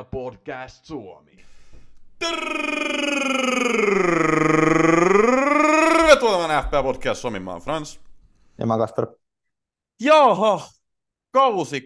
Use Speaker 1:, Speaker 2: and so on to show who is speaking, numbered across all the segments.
Speaker 1: Podcast Suomi.
Speaker 2: Tervetuloa tämän FPA Podcast Suomi, mä oon Frans.
Speaker 3: Ja mä Kasper.
Speaker 2: Jaha, kausi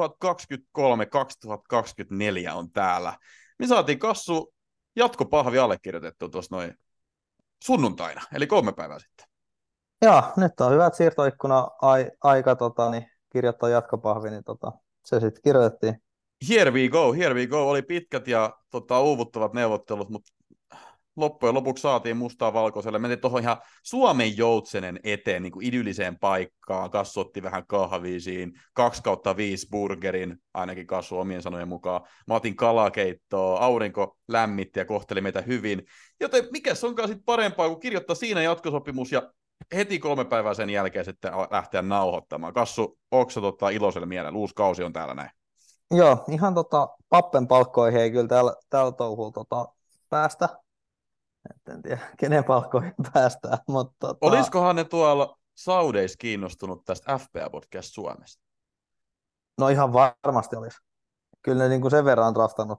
Speaker 2: 2023-2024 on täällä. Me saatiin Kassu jatkopahvi allekirjoitettu tuossa noin sunnuntaina, eli 3 päivää sitten.
Speaker 3: Joo, nyt on hyvät siirtoikkuna-aika kirjoittaa jatkopahvi, niin se sitten kirjoitettiin.
Speaker 2: Here we go. Oli pitkät ja uuvuttavat neuvottelut, mutta loppujen lopuksi saatiin mustaa valkoiselle. Meni tuohon ihan Suomen Joutsenen eteen, niin kuin idylliseen paikkaan. Kassu otti vähän kahviisiin, 2/5 burgerin, ainakin Kassu omien sanojen mukaan. Mä otin kalakeittoa, aurinko lämmitti ja kohteli meitä hyvin. Joten mikäs onkaan sitten parempaa, kuin kirjoittaa siinä jatkosopimus ja heti 3 päivää sen jälkeen sitten lähteä nauhoittamaan. Kassu, onko sä iloisella mielellä? Uusi kausi on täällä näin.
Speaker 3: Joo, ihan Pappen palkkoihin ei kyllä tällä touhulla päästä. En tiedä, kenen palkkoihin päästään, mutta
Speaker 2: Olisikohan ne tuolla Saudeissa kiinnostunut tästä FPA Podcast Suomesta?
Speaker 3: no ihan varmasti olisi. Kyllä ne niin kuin sen verran on draftannut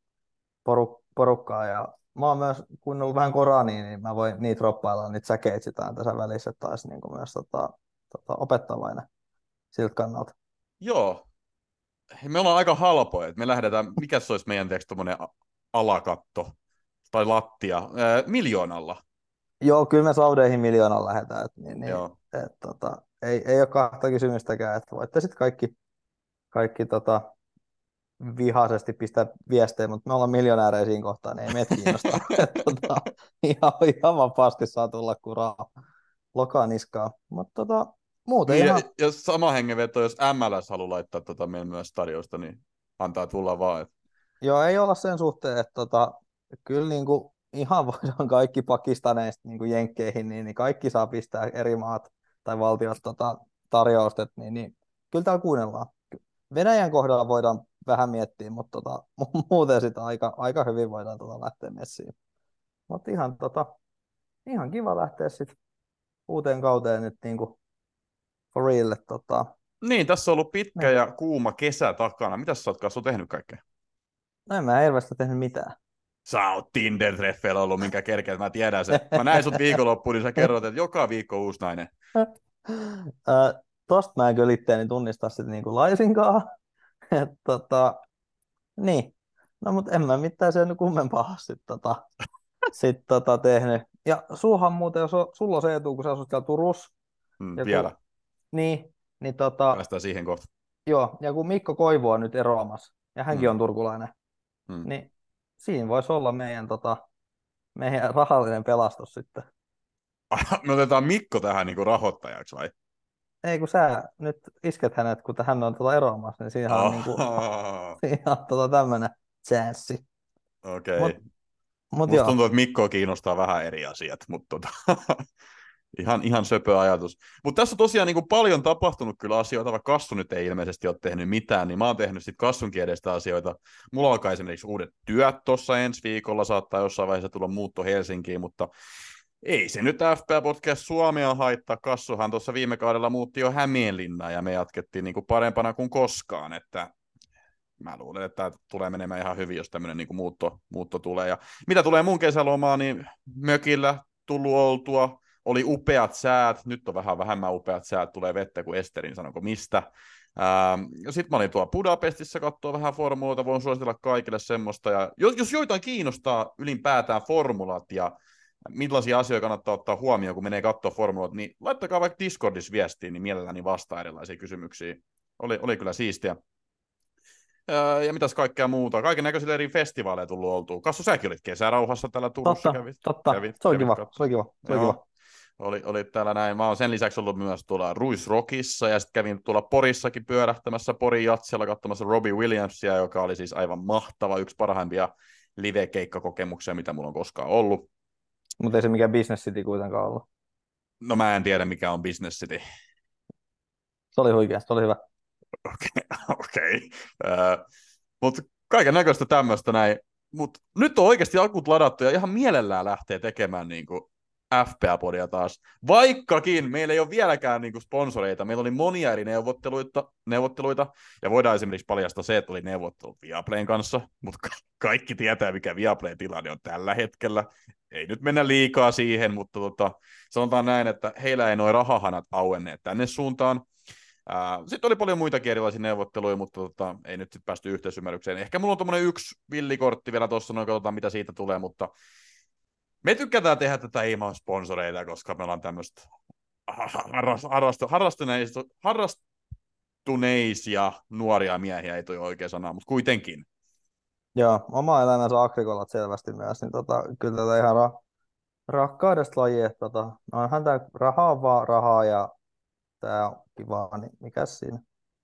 Speaker 3: porukkaa ja mä oon myös kuunnellut vähän Korania, niin mä voin niitä droppailla, niitä säkeitä sitä tässä välissä, että taisi niin kuin myös opettavainen siltä kannalta.
Speaker 2: Joo. Me ollaan aika halpoja. Me lähdetään, mikä se olisi meidän tommonen alakatto tai lattia? 1 miljoonalla.
Speaker 3: Joo, kyllä me Saudeihin 1 miljoonalla lähdetään.
Speaker 2: Joo.
Speaker 3: Ei ole kahta kysymystäkään, että voitte sitten kaikki vihaisesti pistää viestejä, mutta me ollaan miljonäärejä siinä kohtaa, niin ei meitä kiinnostaa. Ihan vapaasti saa tulla kuraa lokaan niskaa. Mutta muuten
Speaker 2: Niin,
Speaker 3: ihan...
Speaker 2: ja sama hengenveto, jos MLS haluaa laittaa meidän myös tarjousta, niin antaa tulla vaan.
Speaker 3: Joo, ei olla sen suhteen, että kyllä niinku ihan voidaan kaikki Pakistaneista niinku jenkkeihin, niin kaikki saa pistää eri maat tai valtiot tarjousta, niin kyllä täällä kuunnellaan. Venäjän kohdalla voidaan vähän miettiä, mutta muuten sitä aika hyvin voidaan lähteä messiin. Mutta ihan kiva lähteä sitten uuteen kauteen nyt niinku for real.
Speaker 2: Niin, tässä on ollut pitkä ja kuuma kesä takana. Mitäs sä oot Kassu tehnyt kaikkea?
Speaker 3: No en mä hirveästi tehnyt mitään.
Speaker 2: Sä oot Tinder-treffeillä ollut, minkä kerkeät, mä tiedän sen. Mä näin sut viikonloppuun, niin sä kerrot, että joka viikko uusi nainen.
Speaker 3: Tosta mä en kyllä itteeni tunnista sitten niinku laisinkaan. Niin. No mut en mä mitään sen kummempaa sit tehnyt. Ja sulhan muuten, jos sulla on se etu, kun sä asut siellä Turussa.
Speaker 2: Vielä.
Speaker 3: Niin
Speaker 2: päästään siihen kohta.
Speaker 3: joo, ja kun Mikko Koivu on nyt eroamassa, ja hänkin on turkulainen, niin siinä voisi olla meidän rahallinen pelastus sitten.
Speaker 2: Me otetaan Mikko tähän niinku rahoittajaksi vai?
Speaker 3: Ei, kun sä nyt isket hänet, kun hän on eroamassa, niin siinä on, siinä on tämmöinen chanssi.
Speaker 2: Okei.
Speaker 3: Musta
Speaker 2: tuntuu, että Mikkoa kiinnostaa vähän eri asiat, mutta ihan söpö ajatus. Mutta tässä on tosiaan niin kuin paljon tapahtunut kyllä asioita, vaikka Kassu nyt ei ilmeisesti ole tehnyt mitään, niin mä oon tehnyt sitten Kassunkin edestä asioita. Mulla alkaa esimerkiksi uudet työt tuossa ensi viikolla, saattaa jossain vaiheessa tulla muutto Helsinkiin, mutta ei se nyt FPA Podcast Suomea haittaa. Kassuhan tuossa viime kaudella muutti jo Hämeenlinnaan ja me jatkettiin niin kuin parempana kuin koskaan, että mä luulen, että tämä tulee menemään ihan hyvin, jos tämmöinen niin kuin muutto tulee. Ja mitä tulee mun kesälomaan, niin mökillä tullut oltua, oli upeat säät, nyt on vähän vähemmän upeat säät, tulee vettä kuin Esterin, sanonko mistä. Sitten mä olin tuolla Budapestissa katsoa vähän formuloita, voin suositella kaikille semmoista. Ja jos joitain kiinnostaa ylipäätään formulat ja millaisia asioita kannattaa ottaa huomioon, kun menee katsoa formulat, niin laittakaa vaikka Discordissa viestiin, niin mielelläni vastaa erilaisia kysymyksiä. Oli kyllä siistiä. Ja mitäs kaikkea muuta. Kaiken näköisille eri festivaaleja tullut oltua. Kassu, säkin olit kesärauhassa täällä Turussa.
Speaker 3: Totta. Se oli kiva.
Speaker 2: Oli täällä näin. Mä oon sen lisäksi ollut myös tuolla Ruisrockissa ja sitten kävin tuolla Porissakin pyörähtämässä Porin Jatsella katsomassa Robbie Williamsia, joka oli siis aivan mahtava, yksi parhaimpia live-keikkakokemuksia, mitä mulla on koskaan ollut.
Speaker 3: Mutta ei se mikään Business City kuitenkaan ollut.
Speaker 2: No mä en tiedä, mikä on Business City.
Speaker 3: Se oli huikea, se oli hyvä.
Speaker 2: Okei. Mutta kaiken näköistä tämmöistä näin. Mutta nyt on oikeasti akut ladattu ja ihan mielellään lähtee tekemään niinku FPA-podia taas. Vaikkakin meillä ei ole vieläkään niin kuin sponsoreita, meillä oli monia eri neuvotteluita, ja voidaan esimerkiksi paljastaa se, että oli neuvottelut Viaplayn kanssa, mutta kaikki tietää, mikä Viaplayn tilanne on tällä hetkellä. Ei nyt mennä liikaa siihen, mutta sanotaan näin, että heillä ei noin rahahanat auenneet tänne suuntaan. Sitten oli paljon muitakin erilaisia neuvotteluja, mutta ei nyt sitten päästy yhteisymmärrykseen. Ehkä mulla on tommonen yksi villikortti vielä tuossa, noin katsotaan mitä siitä tulee, mutta me tykätään tehdä tätä ilman sponsoreita, koska me ollaan tämmöistä harrastuneisia nuoria miehiä, ei toi oikea sana, mutta kuitenkin.
Speaker 3: Joo, oma elämänsä agrikolat selvästi myös, niin kyllä tätä ihan rakkaudesta laji, että onhan tämä rahaa vaan rahaa ja tämä on kivaa, niin mikäs siinä?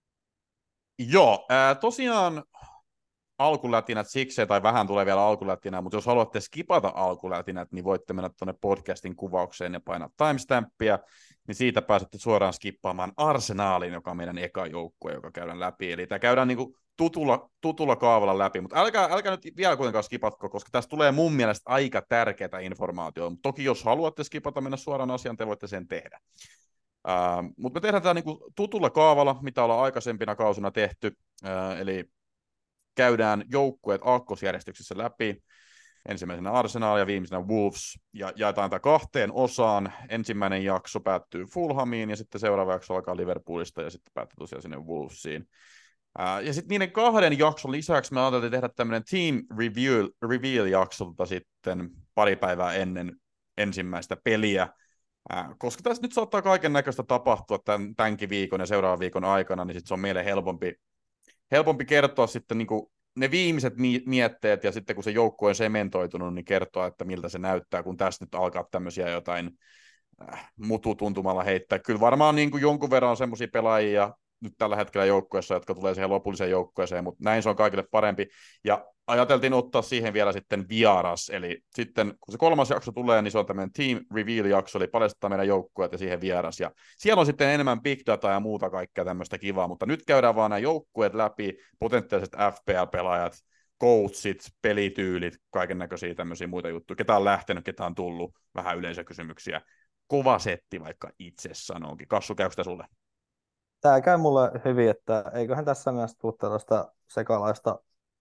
Speaker 2: Joo, tosiaan alkulätinät sikseen, tai vähän tulee vielä alkulätinää, mutta jos haluatte skipata alkulätinät, niin voitte mennä tuonne podcastin kuvaukseen ja painaa timestampia, niin siitä pääsette suoraan skippaamaan Arsenaalin, joka on meidän eka joukkue, joka käydään läpi. Eli tämä käydään niinku tutulla kaavalla läpi, mutta älkää nyt vielä kuitenkaan skipatko, koska tässä tulee mun mielestä aika tärkeää informaatiota, mutta toki jos haluatte skipata, mennä suoraan asiaan, te voitte sen tehdä. Mutta me tehdään tämä niinku tutulla kaavalla, mitä ollaan aikaisempina kausina tehty, eli käydään joukkueet aakkosjärjestyksessä läpi. Ensimmäisenä Arsenal ja viimeisenä Wolves. Ja jaetaan tämä kahteen osaan. Ensimmäinen jakso päättyy Fulhamiin ja sitten seuraava jakso alkaa Liverpoolista ja sitten päättyy tosiaan sinne Wolvesiin. Ja sitten niiden kahden jakson lisäksi me ajateltiin tehdä tämmöinen Team Reveal-jakso sitten pari päivää ennen ensimmäistä peliä. Koska tässä nyt saattaa kaiken näköistä tapahtua tämänkin viikon ja seuraavan viikon aikana, niin sitten se on meille helpompi kertoa sitten niin kuin ne viimeiset mietteet, ja sitten kun se joukkue on sementoitunut, niin kertoa, että miltä se näyttää, kun tässä nyt alkaa tämmöisiä jotain mututuntumalla heittää. Kyllä varmaan niin kuin jonkun verran on semmoisia pelaajia nyt tällä hetkellä joukkueessa, jotka tulee siihen lopulliseen joukkueeseen, mutta näin se on kaikille parempi. Ja ajateltiin ottaa siihen vielä sitten vieras, eli sitten kun se kolmas jakso tulee, niin se on tämmöinen Team Reveal-jakso, eli paljastetaan meidän joukkueet ja siihen vieras. Ja siellä on sitten enemmän big data ja muuta kaikkea tämmöistä kivaa, mutta nyt käydään vaan nämä joukkueet läpi, potentiaaliset FPL-pelaajat, coachit, pelityylit, kaiken näköisiä tämmöisiä muita juttuja. Ketä on lähtenyt, ketä on tullut, vähän yleisökysymyksiä. Kova setti, vaikka itse sanoonkin. Kassu, käykö sitä sulle?
Speaker 3: Tämä käy mulle hyvin, että eiköhän tässä myös tule tällaista sekalaista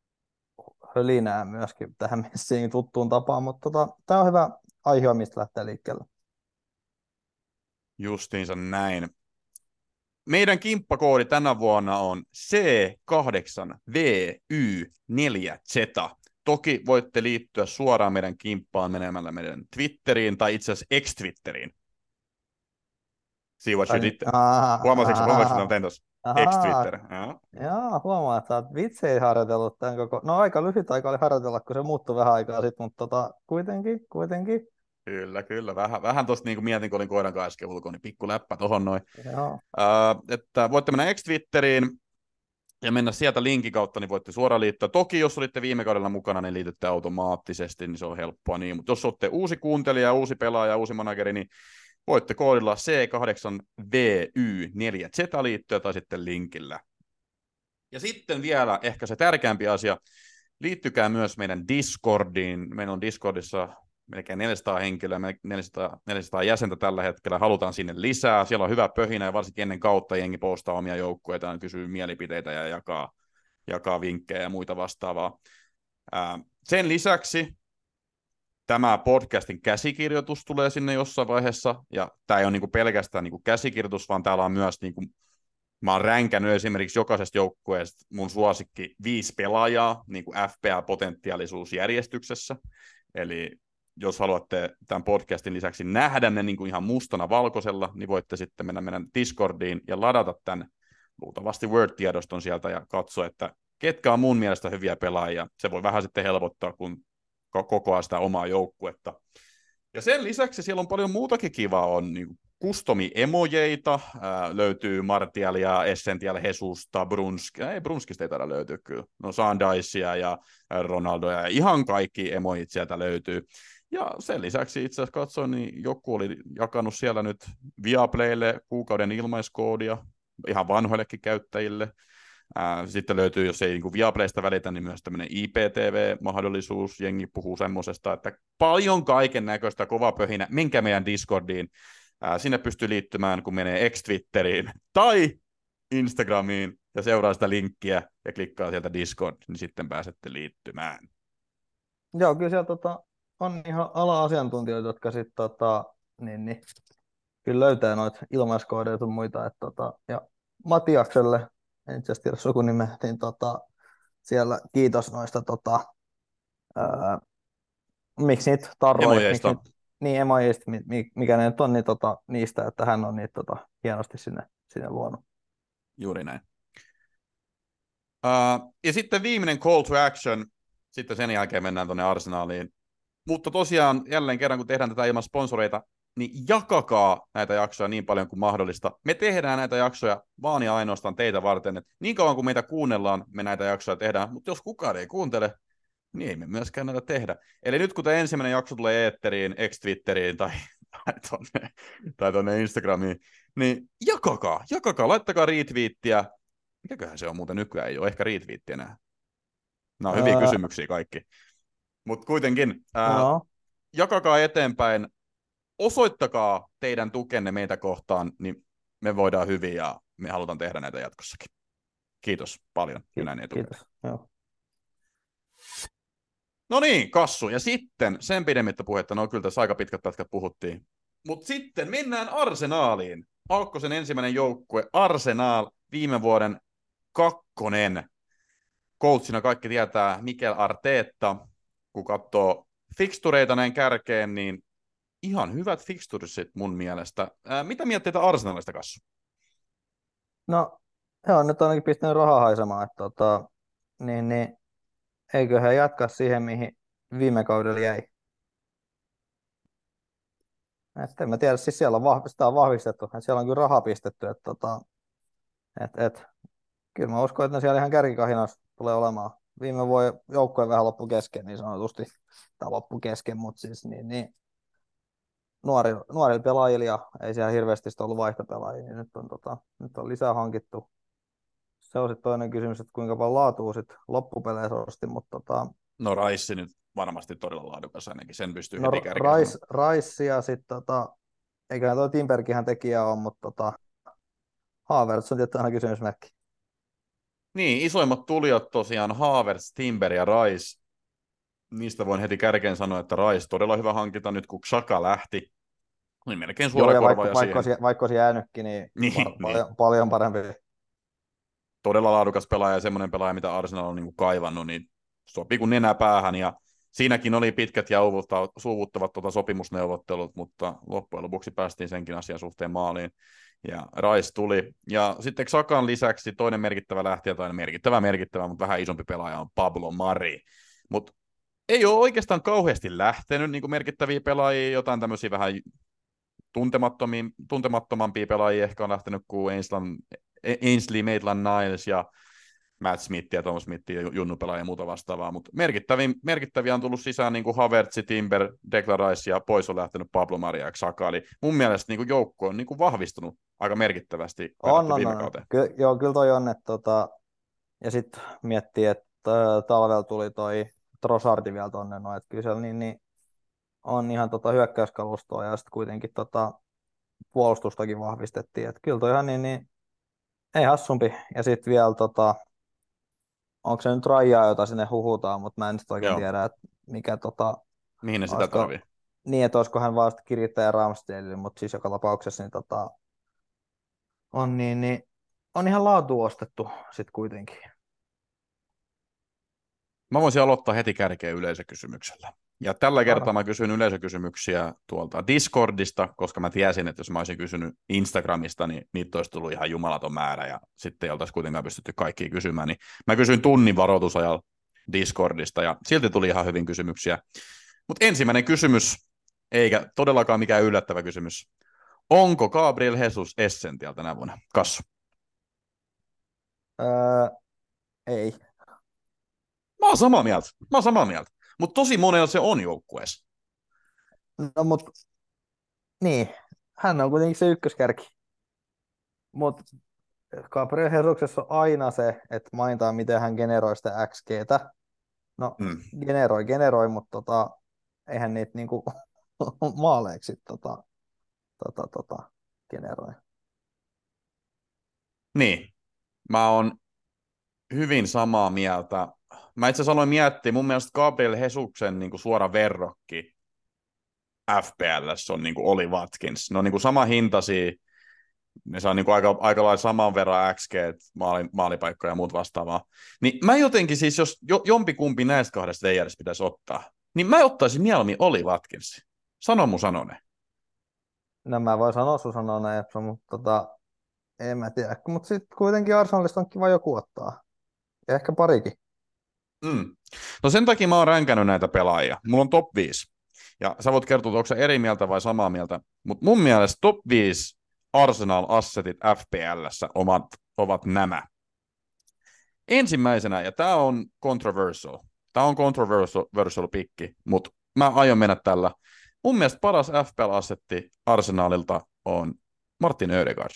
Speaker 3: hölinää myöskin tähän messiin tuttuun tapaan, mutta tämä on hyvä aihe, mistä lähtee liikkeelle.
Speaker 2: Justiinsa näin. Meidän kimppakoodi tänä vuonna on C8VY4Z. Toki voitte liittyä suoraan meidän kimppaan menemällä meidän Twitteriin tai itse asiassa X-Twitteriin. See what you did. Huomasitko, mitä mä tein tuossa? X-Twitter.
Speaker 3: Joo, huomaa, että olet vitsejä harjoitellut tämän koko... No aika lyhyt aika oli harjoitella, kun se muuttui vähän aikaa sitten, mutta kuitenkin.
Speaker 2: Kyllä. Vähän tuosta niin mietin, kun olin koiran kanssa äsken ulkoon, niin pikku läppä tohon noin. Että voitte mennä X-Twitteriin ja mennä sieltä linkin kautta, niin voitte suoraan liittyä. Toki, jos olitte viime kaudella mukana, niin liitytte automaattisesti, niin se on helppoa niin. Mutta jos olette uusi kuuntelija, uusi pelaaja, uusi manageri, niin voitte koodilla C8VY4Z liittyä tai sitten linkillä. Ja sitten vielä ehkä se tärkeämpi asia, liittykää myös meidän Discordiin. Meillä on Discordissa melkein 400 henkilöä, 400 jäsentä tällä hetkellä, halutaan sinne lisää. Siellä on hyvä pöhinä ja varsinkin ennen kautta jengi postaa omia joukkueitaan, kysyy mielipiteitä ja jakaa vinkkejä ja muita vastaavaa. Sen lisäksi tämä podcastin käsikirjoitus tulee sinne jossain vaiheessa, ja tämä ei ole niinku pelkästään niinku käsikirjoitus, vaan täällä on myös, niinku, mä oon ränkännyt esimerkiksi jokaisesta joukkueesta mun suosikki 5 pelaajaa niinku FPA-potentiaalisuusjärjestyksessä, eli jos haluatte tämän podcastin lisäksi nähdä ne niinku ihan mustana valkoisella, niin voitte sitten mennä meidän Discordiin ja ladata tämän luultavasti Word-tiedoston sieltä ja katsoa, että ketkä on mun mielestä hyviä pelaajia. Se voi vähän sitten helpottaa, kun kokoaa sitä omaa joukkuetta. Ja sen lisäksi siellä on paljon muutakin kivaa, on niin customi-emojeita, löytyy Martialia, Essential, Jesusta, Brunskista ei taida löytyä kyllä, no Sandicea ja Ronaldoja, ja ihan kaikki emojit sieltä löytyy. Ja sen lisäksi itse asiassa katsoin, niin joku oli jakanut siellä nyt Viaplaylle kuukauden ilmaiskoodia, ihan vanhoillekin käyttäjille. Sitten löytyy, jos ei niin kuin Viaplaysta välitä, niin myös tämmöinen IPTV-mahdollisuus. Jengi puhuu semmosesta, että paljon kaiken näköistä kova pöhinä. Menkää meidän Discordiin. Sinne pystyy liittymään, kun menee X-Twitteriin tai Instagramiin ja seuraa sitä linkkiä ja klikkaa sieltä Discord, niin sitten pääsette liittymään.
Speaker 3: Joo, kyllä siellä on ihan ala-asiantuntijoita, jotka sitten niin, kyllä löytää noita ilmaiskoodeja ja muita. Ja Matiakselle, en itse asiassa tiedä sukunimeä, niin siellä kiitos noista, miksi niitä tarroja, miksi niitä, niin emojista, mikä ne nyt on, niin niistä, että hän on niitä hienosti sinne luonut.
Speaker 2: Juuri näin. Ja sitten viimeinen call to action, sitten sen jälkeen mennään tuonne Arsenaaliin. Mutta tosiaan jälleen kerran, kun tehdään tätä ilman sponsoreita, niin jakakaa näitä jaksoja niin paljon kuin mahdollista. Me tehdään näitä jaksoja vaan ja ainoastaan teitä varten. Et niin kauan kuin meitä kuunnellaan, me näitä jaksoja tehdään. Mutta jos kukaan ei kuuntele, niin ei me myöskään näitä tehdä. Eli nyt kun tämä ensimmäinen jakso tulee eetteriin, X-Twitteriin tai tuonne Instagramiin, niin jakakaa, laittakaa retweettiä. Mikäköhän se on muuten nykyään? Ei ole ehkä retweettiä enää. Nämä on hyviä kysymyksiä kaikki. Mutta kuitenkin, jakakaa eteenpäin, osoittakaa teidän tukenne meitä kohtaan, niin me voidaan hyvin ja me halutaan tehdä näitä jatkossakin. Kiitos paljon.
Speaker 3: Kiitos. Joo.
Speaker 2: No niin, Kassu. Ja sitten sen pidemmittä puhetta, no kyllä tässä aika pitkät pätkät puhuttiin. Mutta sitten mennään Arsenaaliin. Alkkosen ensimmäinen joukkue, Arsenal, viime vuoden 2. Coachina kaikki tietää Mikel Arteta. Kun katsoo fixtureita näin kärkeen, niin ihan hyvät fixturesit mun mielestä. Mitä mieltä teitä Arsenalista, Kassu?
Speaker 3: No, he on nyt ainakin pistänyt rahaa haisemaan, että niin, eikö he jatkaa siihen, mihin viime kaudella jäi? En mä tiedä, siis siellä sitä on vahvistettu, että siellä on kyllä rahaa pistetty, kyllä mä uskon, että ne siellä ihan kärkikahinassa tulee olemaan. Viime vuoden joukkojen vähän loppu kesken, niin sanotusti, tai loppu kesken, mutta siis niin nuorilla pelaajilla ja ei siellä hirveästi ollut vaihtopelaajia, niin nyt on lisää hankittu. Se on sitten toinen kysymys, että kuinka paljon laatua sitten loppupeleissä osti, mutta
Speaker 2: No Rice nyt varmasti todella laadukas ainakin, sen pystyy heti kärkeen.
Speaker 3: Rice ja sitten eiköhän tuo Timbergihän tekijä ole, mutta Havertz on tietysti aina kysymysmerkki.
Speaker 2: Niin, isoimmat tulijat tosiaan Havertz, Timber ja Rice. Niistä voin heti kärkeen sanoa, että Rice todella hyvä hankinta nyt, kun Xhaka lähti. Niin melkein suora korvaaja siihen.
Speaker 3: Vaikka olisi jäänytkin, niin paljon parempi.
Speaker 2: Todella laadukas pelaaja ja semmoinen pelaaja, mitä Arsenal on niin kuin kaivannut, niin sopii kuin nenä päähän. Ja siinäkin oli pitkät ja suuvuttavat sopimusneuvottelut, mutta loppujen lopuksi päästiin senkin asian suhteen maaliin. Ja Rice tuli. Ja sitten Xhakan lisäksi toinen merkittävä lähtijä, tai merkittävä, mutta vähän isompi pelaaja on Pablo Mari. Mutta ei ole oikeastaan kauheasti lähtenyt niin kuin merkittäviä pelaajia, jotain tämmöisiä vähän tuntemattomampia pelaajia ehkä on lähtenyt kuin Ainsley Maitland-Niles ja Matt Smith ja Tom Smith ja junnupelaajia ja muuta vastaavaa, mutta merkittäviä on tullut sisään niin kuin Havertz, Timber, Declan Rice ja pois on lähtenyt Pablo Maria ja Xhaka, eli mun mielestä niin kuin joukko on niin kuin vahvistunut aika merkittävästi viime kauteen.
Speaker 3: Kyllä toi on, että ja sitten miettii, että talvella tuli toi Trossardi vielä tonne, no, että kyllä siellä niin on ihan hyökkäyskalustoa ja sitten kuitenkin puolustustakin vahvistettiin, että kyllä toi ihan niin ei hassumpi, ja sitten vielä onko se nyt Rajaa, jota sinne huhutaan, mutta mä en nyt oikein tiedä, että mikä
Speaker 2: mihin ne sitä tarvii?
Speaker 3: Niin, että olisiko hän vaan sitten kirittäjä Ramsdale, mutta siis joka tapauksessa niin on ihan laatu ostettu sitten kuitenkin.
Speaker 2: Mä voisin aloittaa heti kärkeen yleisökysymyksellä. Ja tällä kertaa mä kysyn yleisökysymyksiä tuolta Discordista, koska mä tiesin, että jos mä olisin kysynyt Instagramista, niin niitä olisi tullut ihan jumalaton määrä, ja sitten ei oltaisi kuitenkaan pystytty kaikkia kysymään. Niin mä kysyin tunnin varoitusajalla Discordista, ja silti tuli ihan hyvin kysymyksiä. Mutta ensimmäinen kysymys, eikä todellakaan mikään yllättävä kysymys. Onko Gabriel Jesus Essential tänä vuonna? Kassu?
Speaker 3: Ei.
Speaker 2: Mä oon samaa mieltä. Mutta tosi monella se on joukkueessa.
Speaker 3: No mutta, niin, hän on kuitenkin se ykköskärki. Mutta Gabriel Jesuksessa on aina se, että mainitaan, miten hän generoi sitä XGtä. No,
Speaker 2: Mm.
Speaker 3: generoi, mutta eihän niitä niinku maaleiksi generoi.
Speaker 2: Niin, mä oon hyvin samaa mieltä. Mä itse asiassa aloin miettiä, mun mielestä Gabriel Jesuksen niin kuin suora verrokki FPL:ssä on niin kuin Oli Watkins. Ne on niin kuin sama hintaisia, ne saa niin kuin aika lailla saman verran XG, maalipaikkoja ja muut vastaavaa. Niin mä jotenkin siis, jos jompikumpi näistä kahdesta VR:stä pitäisi ottaa, niin mä ottaisin mieluummin Oli Watkinsin. Sano mun sanone.
Speaker 3: No mä voin sanoa sun sanoneen, mutta en mä tiedä. Mutta sitten kuitenkin Arsenalista on kiva joku ottaa. Ja ehkä parikin.
Speaker 2: Mm. No sen takia mä oon ränkännyt näitä pelaajia. Mulla on top 5. Ja sä voit kertoa, onko sä eri mieltä vai samaa mieltä. Mutta mun mielestä top 5 Arsenal-assetit FPL:ssä ovat nämä. Ensimmäisenä, ja tämä on controversial. Tämä on controversial pikki, mutta mä aion mennä tällä. Mun mielestä paras FPL-assetti Arsenalilta on Martin Ödegaard.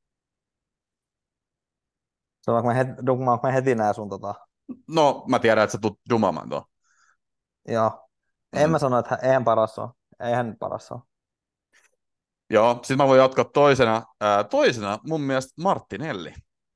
Speaker 3: Dummaanko mä heti nää sun
Speaker 2: No, mä tiedän, että sä tulet dumamaan tuon.
Speaker 3: Joo. En mä sano, että eihän paras ole. Eihän paras ole.
Speaker 2: Joo, sitten mä voin jatkaa toisena. Toisena mun mielestä Martinelli.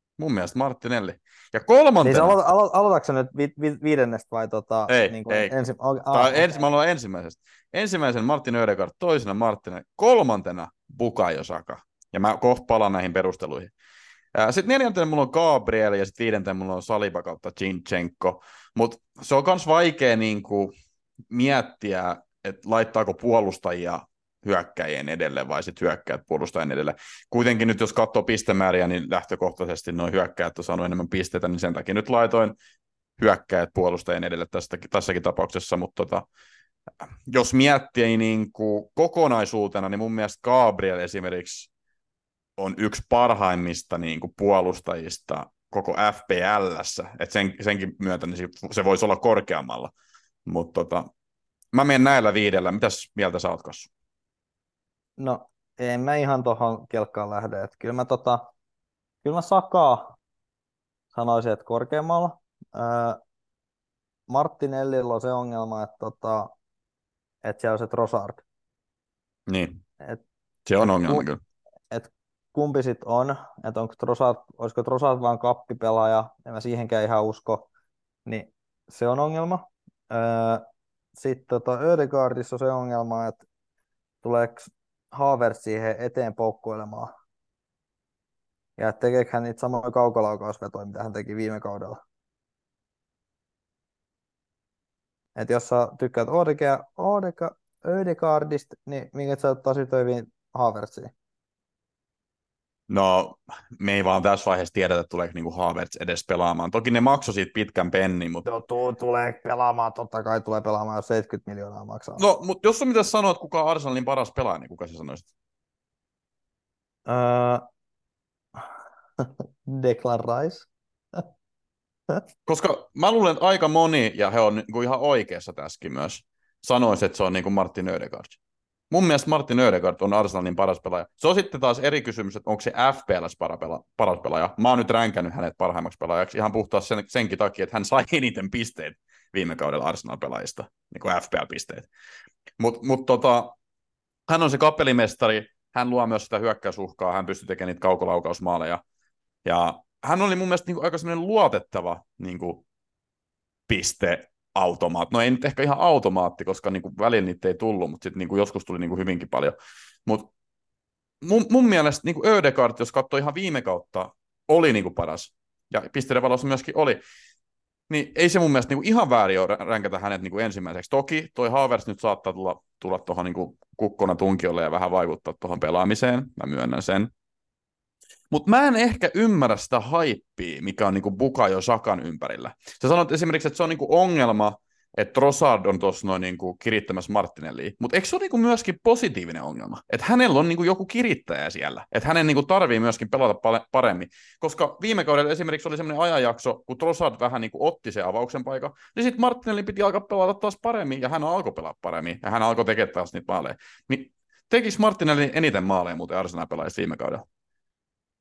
Speaker 2: Ja kolmantena...
Speaker 3: Niin aloitatko sä nyt viidennestä vai
Speaker 2: Ei,
Speaker 3: niin kuin
Speaker 2: ei. Mä aloitan ensimmäisestä. Ensimmäisen Martin Ödegaard, toisena Martinelli, kolmantena Bukayo Saka. Ja mä kohta palaan näihin perusteluihin. Sitten neljäntenä mulla on Gabriel ja sitten viidentenä mulla on Saliba kautta Zinchenko. Mutta se on myös vaikea niinku miettiä, että laittaako puolustajia hyökkäjien edelle vai sitten hyökkäjät puolustajien edelle. Kuitenkin nyt jos katsoo pistemääriä, niin lähtökohtaisesti nuo hyökkäjät on saanut enemmän pisteitä, niin sen takia nyt laitoin hyökkäjät puolustajien edelle tässäkin tapauksessa, mutta jos miettii niin kuin kokonaisuutena, niin mun mielestä Gabriel esimerkiksi on yksi parhaimmista niin kuin puolustajista koko FPL:ssä, että senkin myötä niin se voisi olla korkeammalla, mutta mä menen näillä 5. Mitäs mieltä sä oot, Kassu?
Speaker 3: No, en mä ihan tuohon kelkkaan lähde. Että kyllä mä Sakaa sanoisin, että korkeammalla. Martinellilla on se ongelma, että siellä on se Trossard.
Speaker 2: Niin, se on ongelma kyllä.
Speaker 3: Kumpi sitten on, että olisiko Trossard vaan kappipelaaja, en mä siihenkään ihan usko, niin se on ongelma. Sitten Ödegaardissa on se ongelma, että tuleeko Havertz siihen eteen poukkoilemaan. Ja tekeekö hän niitä samoja kaukolaukausvetoja, mitä hän teki viime kaudella. Et jos sä tykkäät Ödegaardista, niin minkä sä ottaa sitten Havertziin?
Speaker 2: No, me ei vaan tässä vaiheessa tiedetä, että tuleeko niinku Havertz edes pelaamaan. Toki ne maksoi siitä pitkän pennin, mutta...
Speaker 3: Tulee pelaamaan, totta kai tulee pelaamaan, jos 70 miljoonaa maksaa.
Speaker 2: No, mutta jos on mitä sanoa, että kuka on Arsenalin paras pelaaja, niin kuka sä sanoisit?
Speaker 3: Declan Rice.
Speaker 2: Koska mä luulen, että aika moni, ja he on niinku ihan oikeassa tässäkin myös, sanoisi, että se on niinku Martin Ödegaard. Mun mielestä Martin Ödegaard on Arsenalin paras pelaaja. Se on sitten taas eri kysymys, että onko se FPL:ssä paras pelaaja. Mä oon nyt ränkännyt hänet parhaimmaksi pelaajaksi ihan puhtaasti senkin takia, että hän sai eniten pisteet viime kaudella Arsenal-pelaajista, niin kuin FPL-pisteet. Mutta hän on se kapellimestari, hän luo myös sitä hyökkäysuhkaa, hän pystyy tekemään niitä kaukolaukausmaaleja. Ja hän oli mun mielestä niin kuin aika semmoinen luotettava niin kuin pisteautomaatti. No ei nyt ehkä ihan automaatti, koska niin kuin välillä niitä ei tullut, mutta sitten niin kuin joskus tuli niin kuin hyvinkin paljon. Mutta mun mielestä niin kuin Ödegaard, jos katsoo ihan viime kautta, oli niin kuin paras. Ja pisteiden valossa myöskin oli. Niin ei se mun mielestä niin kuin ihan väärin ole ränkätä hänet niin kuin ensimmäiseksi. Toki toi Havertz nyt saattaa tulla tuohon niin kuin kukkona tunkiolle ja vähän vaikuttaa tuohon pelaamiseen. Mä myönnän sen. Mutta mä en ehkä ymmärrä sitä haippia, mikä on niinku Bukayo Sakan ympärillä. Sä sanoit esimerkiksi, että se on niinku ongelma, että Trossard on tuossa noin niinku kirittämässä Martinellia. Mutta eikö se ole niinku myöskin positiivinen ongelma? Että hänellä on niinku joku kirittäjä siellä. Että hänen niinku tarvii myöskin pelata paremmin. Koska viime kaudella esimerkiksi oli sellainen ajanjakso, kun Trossard vähän niinku otti sen avauksen paikan, niin sitten Martinelli piti alkaa pelata taas paremmin, ja hän alkoi pelaa paremmin, ja hän alkoi tekemään taas niitä maaleja. Niin tekisi Martinelli eniten maaleja muuten Arsenal-pelaajista viime kaudella?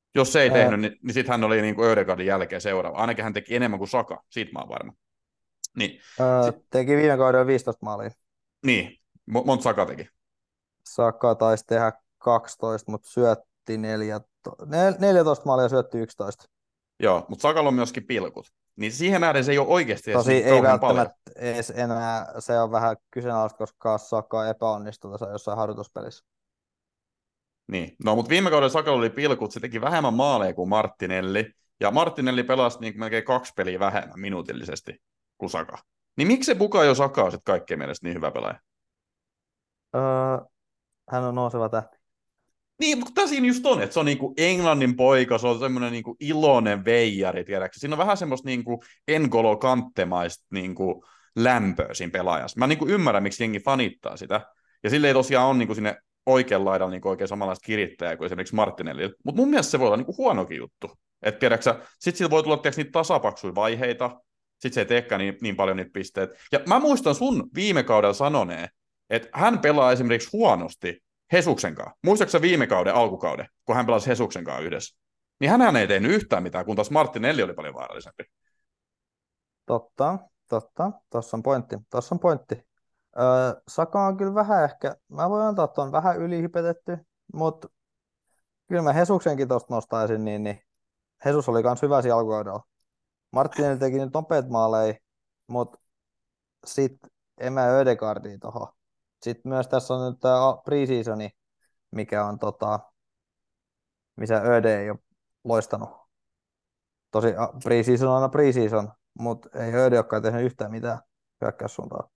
Speaker 2: Jos se ei
Speaker 3: Öö,
Speaker 2: tehnyt, niin sitten hän oli niin kuin Ödegaardin jälkeen seuraava. Ainakin hän teki enemmän kuin Saka, siitä mä oon varma. Niin,
Speaker 3: teki viime kaudella 15 maalia.
Speaker 2: niin. Monta Saka teki.
Speaker 3: Saka taisi tehdä 12, mutta syötti 14 maalia, syötti 11.
Speaker 2: Joo, mutta Sakalla on myöskin pilkut. Niin siihen nähden se ei ole oikeasti edes
Speaker 3: Tosi
Speaker 2: niin
Speaker 3: ei
Speaker 2: kauhean paljon.
Speaker 3: välttämättä edes enää, se on vähän kyseenalaista, koska Saka epäonnistui tässä jossain harjoituspelissä.
Speaker 2: Niin. No, mutta viime kaudella Sakalla oli pilkut, se teki vähemmän maaleja kuin Martinelli. Ja Martinelli pelasi niin melkein 2 peliä vähemmän minuutillisesti kuin Saka. Niin miksi se Bukayo Saka on sitten kaikkien mielestä niin hyvä pelaaja?
Speaker 3: Öö, hän on nouseva tähti.
Speaker 2: Niin, mutta siinä just on, että se on niinku Englannin poika, se on semmoinen niinku iloinen veijari, tiedätkö? Siinä on vähän semmoista niinku N'Golo Kantemaista niinku lämpöä siinä pelaajassa. Mä niinku ymmärrän, miksi jengi fanittaa sitä. Ja sille ei tosiaan ole niinku sinne oikean laidalla niinku oikein samanlaista kirittäjää kuin esimerkiksi Martinellilla. Mutta mun mielestä se voi olla niinku huonokin juttu. Että tiedätkö, sit sillä voi tulla niitä tasapaksuja vaiheita, sit se ei teekään niin paljon niitä pisteitä. Ja mä muistan sun viime kaudella sanoneen, että hän pelaa esimerkiksi huonosti Hesuksen kanssa. Muistaaksä sä viime kauden alkukauden, kun hän pelasi Hesuksen kanssa yhdessä? Niin hän ei tehnyt yhtään mitään, kun taas Martinelli oli paljon vaarallisempi.
Speaker 3: Totta, totta. Tuossa on pointti. Saka on kyllä vähän ehkä, mä voin antaa, että on vähän ylihypetetty, mutta kyllä mä Hesuksenkin tuosta nostaisin, niin Jesus oli myös hyvä siellä alkukaudella. Martinelli teki nyt nopeat maaleja, mutta sitten en mä Ödegaardia tuohon. Sitten myös tässä on nyt tämä preseasoni, mikä on missä Öde ei ole loistanut. Tosi preseason on aina preseason, mutta ei Öde olekaan tehnyt yhtään mitään hyökkäyssuuntaan.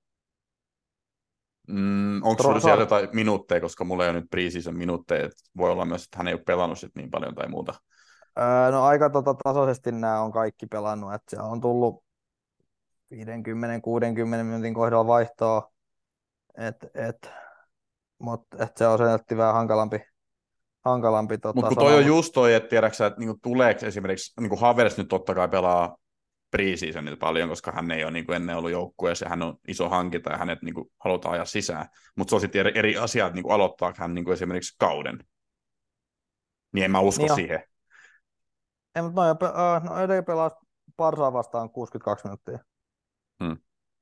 Speaker 2: Onko sulla siellä
Speaker 3: Trossard,
Speaker 2: jotain minuutteja, koska mulla ei ole nyt preseason minuutteja, että voi olla myös, että hän ei ole pelannut sit niin paljon tai muuta.
Speaker 3: no aika tasaisesti nämä on kaikki pelannut, että siellä on tullut 50-60 minuutin kohdalla vaihtoa, mutta se on selvästi vähän hankalampi
Speaker 2: Mutta kun toi
Speaker 3: sanoa,
Speaker 2: on
Speaker 3: mutta
Speaker 2: just toi, että tiedäksä, että niinku tuleeko esimerkiksi, niinku Havertz nyt totta kai pelaa preseasonilla paljon, koska hän ei ole niinku ennen ollut joukkueessa ja hän on iso hankinta ja hänet niinku halutaan ajaa sisään. Mutta se on sitten eri asia, että niinku aloittaa hän niinku esimerkiksi kauden. Niin en mä usko
Speaker 3: niin on.
Speaker 2: siihen.
Speaker 3: Ei, mutta no Ede pelasi Barsaa vastaan 62 minuuttia.
Speaker 2: Hmm.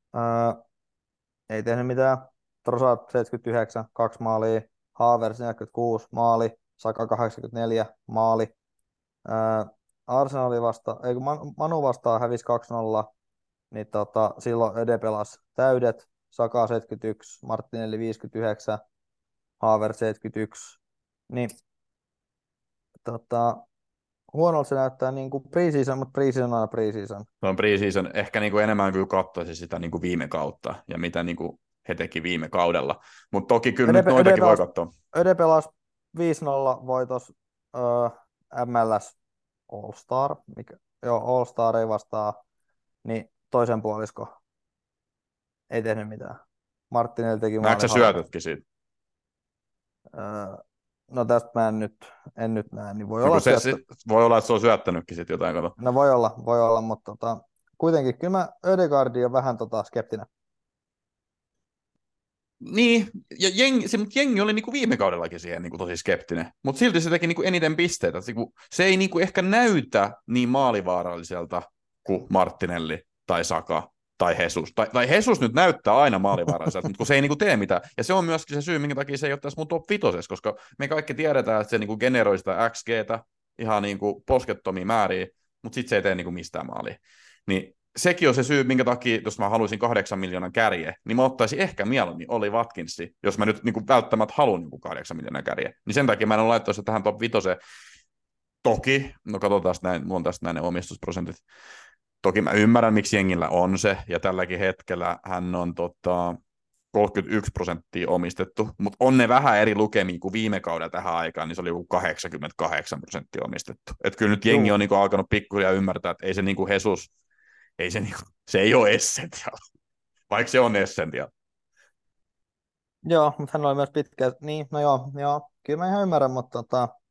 Speaker 3: Ei tehnyt mitään. Trossard 79, 2 maalia. Havertz 46, maali. Saka 84, maali. Arsenali vastaan, ei kun Manu vastaan hävisi 2-0, niin silloin Ede pelasi täydet. Saka 71, Martinelli 59, Havertz 71. Niin huonolta se näyttää niin kuin preseason, mutta preseason on aina preseason.
Speaker 2: Se on preseason ehkä niinku enemmän kuin katsoisi sitä niinku viime kautta ja mitä niinku he teki viime kaudella. Mutta toki kyllä nyt noitakin voi katsoa.
Speaker 3: Öde pelasi 5-0 voitos MLS All-Star, All-Star ei vastaa, niin toisen puolisko ei tehnyt mitään. Martinelli teki
Speaker 2: Näetkö sä
Speaker 3: maalin
Speaker 2: syötötkin siitä?
Speaker 3: No tästä mä en nyt näe, niin voi
Speaker 2: No,
Speaker 3: olla,
Speaker 2: se voi olla, että se on syöttänytkin sit jotain, kato.
Speaker 3: No voi olla, mutta kuitenkin kyllä mä Ödegaardi on vähän skeptinen.
Speaker 2: Niin, ja jengi oli niinku viime kaudellakin siihen niinku tosi skeptinen, mutta silti se teki niinku eniten pisteitä. Se ei niinku ehkä näytä niin maalivaaralliselta kuin Martinelli tai Saka tai Jesus. Tai Jesus nyt näyttää aina maalivaaralliselta, mutta kun se ei niinku tee mitään. Ja se on myöskin se syy, minkä takia se ei ole tässä mun top 5, koska me kaikki tiedetään, että se niinku generoi sitä XGtä ihan niinku poskettomia määriä, mutta sitten se ei tee niinku mistään maalia. Niin sekin on se syy, minkä takia, jos mä haluaisin 8 miljoonan kärje, niin mä ottaisin ehkä mieluummin Oli Watkinsi, jos mä nyt niin kuin välttämättä haluan niin 8 miljoonan kärje. Niin sen takia mä en ole laittanut sitä tähän top 5. Toki, no katsotaan näin, mulla on tästä näin ne omistusprosentit. Toki mä ymmärrän, miksi jengillä on se, ja tälläkin hetkellä hän on 31% omistettu, mutta on ne vähän eri lukemia kuin viime kaudella tähän aikaan, niin se oli joku 88% omistettu. Että kyllä nyt jengi on niin kuin alkanut pikkuhiljaa ymmärtää, että ei se niin kuin Jesus, se ei ole essential, vaikka se on essential.
Speaker 3: Joo, mutta hän oli myös pitkä. Niin, no joo. Kyllä mä ihan ymmärrän, mutta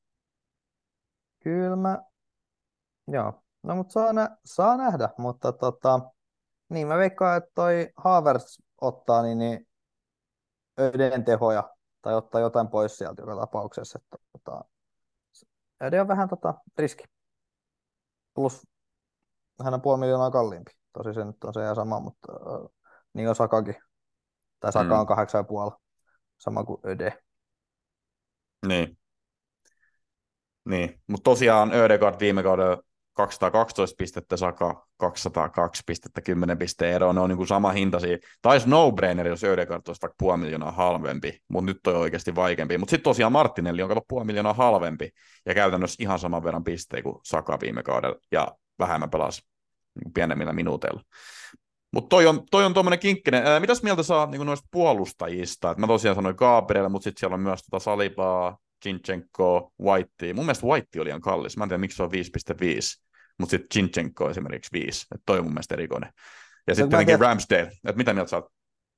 Speaker 3: kyllä mä, joo. No, mutta saa nähdä, mutta niin mä veikkaan, että toi Havertz ottaa niin Öden tehoja tai ottaa jotain pois sieltä joka tapauksessa. Että, Öde on vähän riski. Plus hän on 500,000 kalliimpi. Tosi se nyt on se ihan sama, mutta niin on Sakakin. Tai Saka on 8,5, sama kuin Öde.
Speaker 2: Niin. Niin, mutta tosiaan Ödegaard viime kaudella 212 pistettä, Saka 202 pistettä, 10 pisteen ero, ne on niin kuin sama hintaisia. Taisi no-brainer, jos Ödegaard olisi vaikka 500,000 halvempi, mutta nyt on oikeasti vaikeampi. Mutta sitten tosiaan Martinelli on 500,000 halvempi ja käytännössä ihan saman verran pisteitä kuin Saka viime kaudella ja vähemmän pelasi niin pienemmillä minuuteilla. Mutta toi on tuommoinen kinkkinen. Mitäs mieltä saa niin noista puolustajista? Et mä tosiaan sanoin Gabriel, mutta sitten siellä on myös Salibaa, Zinchenko, White. Mun mielestä White oli ihan kallis. Mä en tiedä, miksi se on 5,5, mutta sitten Zinchenko esimerkiksi 5. Et toi on mun mielestä erikoinen. Ja sitten tietenkin Ramsdale. Et mitä mieltä sä oot?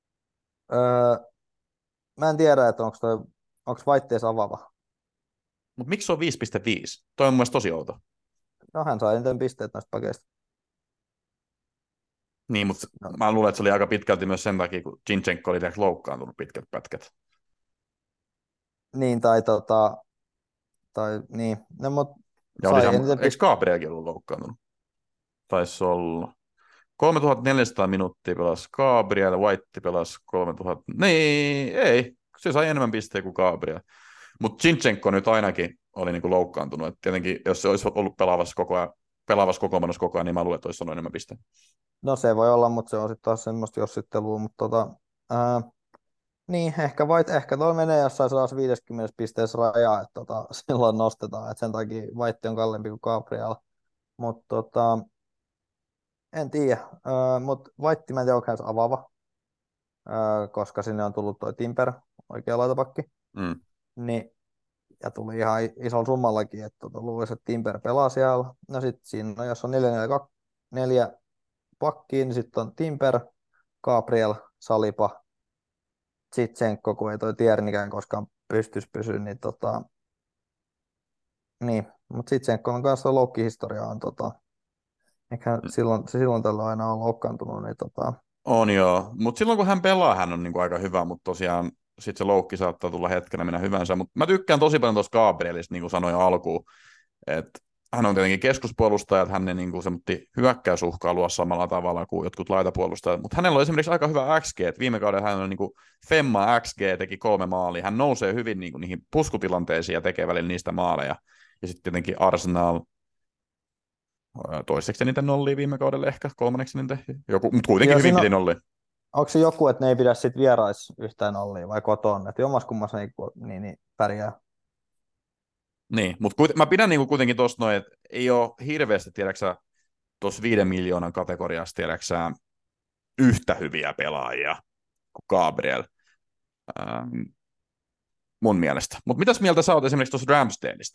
Speaker 3: Mä en tiedä, että onko White edes avaava.
Speaker 2: Mutta miksi se on 5,5? Toi on mun mielestä tosi outo.
Speaker 3: No hän sai eniten pisteet noista pakeista.
Speaker 2: Niin, mutta mä luulen, että se oli aika pitkälti myös sen takia, kun Zinchenko oli loukkaantunut pitkät pätkät.
Speaker 3: Niin, tai niin. No, mutta
Speaker 2: ja eikö Gabrielkin ollut loukkaantunut? Taisi olla. 3400 minuuttia pelasi Gabriel, White pelasi 3000. Niin, ei. Se sai enemmän pisteitä kuin Gabriel. Mutta Zinchenko nyt ainakin oli niinku loukkaantunut. Et tietenkin, jos se olisi ollut pelaavassa kokoonpanossa koko ajan, niin mä luulen, että olisi saanut enemmän pisteitä.
Speaker 3: No se voi olla, mutta se on sitten taas semmoista jossittelua. Mutta niin, ehkä toi menee jossain 150 pisteessä rajaa, että silloin nostetaan. Et sen takia White on kalliimpi kuin Gabriel. Mutta en tiedä. Mutta White mä en tiedä, onko hän se avaava. Koska sinne on tullut toi Timber, oikea laitapakki. Niin, ja tuli ihan isolla summallakin, että luulisi, että Timber pelaa siellä. No sitten siinä, jos on 4 pakkiin, niin sitten on Timber, Gabriel, Saliba, Zinchenko, kun ei toi Tiernikään koskaan pystyisi pysyä, niin niin. Mutta Zinchenko on kanssa loukkihistoria on ehkä silloin tällä aina on loukkaantunut, niin
Speaker 2: On joo, mutta silloin kun hän pelaa, hän on niinku aika hyvä, mutta tosiaan sitten se loukki saattaa tulla hetkenä minä hyvänsä, mutta mä tykkään tosi paljon tuosta Gabrielista, niin kuin sanoin alkuun, että hän on tietenkin keskuspuolustaja, että hänen niin hyökkäysuhkaa luo samalla tavalla kuin jotkut laitapuolustajat, mutta hänellä on esimerkiksi aika hyvä XG, että viime kaudella hän on niin Femma XG, teki 3 maalia, hän nousee hyvin niin kuin niihin puskutilanteisiin ja tekee välillä niistä maaleja, ja sitten tietenkin Arsenal toiseksi eniten nollia viime kaudella ehkä, kolmanneksi eniten, mutta kuitenkin hyvin piti nollia.
Speaker 3: Onko se joku, että ne ei pidä sitten vierais yhtään nollia vai kotoon, että jommassa kummassa niin pärjää?
Speaker 2: Niin, mutta mä pidän niinku kuitenkin tuosta noin, että ei ole hirveästi, tiedäksä, tuossa 5 miljoonan kategoriassa, tiedäksä, yhtä hyviä pelaajia kuin Gabriel, mun mielestä. Mutta mitäs mieltä sä oot esimerkiksi tuossa Ramsdaleista?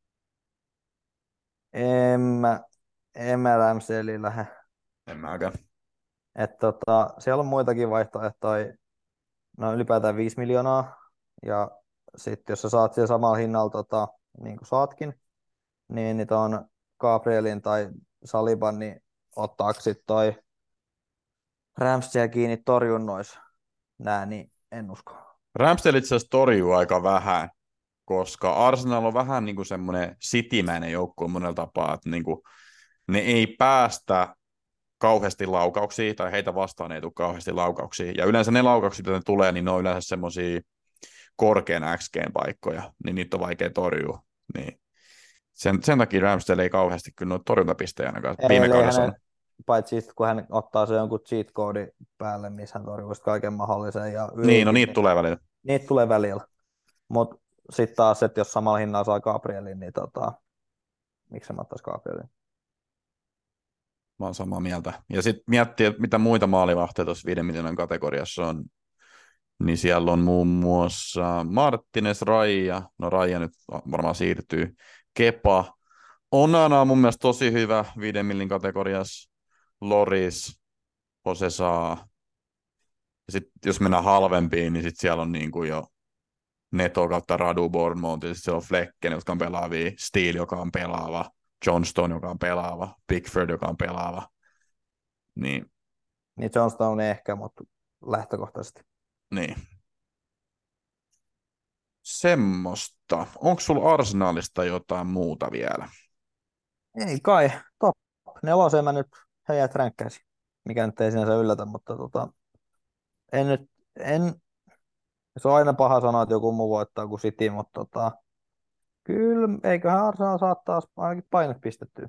Speaker 3: En mä Ramsdalein lähde.
Speaker 2: En mäkään.
Speaker 3: Että siellä on muitakin vaihtoehtoja, no ylipäätään 5 miljoonaa, ja sitten jos sä saat siellä samalla hinnalla, niin kuin saatkin, niin on Gabrielin tai Saliban, niin ottaako sitten toi Ramsdale kiinni torjunnoissa nää, niin en usko.
Speaker 2: Ramsdale itse asiassa torjuu aika vähän, koska Arsenal on vähän niin kuin semmoinen citymäinen joukkue monella tapaa, että niin kuin ne ei päästä kauheasti laukauksia, tai heitä vastaan ei tule kauheasti laukauksia. Ja yleensä ne laukaukset, joita ne tulee, niin ne on yleensä semmoisia korkean XG-paikkoja, niin niitä on vaikea torjua. Niin sen takia Ramsdale ei kauheasti kyllä noita torjuntapistejä ainakaan viime kaudessa on.
Speaker 3: Paitsi kun hän ottaa se jonkun cheat code päälle, missä hän torjuu kaiken mahdollisen. Ja
Speaker 2: niin, no niitä tulee välillä.
Speaker 3: Niitä tulee välillä. Mutta sitten taas, että jos samalla hinnalla saa Gabrielin, niin miksi mä ottaisi Gabrielin?
Speaker 2: Mä oon samaa mieltä. Ja sitten miettii, että mitä muita maalivahteja tuossa 5 miljoonan kategoriassa on, niin siellä on muun muassa Martinez, Raija, no Raija nyt varmaan siirtyy, Kepa, Onana on mun mielestä tosi hyvä 5 millin kategoriassa, Loris, Jose Saa. Sitten jos mennään halvempiin, niin sitten siellä on niin kuin jo Neto kautta Radu Bournemouth, ja sitten siellä on Flecken, jotka on pelaavia, Steele, joka on pelaava, Johnston, joka on pelaava, Pickford, joka on pelaava. Niin
Speaker 3: Johnston on ehkä, mutta lähtökohtaisesti.
Speaker 2: Niin. semmoista. Onko sulla Arsenalista jotain muuta vielä?
Speaker 3: Ei kai, top 4 mä nyt heidät ränkkäisin, mikä nyt ei sinänsä yllätä, mutta en nyt, en, se on aina paha sanoa, että joku muu voittaa kuin City, mutta kyllä, eiköhän Arsenal saa taas ainakin paine pistettyä.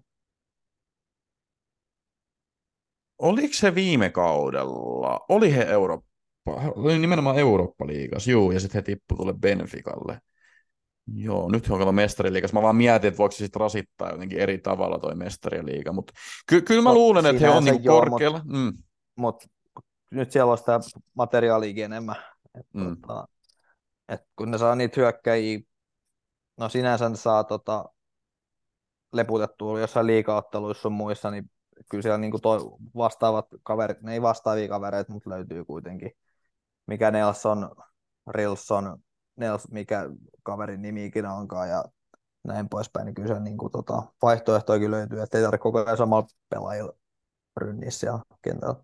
Speaker 2: Oliko se viime kaudella? Oli he oli nimenomaan Eurooppa-liigas, juu, ja sitten he tippu tuolle Benficalle. Joo, nyt he on mestariliigassa. Mä vaan mietin, että voiko se sitten rasittaa jotenkin eri tavalla toi mestariliiga, mutta kyllä mä
Speaker 3: No,
Speaker 2: luulen, että he on
Speaker 3: sinänsä
Speaker 2: niinku
Speaker 3: joo,
Speaker 2: korkealla.
Speaker 3: mut nyt siellä on sitä materiaaliakin enemmän.
Speaker 2: Mm.
Speaker 3: Et kun ne saa niitä hyökkäjiä, no sinänsä ne saa leputettua jossain liigaotteluissa sun muissa, niin kyllä siellä niinku vastaavat kaverit, ne ei vastaavia kavereita, mutta löytyy kuitenkin. Mikä Nelson, Rilson, mikä kaverin nimi ikinä onkaan ja näin poispäin, niin kyllä se niinku, vaihtoehtoikin löytyy, ettei tarvitse koko ajan samalla pelaajilla rynnissä ja kentällä.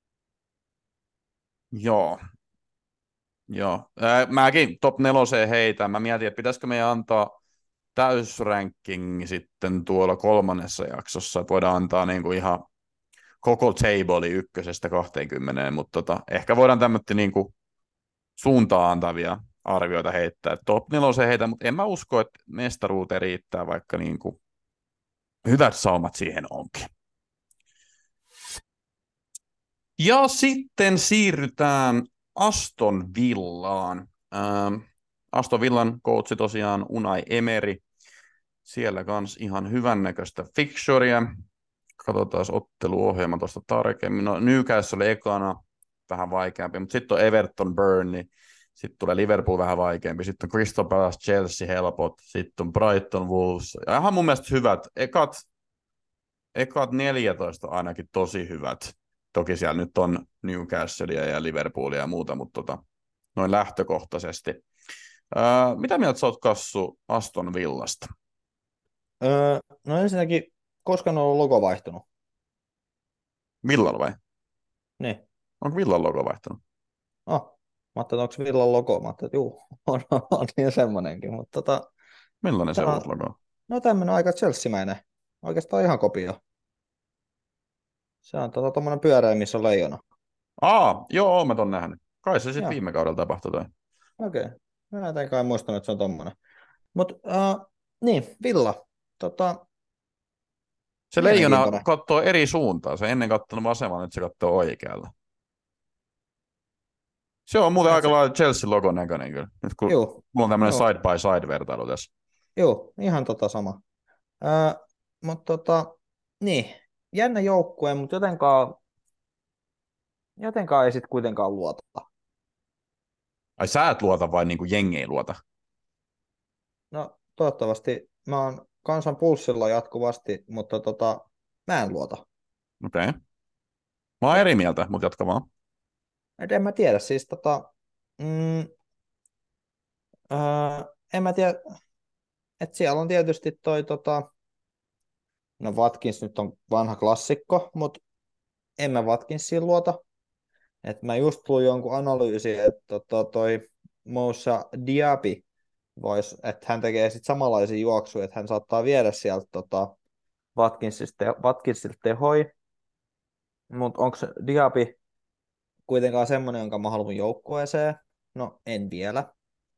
Speaker 2: Joo. Mäkin top 4 heitä. Mä mietin, että pitäisikö meidän antaa täysranking sitten tuolla 3. jaksossa, että voidaan antaa niinku ihan koko table 1-20, mutta ehkä voidaan tämmöitä niinku suuntaan antavia arvioita heittää. Et top 4 heitä, mutta en mä usko, että mestaruuteen riittää, vaikka niinku hyvät saumat siihen onkin. Ja sitten siirrytään Aston Villaan. Aston Villan coachi tosiaan Unai Emery. Siellä kans ihan hyvännäköistä fixturea. Katsotaan otteluohjelma tuosta tarkemmin. No, Newcastle oli ekana vähän vaikeampi, mutta sitten on Everton, Burnley. Sitten tulee Liverpool vähän vaikeampi. Sitten on Crystal Palace, Chelsea helpot. Sitten on Brighton, Wolves. Ja ihan mun mielestä hyvät. Ekat 14 ainakin tosi hyvät. Toki siellä nyt on Newcastlea ja Liverpoolia ja muuta, mutta noin lähtökohtaisesti. Mitä mieltä sä oot, Kassu, Aston Villasta?
Speaker 3: No ensinnäkin, koska on ollut logo vaihtunut?
Speaker 2: Villalla vai?
Speaker 3: Niin.
Speaker 2: Onko Villan logo vaihtunut?
Speaker 3: Mä ajattelin, onko Villan logo? Mä ajattelin, että juu, on niin semmonenkin, mutta
Speaker 2: Millainen se
Speaker 3: tää,
Speaker 2: uusi logo?
Speaker 3: no tämmönen aika Chelsea-mäinen. Oikeastaan ihan kopio. Se on tommonen pyöreä, missä on leijona.
Speaker 2: Joo, mä ton nähnyt. Kai se sitten
Speaker 3: Joo,
Speaker 2: viime kaudella tapahtui toi.
Speaker 3: okei. Okay. Mä en kai muistanut, että se on tommonen. Mut niin, Villa.
Speaker 2: Se leijona
Speaker 3: Mielenkiintoinen.
Speaker 2: katsoo eri suuntaan. Se ennen katsonut vasemmalla, nyt se katsoo oikealla. Se on muuten aika lailla Chelsea-logon näköinen kyllä. Nyt kun
Speaker 3: Joo,
Speaker 2: mulla on tämmöinen
Speaker 3: joo,
Speaker 2: side-by-side-vertailu tässä.
Speaker 3: joo, ihan sama. Mutta niin, jännä joukkue, mutta jotenkaan ei sit kuitenkaan luota.
Speaker 2: Ai sä et luota vai niin kuin jengi ei luota?
Speaker 3: No toivottavasti mä oon kansan pulssilla jatkuvasti, mutta mä en luota.
Speaker 2: Okei. Okay. Mä oon eri mieltä, mutta jatka vaan.
Speaker 3: En mä tiedä, siis en mä tiedä, että siellä on tietysti no Watkins nyt on vanha klassikko, mutta en mä Watkinsiin luota. Et mä just luin jonkun analyysin, että toi Moussa Diaby että hän tekee sit samanlaisia juoksuja, että hän saattaa viedä sieltä Watkinsilta tehoi, mutta onko Diaby kuitenkaan semmoinen, jonka mä haluan joukkueeseen? No en vielä.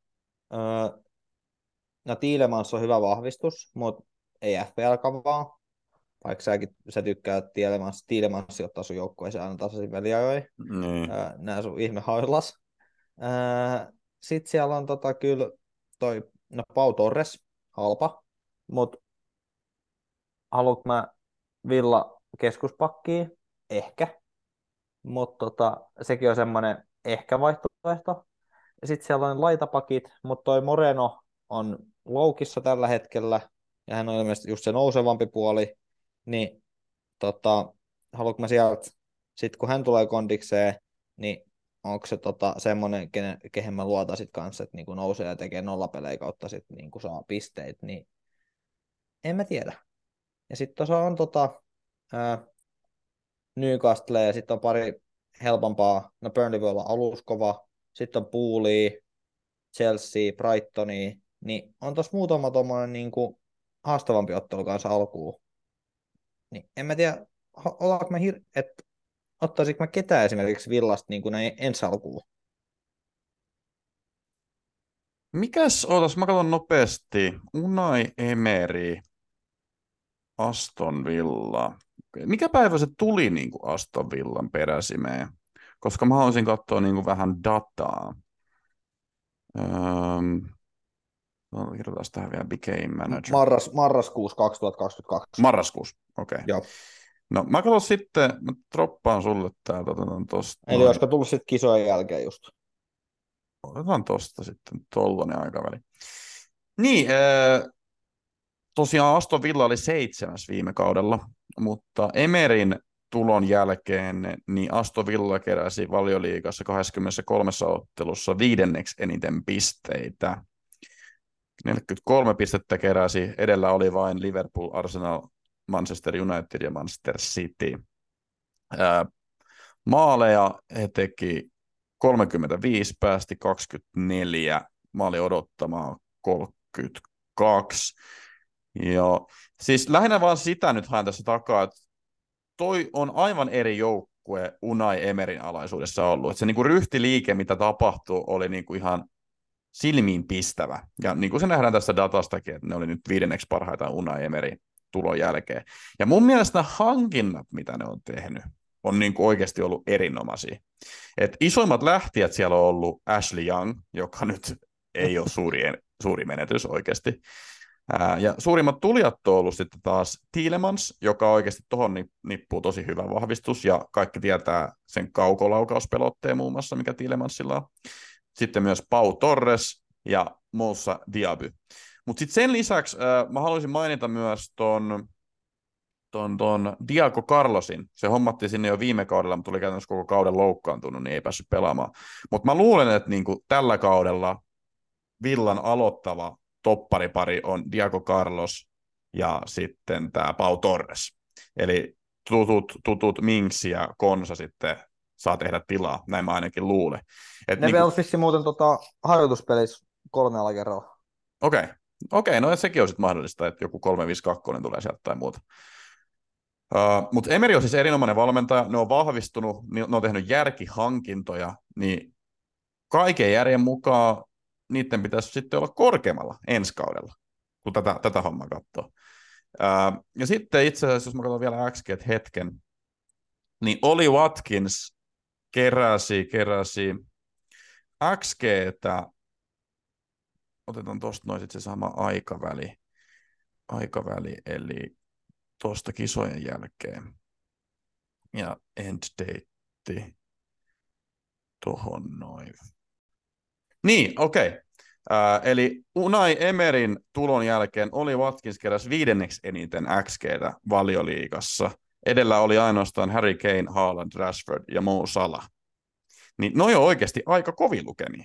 Speaker 3: No Tielemans on hyvä vahvistus, mutta ei FPL-kavaa. Vaikka sä tykkää Tielemans ottaa sun joukkueeseen aina tasaisin väliajoin.
Speaker 2: Niin.
Speaker 3: Nää sun ihme haulas. Sitten siellä on kyllä no Pau Torres, halpa, mutta haluanko mä Villa keskuspakkiin? Ehkä, mutta sekin on semmoinen ehkä vaihtoehto. Sitten siellä on laitapakit, mutta toi Moreno on loukissa tällä hetkellä, ja hän on ilmeisesti just se nousevampi puoli, niin haluanko mä sieltä, sitten kun hän tulee kondikseen, niin onko se semmoinen, kehen mä luotan sit kanssa, että niinku nousee ja tekee nollapelejä kautta sit niinku saa pisteitä, niin en mä tiedä. Ja sitten tuossa on Newcastle ja sitten on pari helpompaa, no Burnley voi olla aluskova, sitten on Poolia, Chelsea, Brightonia, niin on tuossa muutama tuommoinen niin kuin haastavampi ottelu kanssa alkuun. Niin en mä tiedä, ollaanko me että ottaisinko mä ketään esimerkiksi Villasta niin kuin näin ensi alkuun.
Speaker 2: Mä katson nopeasti. Unai Emery, Aston Villa. Mikä päivä se tuli niin kuin Aston Villan peräsimeen? Koska mä haluaisin katsoa niin kuin vähän dataa. Kirjoitetaan tähän vielä Big Game Manager.
Speaker 3: Marraskuussa 2022.
Speaker 2: Marraskuussa, okei. Okay.
Speaker 3: Joo.
Speaker 2: No mä katson sitten, mä droppaan sulle täältä, otetaan tosta.
Speaker 3: Eli olisiko tullut sitten kisojen jälkeen just?
Speaker 2: Otetaan tosta sitten tollainen aikaväli. Niin, tosiaan Aston Villa oli 7. viime kaudella, mutta Emerin tulon jälkeen niin Aston Villa keräsi Valioliigassa 23 ottelussa 5. eniten pisteitä. 43 pistettä keräsi, edellä oli vain Liverpool, Arsenal, Manchester United ja Manchester City. Maaleja he teki 35, päästi 24, maali odottamaan 32. Ja siis lähinnä vaan sitä nyt haen tässä takaa, että toi on aivan eri joukkue Unai Emeryn alaisuudessa ollut. Että se niinku ryhtiliike, mitä tapahtui, oli niinku ihan silmiin pistävä. Ja niin kuin se nähdään tässä datastakin, että ne oli nyt 5. parhaita Unai Emeryn tulon jälkeen. Ja mun mielestä hankinnat, mitä ne on tehnyt, on niin kuin oikeasti ollut erinomaisia. Et isoimmat lähtijät siellä on ollut Ashley Young, joka nyt ei ole suuri menetys oikeasti. Ja suurimmat tulijat on ollut sitten taas Tielemans, joka oikeasti tuohon nippuu tosi hyvä vahvistus, ja kaikki tietää sen kaukolaukaus-pelotteen muun muassa, mikä Tielemansilla on. Sitten myös Pau Torres ja Moussa Diaby. Mutta sitten sen lisäksi mä haluaisin mainita myös ton Diago Carlosin. Se hommattiin sinne jo viime kaudella, mutta tuli käytännössä koko kauden loukkaantunut, niin ei päässyt pelaamaan. Mutta mä luulen, että niinku tällä kaudella Villan aloittava topparipari on Diago Carlos ja sitten tämä Pau Torres. Eli tutut Mings ja Konsa sitten saa tehdä tilaa, näin mä ainakin luulen.
Speaker 3: Ne niin pelasi muuten harjoituspelissä 3 kerralla.
Speaker 2: Okei, no sekin on sitten mahdollista, että joku 352 tulee sieltä tai muuta. Mutta Emery on siis erinomainen valmentaja, ne on vahvistunut, ne on tehnyt järkihankintoja, niin kaiken järjen mukaan niiden pitäisi sitten olla korkeammalla ensi kaudella, kun tätä hommaa katsoo. Ja sitten itse asiassa, jos mä katson vielä XG hetken, niin Oli Watkins keräsi XG:tä, otetaan tuosta noin sitten se sama aikaväli, eli tuosta kisojen jälkeen. Ja end date tuohon noin. Niin, okei. Eli Unai Emeryn tulon jälkeen Oli Watkins keräsi 5. eniten XG:tä Valioliigassa. Edellä oli ainoastaan Harry Kane, Haaland, Rashford ja Mo Salah. Niin noi on oikeasti aika kovin lukemia.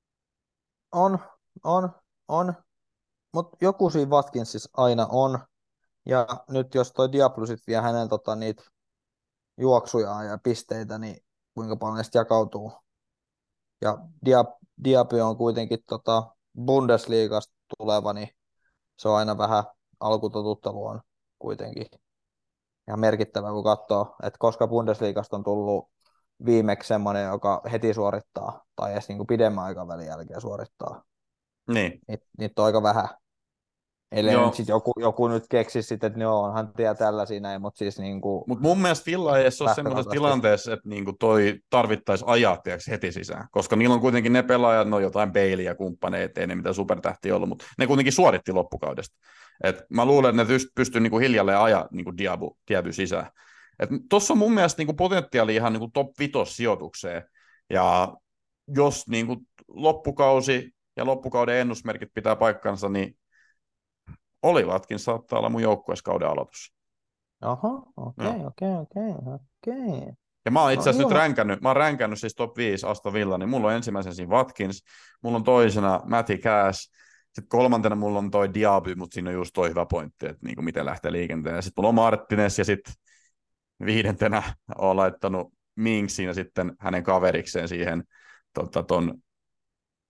Speaker 3: On. Mutta joku siinä Watkinsissa aina on. Ja nyt jos toi Diablo sit vie hänen niitä juoksuja ja pisteitä, niin kuinka paljon ne jakautuu. Ja Diablo on kuitenkin Bundesliigasta tuleva, niin se on aina vähän alkutotuttelu on kuitenkin ihan merkittävä, kun katsoo, että koska Bundesliigasta on tullut viimeksi semmoinen, joka heti suorittaa, tai edes niin kuin pidemmän aikavälin jälkeen suorittaa.
Speaker 2: Niin.
Speaker 3: Niitä on aika vähän. Eli nyt sit joku nyt keksisi sitten, että joo, onhan tie tällaisia näin, mutta siis niinku...
Speaker 2: Mutta mun mielestä Villa ei ole semmoisessa tilanteessa, että niinku toi tarvittaisi ajaa heti sisään, koska niillä on kuitenkin ne pelaajat, no jotain Bailey ja kumppaneita, ei ne mitään supertähtiä ollut, mutta ne kuitenkin suoritti loppukaudesta. Et mä luulen, että ne pystyy niinku hiljalleen ajaa niinku Diaby sisään. Tuossa on mun mielestä niinku potentiaali ihan niinku top 5 sijoitukseen, ja jos niinku loppukausi ja loppukauden ennusmerkit pitää paikkansa, niin Olivatkin saattaa olla mun joukkueessa kauden aloitus.
Speaker 3: Oho, okei.
Speaker 2: Ja mä oon itse asiassa nyt ränkännyt siis top 5 Aston Villa, niin mulla on ensimmäisen siinä Watkins, mulla on toisena Matty Cash, sitten kolmantena mulla on toi Diaby, mutta siinä on just toi hyvä pointti, että niinku miten lähtee liikenteen. Sitten mulla on Martinez ja sitten 5. oon laittanut Minksin ja sitten hänen kaverikseen siihen ton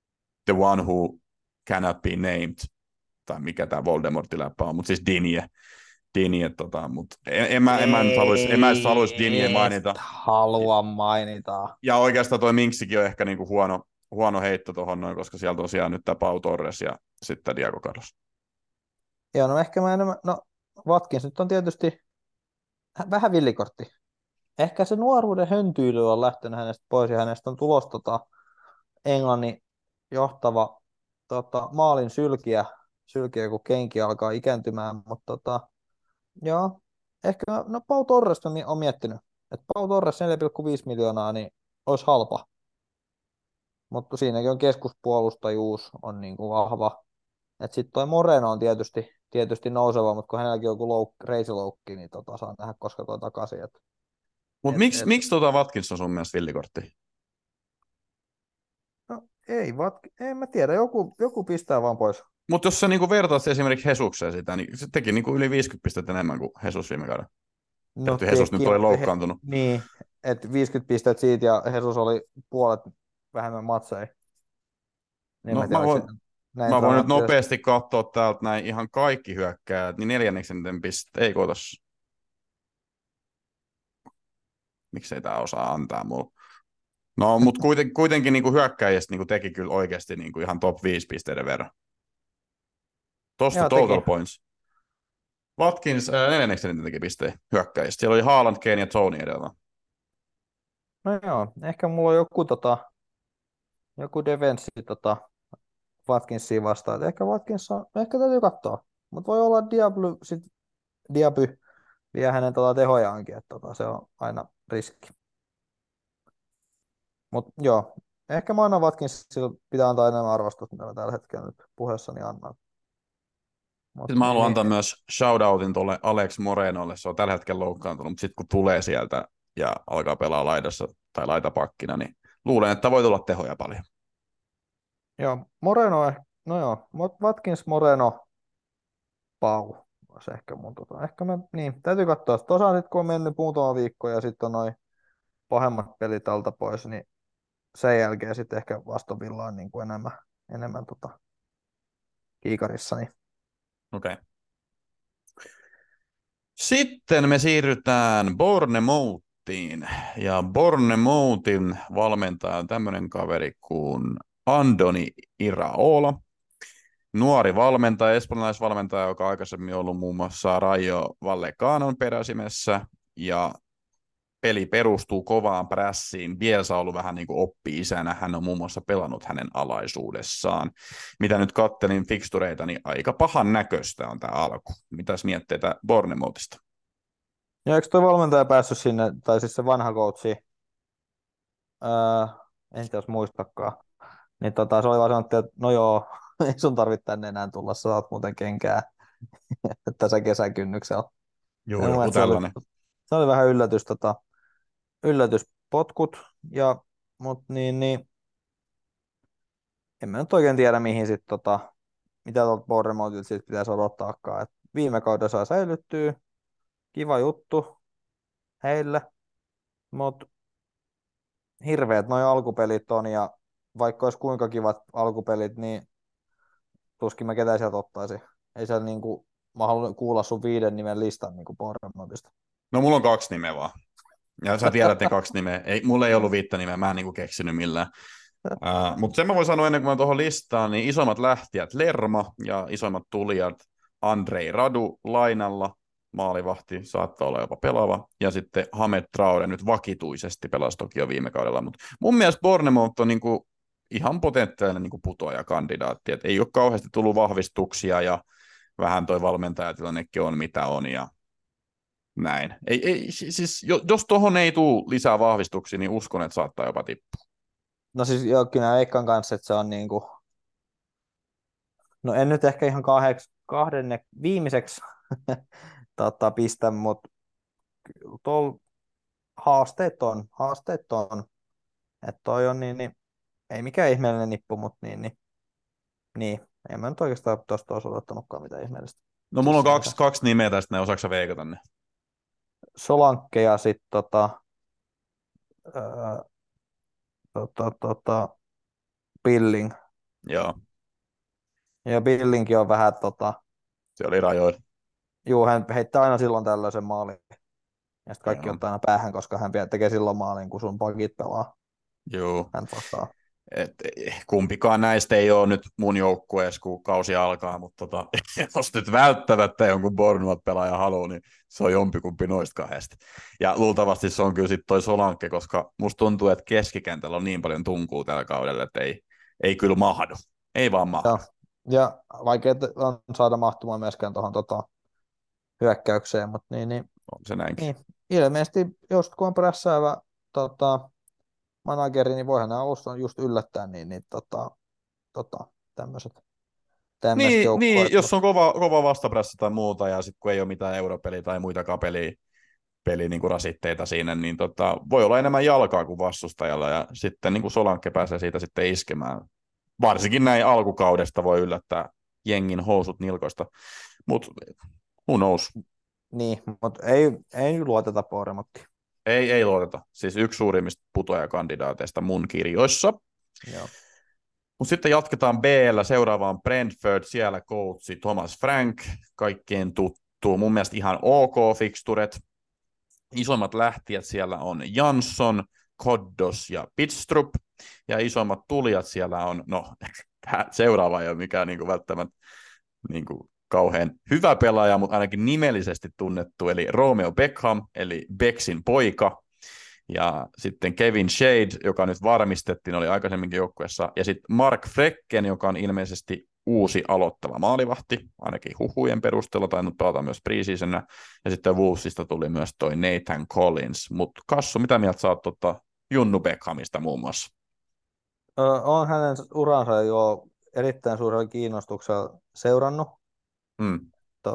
Speaker 2: The One Who Cannot Be Named, tai mikä tämä Voldemortin läppä on, mutta siis Dinje mutta en mä nyt haluaisi Dinje
Speaker 3: Ei
Speaker 2: mainita.
Speaker 3: halua mainita.
Speaker 2: Ja oikeastaan toi Minksikin on ehkä niinku huono heitto tuohon noin, koska siellä tosiaan nyt tämä Pau Torres ja sitten Diego Carlos.
Speaker 3: Joo, no ehkä mä enemmän, no Watkins nyt on tietysti vähän villikortti. Ehkä se nuoruuden höntyily on lähtenyt hänestä pois ja hänestä on tulossa Englannin johtava maalin sylkiä, kun kenki alkaa ikääntymään, mutta joo, ehkä no Pau Torres on miettinyt, että Pau Torres 4,5 miljoonaa niin olisi halpa, mutta siinäkin on keskuspuolustajuus on niin kuin vahva, että sitten toi Moreno on tietysti nouseva, mutta kun hänelläkin on joku reisiloukki, niin saa nähdä koska toi takaisin.
Speaker 2: Mutta miksi Watkins on sun mielestä villikortti?
Speaker 3: No, ei mä tiedä, joku pistää vaan pois.
Speaker 2: Mutta jos sä niinku vertaat esimerkiksi Hesukseen sitä, niin se teki niinku yli 50 pistettä enemmän kuin Jesus viime kaudella.
Speaker 3: No,
Speaker 2: Jesus nyt oli loukkaantunut.
Speaker 3: Niin, että 50 pistettä siitä ja Jesus oli puolet vähemmän matseja. Niin
Speaker 2: No, mä voin nyt nopeasti katsoa täältä näin ihan kaikki hyökkäät, niin 4. pistettä ei kootas. Miksei tää osaa antaa mulle? No, mutta kuitenkin niinku hyökkäjistä niinku teki kyllä oikeasti niinku ihan top 5 pisteiden verran. Tosta total points. Watkins 4. teki pisteen hyökkäjistä. Siellä oli Haaland, Kane ja Tony edellä.
Speaker 3: No joo, ehkä mulla on joku defenssi Watkinsia vastaan. Ehkä täytyy katsoa. Mutta voi olla Diaby vie hänen tehojaankin, että se on aina riski. Mutta joo, ehkä mä annan Watkinsilla pitää antaa enemmän arvostusta, mitä mä tällä hetkellä nyt puheessani annan.
Speaker 2: Sitten mä haluan antaa myös shoutoutin tuolle Alex Morenolle, se on tällä hetkellä loukkaantunut, mutta sitten kun tulee sieltä ja alkaa pelaa laidassa tai laitapakkina, niin luulen, että voi tulla tehoja paljon.
Speaker 3: Joo, no joo, Watkins, Moreno, Pau olisi ehkä mun ehkä niin, täytyy katsoa. Tosiaan sitten kun on mennyt muutama viikko ja sitten on noin pahemmat pelit alta pois, niin sen jälkeen sitten ehkä Aston Villa on niin kuin enemmän kiikarissa. Niin.
Speaker 2: Okei. Sitten me siirrytään Bournemouthiin, ja Bournemouthin valmentaja on tämmöinen kaveri kuin Andoni Iraola. Nuori valmentaja, espanjalaisvalmentaja, joka aikaisemmin ollut muun muassa Rayo Vallecanon peräsimessä, ja peli perustuu kovaan prässiin. Bielsa on ollut vähän niin kuin oppi-isänä. Hän on muun muassa pelannut hänen alaisuudessaan. Mitä nyt kattelin fikstureita, niin aika pahan näköistä on tämä alku. Mitäs mietteitä Bournemouthista?
Speaker 3: Ja eikö tuo valmentaja päässyt sinne, tai siis se vanha coachi, en tiedä jos muistakaan, niin se oli vaan sanottu, että no joo, ei sun tarvitse tänne enää tulla, sä saat muuten kenkää tässä kesäkynnyksellä.
Speaker 2: Joo, joku tällainen.
Speaker 3: Se oli vähän yllätyspotkut, mutta niin, en mä nyt oikein tiedä, mihin sitten mitä tuolta Bournemouthilta siitä pitäisi odottaakaan. Et viime kaudella saa säilyttyä, kiva juttu heille, mutta hirveät noi alkupelit on, ja vaikka olisi kuinka kivat alkupelit, niin tuskin mä ketään sieltä ottaisin. Ei siellä niinku, mä haluan kuulla sun 5 nimen listan niinku Bournemouthista.
Speaker 2: No mulla on 2 nimeä vaan. Ja sä tiedät ne 2 nimeä. Mulla ei ollut 5 nimeä, mä en niinku keksinyt millään. Mutta sen mä voin sanoa ennen kuin mä tuohon listaan, niin isommat lähtijät Lerma ja isommat tulijat Andrei Radu lainalla, maalivahti saattaa olla jopa pelaava, ja sitten Hamed Traore nyt vakituisesti pelasi toki jo viime kaudella, mutta mun mielestä Bournemouth on niinku ihan potentiaalinen niinku putoajakandidaatti, että ei ole kauheasti tullut vahvistuksia, ja vähän toi valmentajatilannekin on mitä on, ja näin. Siis, jos tuohon ei tule lisää vahvistuksia, niin uskon, että saattaa jopa tippua.
Speaker 3: No siis joo, kyllä Eikkan kanssa, että se on niinku, no en nyt ehkä ihan viimeiseksi pistä, mutta tuolla haasteet on, että toi on niin, ei mikään ihmeellinen nippu, mutta niin, en mä nyt oikeastaan tuosta olisi odottanutkaan mitään ihmeellistä.
Speaker 2: No mulla on kaksi nimeä tästä, ne osaatko veikata ne?
Speaker 3: Solanke ja sitten Billing.
Speaker 2: Joo,
Speaker 3: Ja Billinkin on vähän,
Speaker 2: se oli rajoilla.
Speaker 3: hän heittää aina silloin tällaisen maalin. Ja sitten kaikki
Speaker 2: Joo.
Speaker 3: ottaa aina päähän, koska hän tekee silloin maalin, kun sun pakit pelaa
Speaker 2: Joo.
Speaker 3: hän vastaan.
Speaker 2: Kumpikaan näistä ei ole nyt mun joukkueessa, kun kausi alkaa, mutta jos nyt välttämättä jonkun Bournemouth-pelaaja haluaa, niin se on jompikumpi noista kahdesta. Ja luultavasti se on kyllä sitten toi Solanke, koska musta tuntuu, että keskikentällä on niin paljon tunkua tällä kaudella, että ei kyllä mahdu. Ei vaan mahdu.
Speaker 3: Ja vaikea on saada mahtumaan myöskään tuohon hyökkäykseen, mutta
Speaker 2: On se näinkin.
Speaker 3: niin. Ilmeisesti, just kun on prässäävä manageri, niin voihan nämä alussa just yllättää tämmöiset
Speaker 2: Niin,
Speaker 3: joukkueet.
Speaker 2: jos on kova vastaprässä tai muuta, ja sitten kun ei ole mitään europeliä tai muitakaan peli niin kuin rasitteita siinä, niin voi olla enemmän jalkaa kuin vastustajalla, ja sitten niin kuin Solanke pääsee siitä sitten iskemään. Varsinkin näin alkukaudesta voi yllättää jengin housut nilkoista, mutta who knows?
Speaker 3: Niin, mutta ei luoteta Bournemouthiin.
Speaker 2: Ei luoteta. Siis yksi suurimmista putoajakandidaateista mun kirjoissa.
Speaker 3: Joo.
Speaker 2: Mutta sitten jatketaan B-llä seuraavaan Brentford, siellä coachi Thomas Frank, kaikkeen tuttu. Mun mielestä ihan ok fixturet. Isoimmat lähtijät siellä on Jansson, Koddos ja Pitstrup. Ja isoimmat tulijat siellä on, no seuraava ei ole mikään niinku välttämättä niinku kauhean hyvä pelaaja, mutta ainakin nimellisesti tunnettu, eli Romeo Beckham, eli Becksin poika. Ja sitten Kevin Shade, joka nyt varmistettiin, oli aikaisemminkin joukkueessa. Ja sitten Mark Frekken, joka on ilmeisesti uusi aloittava maalivahti, ainakin huhujen perusteella, tainnut pelata myös preseasonina. Ja sitten Wolvesista tuli myös toi Nathan Collins. Mutta Kassu, mitä mieltä sä oot Junnu Beckhamista muun muassa?
Speaker 3: On hänen uransa jo erittäin suurella kiinnostuksella seurannut.
Speaker 2: Mm.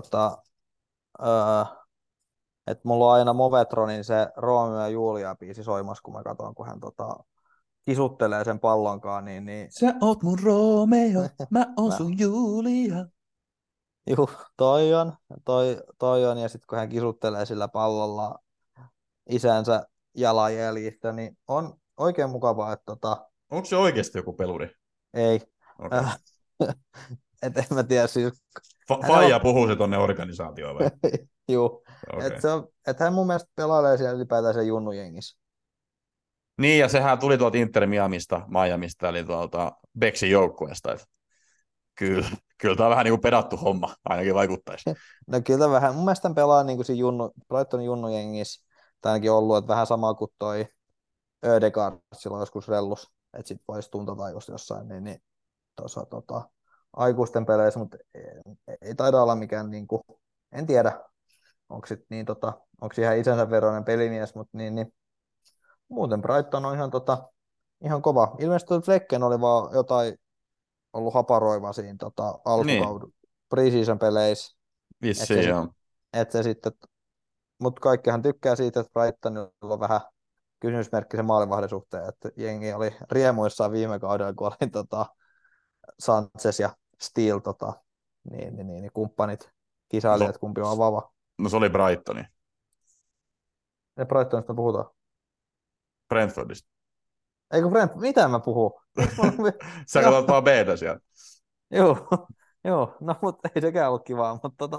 Speaker 3: Että mulla on aina Movetronin se Romeo ja Julia biisi soimassa, kun mä katson, kun hän kisuttelee sen pallonkaan. Niin...
Speaker 2: Sä oot mun Romeo, mä oon sun Julia.
Speaker 3: Juu, toi on, ja sitten kun hän kisuttelee sillä pallolla isänsä jalanjäljistä, niin on oikein mukavaa, että
Speaker 2: Onko se oikeasti joku peluri?
Speaker 3: ei.
Speaker 2: Okay.
Speaker 3: Et en mä tiedä, siis...
Speaker 2: Faija puhuu se tonne organisaatioon vai?
Speaker 3: Juu,
Speaker 2: Okay.
Speaker 3: että hän mun mielestä pelailee siellä ylipäätään se junnujengissä.
Speaker 2: Niin, ja sehän tuli tuolta Inter Miamista, eli tuolta Becksin joukkueesta. Kyllä tämä on vähän niin kuin pedattu homma, ainakin vaikuttaisi.
Speaker 3: No kyllä vähän. Mun mielestä hän pelaa niin kuin siinä Brightonin junnujengissä, tai ainakin ollut, että vähän sama kuin toi Ödegaard silloin joskus rellus, että sit voisi tuntata just jossain, niin tuossa aikuisten peleissä, mutta ei taida olla mikään, niin kuin, en tiedä, onko niin, onko ihan isänsä veroinen pelimies, mutta niin, muuten Brighton on ihan kova. Ilmeisesti Flecken oli vaan jotain ollut haparoiva siinä alkukauden preseason peleissä.
Speaker 2: Vissiin, joo.
Speaker 3: Että se sitten, mutta kaikkihan tykkää siitä, että Brightonilla on vähän kysymysmerkki sen maalivahden suhteen, että jengi oli riemuissaan viime kaudella, kun oli Sanchez ja Steele niin, kumppanit kisailijat, kumpi on vava.
Speaker 2: No se oli Brightoni.
Speaker 3: Ja Brightonista puhutaan.
Speaker 2: Brentfordista.
Speaker 3: Eikö mitä mä puhun?
Speaker 2: Sä katsot vaan B-tä siellä.
Speaker 3: Joo, no mutta ei sekään ollut kivaa, mutta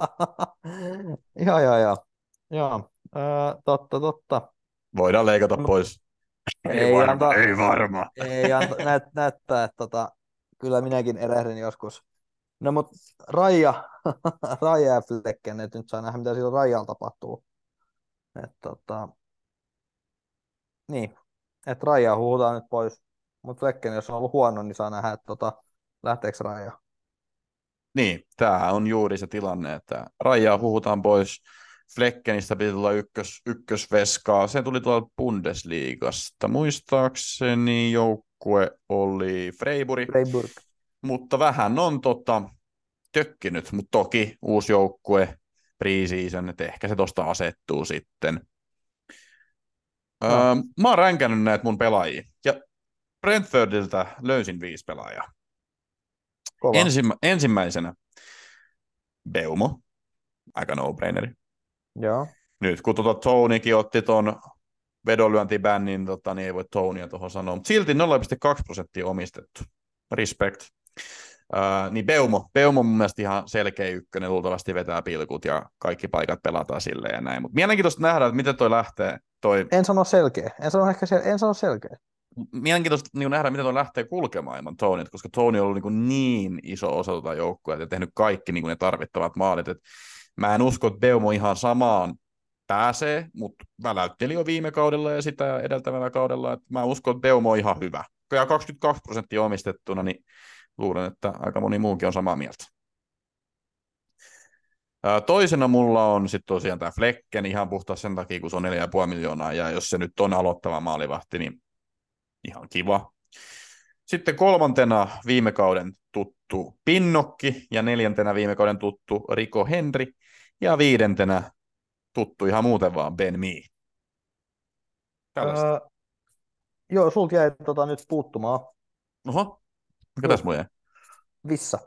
Speaker 3: joo, totta.
Speaker 2: Voidaan leikata pois. Ei varma.
Speaker 3: Ei näyttää, että kyllä minäkin erehdin joskus. No mutta Raija ja Flecken, että nyt saa nähdä, mitä sillä Raijalla tapahtuu. Niin, että Raijaa huutaan nyt pois. Mutta Flecken, jos on ollut huono, niin saa nähdä, että lähteekö Raija.
Speaker 2: Niin, tämä on juuri se tilanne, että Raijaa huhutaan pois. Fleckenistä piti tulla ykkösveskaa. Se tuli tuolta Bundesliigasta. Muistaakseni joukkue oli Freiburg. Mutta vähän on tökkinyt, mutta toki uusi joukkue, pre-season, että ehkä se tosta asettuu sitten. Mä oon ränkännyt näitä mun pelaajia, ja Brentfordilta löysin 5 pelaajaa. Ensimmäisenä Beumo, aika no-braineri.
Speaker 3: Joo.
Speaker 2: Nyt kun Tonykin otti ton vedonlyöntibännin, niin ei voi Tonya tuohon sanoa, mutta silti 0,2% omistettu. Respect. Niin Beumo mun mielestä ihan selkeä ykkönen, luultavasti vetää pilkut ja kaikki paikat pelataan silleen ja näin. Mutta mielenkiintoista nähdä, että miten toi lähtee.
Speaker 3: En sano selkeä. En sano selkeä.
Speaker 2: Mielenkiintoista niin nähdä, miten toi lähtee kulkemaan ilman Tonyt, koska Tony on ollut niin iso osa tuota joukkoa ja tehnyt kaikki niin ne tarvittavat maalit. Et mä en usko, että Beumo ihan samaan pääsee, mutta väläytteli jo viime kaudella ja sitä edeltävällä kaudella, että mä uskon, että Beumo on ihan hyvä. Ja 22% omistettuna, niin luulen, että aika moni muukin on samaa mieltä. Toisena mulla on sitten tosiaan tämä Flecken ihan puhtaasti sen takia, kun se on 4,5 miljoonaa, ja jos se nyt on aloittava maalivahti, niin ihan kiva. Sitten kolmantena viime kauden tuttu Pinnokki, ja neljäntenä viime kauden tuttu Rico Henry, ja viidentenä tuttu ihan muuten vaan Ben Mee.
Speaker 3: Joo, sulta jäi nyt puuttumaan.
Speaker 2: Oho, mikä tässä mulla jäi?
Speaker 3: Vissa.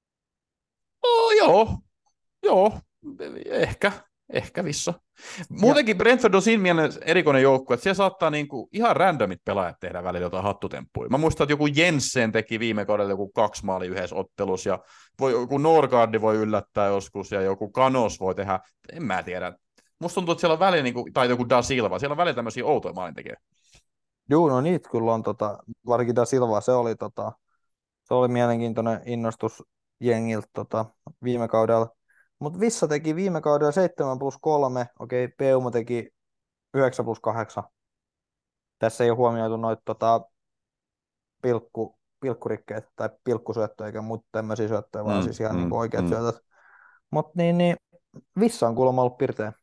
Speaker 2: Joo, ehkä Vissa. Muutenkin Brentford on siinä mielessä erikoinen joukkue, että siellä saattaa niinku ihan randomit pelaajat tehdä välillä jotain hattutemppuja. Mä muistan, että joku Jensen teki viime kaudella joku 2 maalia yhdessä ottelussa, ja joku Norgardi voi yllättää joskus, ja joku Kanos voi tehdä, en mä tiedä. Musta tuntuu, että siellä on välillä, niinku, tai joku Da Silva, siellä on välillä tämmöisiä outoja maalintekijöitä.
Speaker 3: Joo, no niitä kyllä on, varsinkin Da Silva, se oli mielenkiintoinen innostus jengiltä viime kaudella. Mutta Vissa teki viime kaudella 7+3, okei, Beumo teki 9+8. Tässä ei ole huomioitu noita pilkkurikkeitä tai pilkkusyöttöjä eikä muuta tämmöisiä syöttöjä, vaan siis ihan niin oikeat syötöt. Mutta niin, Vissa on kuulemma ollut pirteä.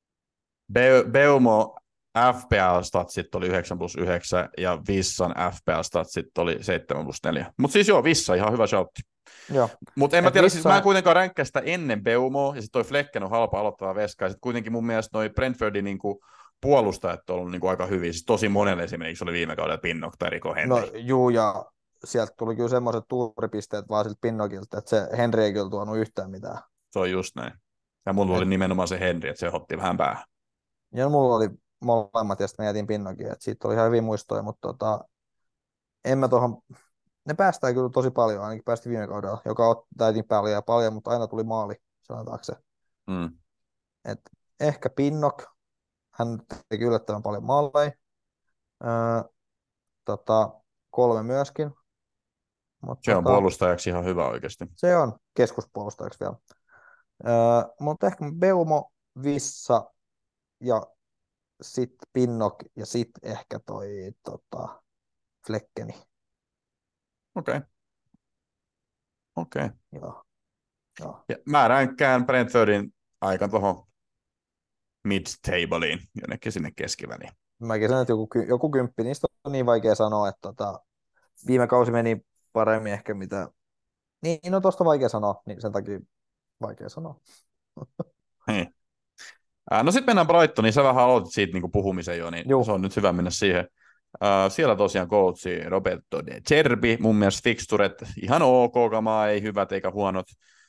Speaker 2: Beumo FPL-statsit oli 9+9 ja Vissan FPL-statsit oli 7+4. Mutta siis joo, Vissa ihan hyvä shoutti. Mutta en mä tiedä, siis mä en kuitenkaan ränkkää sitä ennen Beumoa, ja sitten toi Flecken on halpa aloittava veska, ja sitten kuitenkin mun mielestä noi Brentfordin niinku puolustajat on ollut niinku aika hyviä, siis tosi monelle esimerkiksi oli viime kaudella Pinnock tai Rico Henry.
Speaker 3: No juu, ja sieltä tuli kyllä semmoiset tuuripisteet vaan siltä Pinnockilta, että se Henry ei kyllä tuonut yhtään mitään.
Speaker 2: Se on just näin. Ja mulla oli nimenomaan se Henry, että se otti vähän päähän.
Speaker 3: Ja mulla oli molemmat, ja sitten mä jätin Pinnockin, että siitä oli ihan hyviä muistoja, mutta en mä tuohon. Ne päästään kyllä tosi paljon, ainakin päästi viime kaudella, joka otti paljon, mutta aina tuli maali, sanotaanko se. Et ehkä Pinnock, hän teki yllättävän paljon maaleja, 3 myöskin.
Speaker 2: Se on puolustajaksi ihan hyvä oikeasti.
Speaker 3: Se on keskuspuolustajaksi vielä. Mutta ehkä Beumo, Vissa ja sitten Pinnock ja sitten ehkä toi Fleckeni.
Speaker 2: Okei.
Speaker 3: Joo.
Speaker 2: Ja mä ränkkään Brentfordin aika tuohon mid-tabliin, jonnekin sinne keskiväliin.
Speaker 3: Mäkin sanon, että joku 10, niistä on niin vaikea sanoa, että viime kausi meni paremmin ehkä mitä. Niin, no tosta vaikea sanoa, niin sen takia vaikea sanoa.
Speaker 2: No sitten mennään Brightoniin, sä vähän aloitit siitä niin puhumisen jo, niin se on nyt hyvä mennä siihen. Siellä tosiaan coachi Roberto De Zerbi, mun mielestä fixturet ihan ok kamaa, ei hyvät eikä huonot.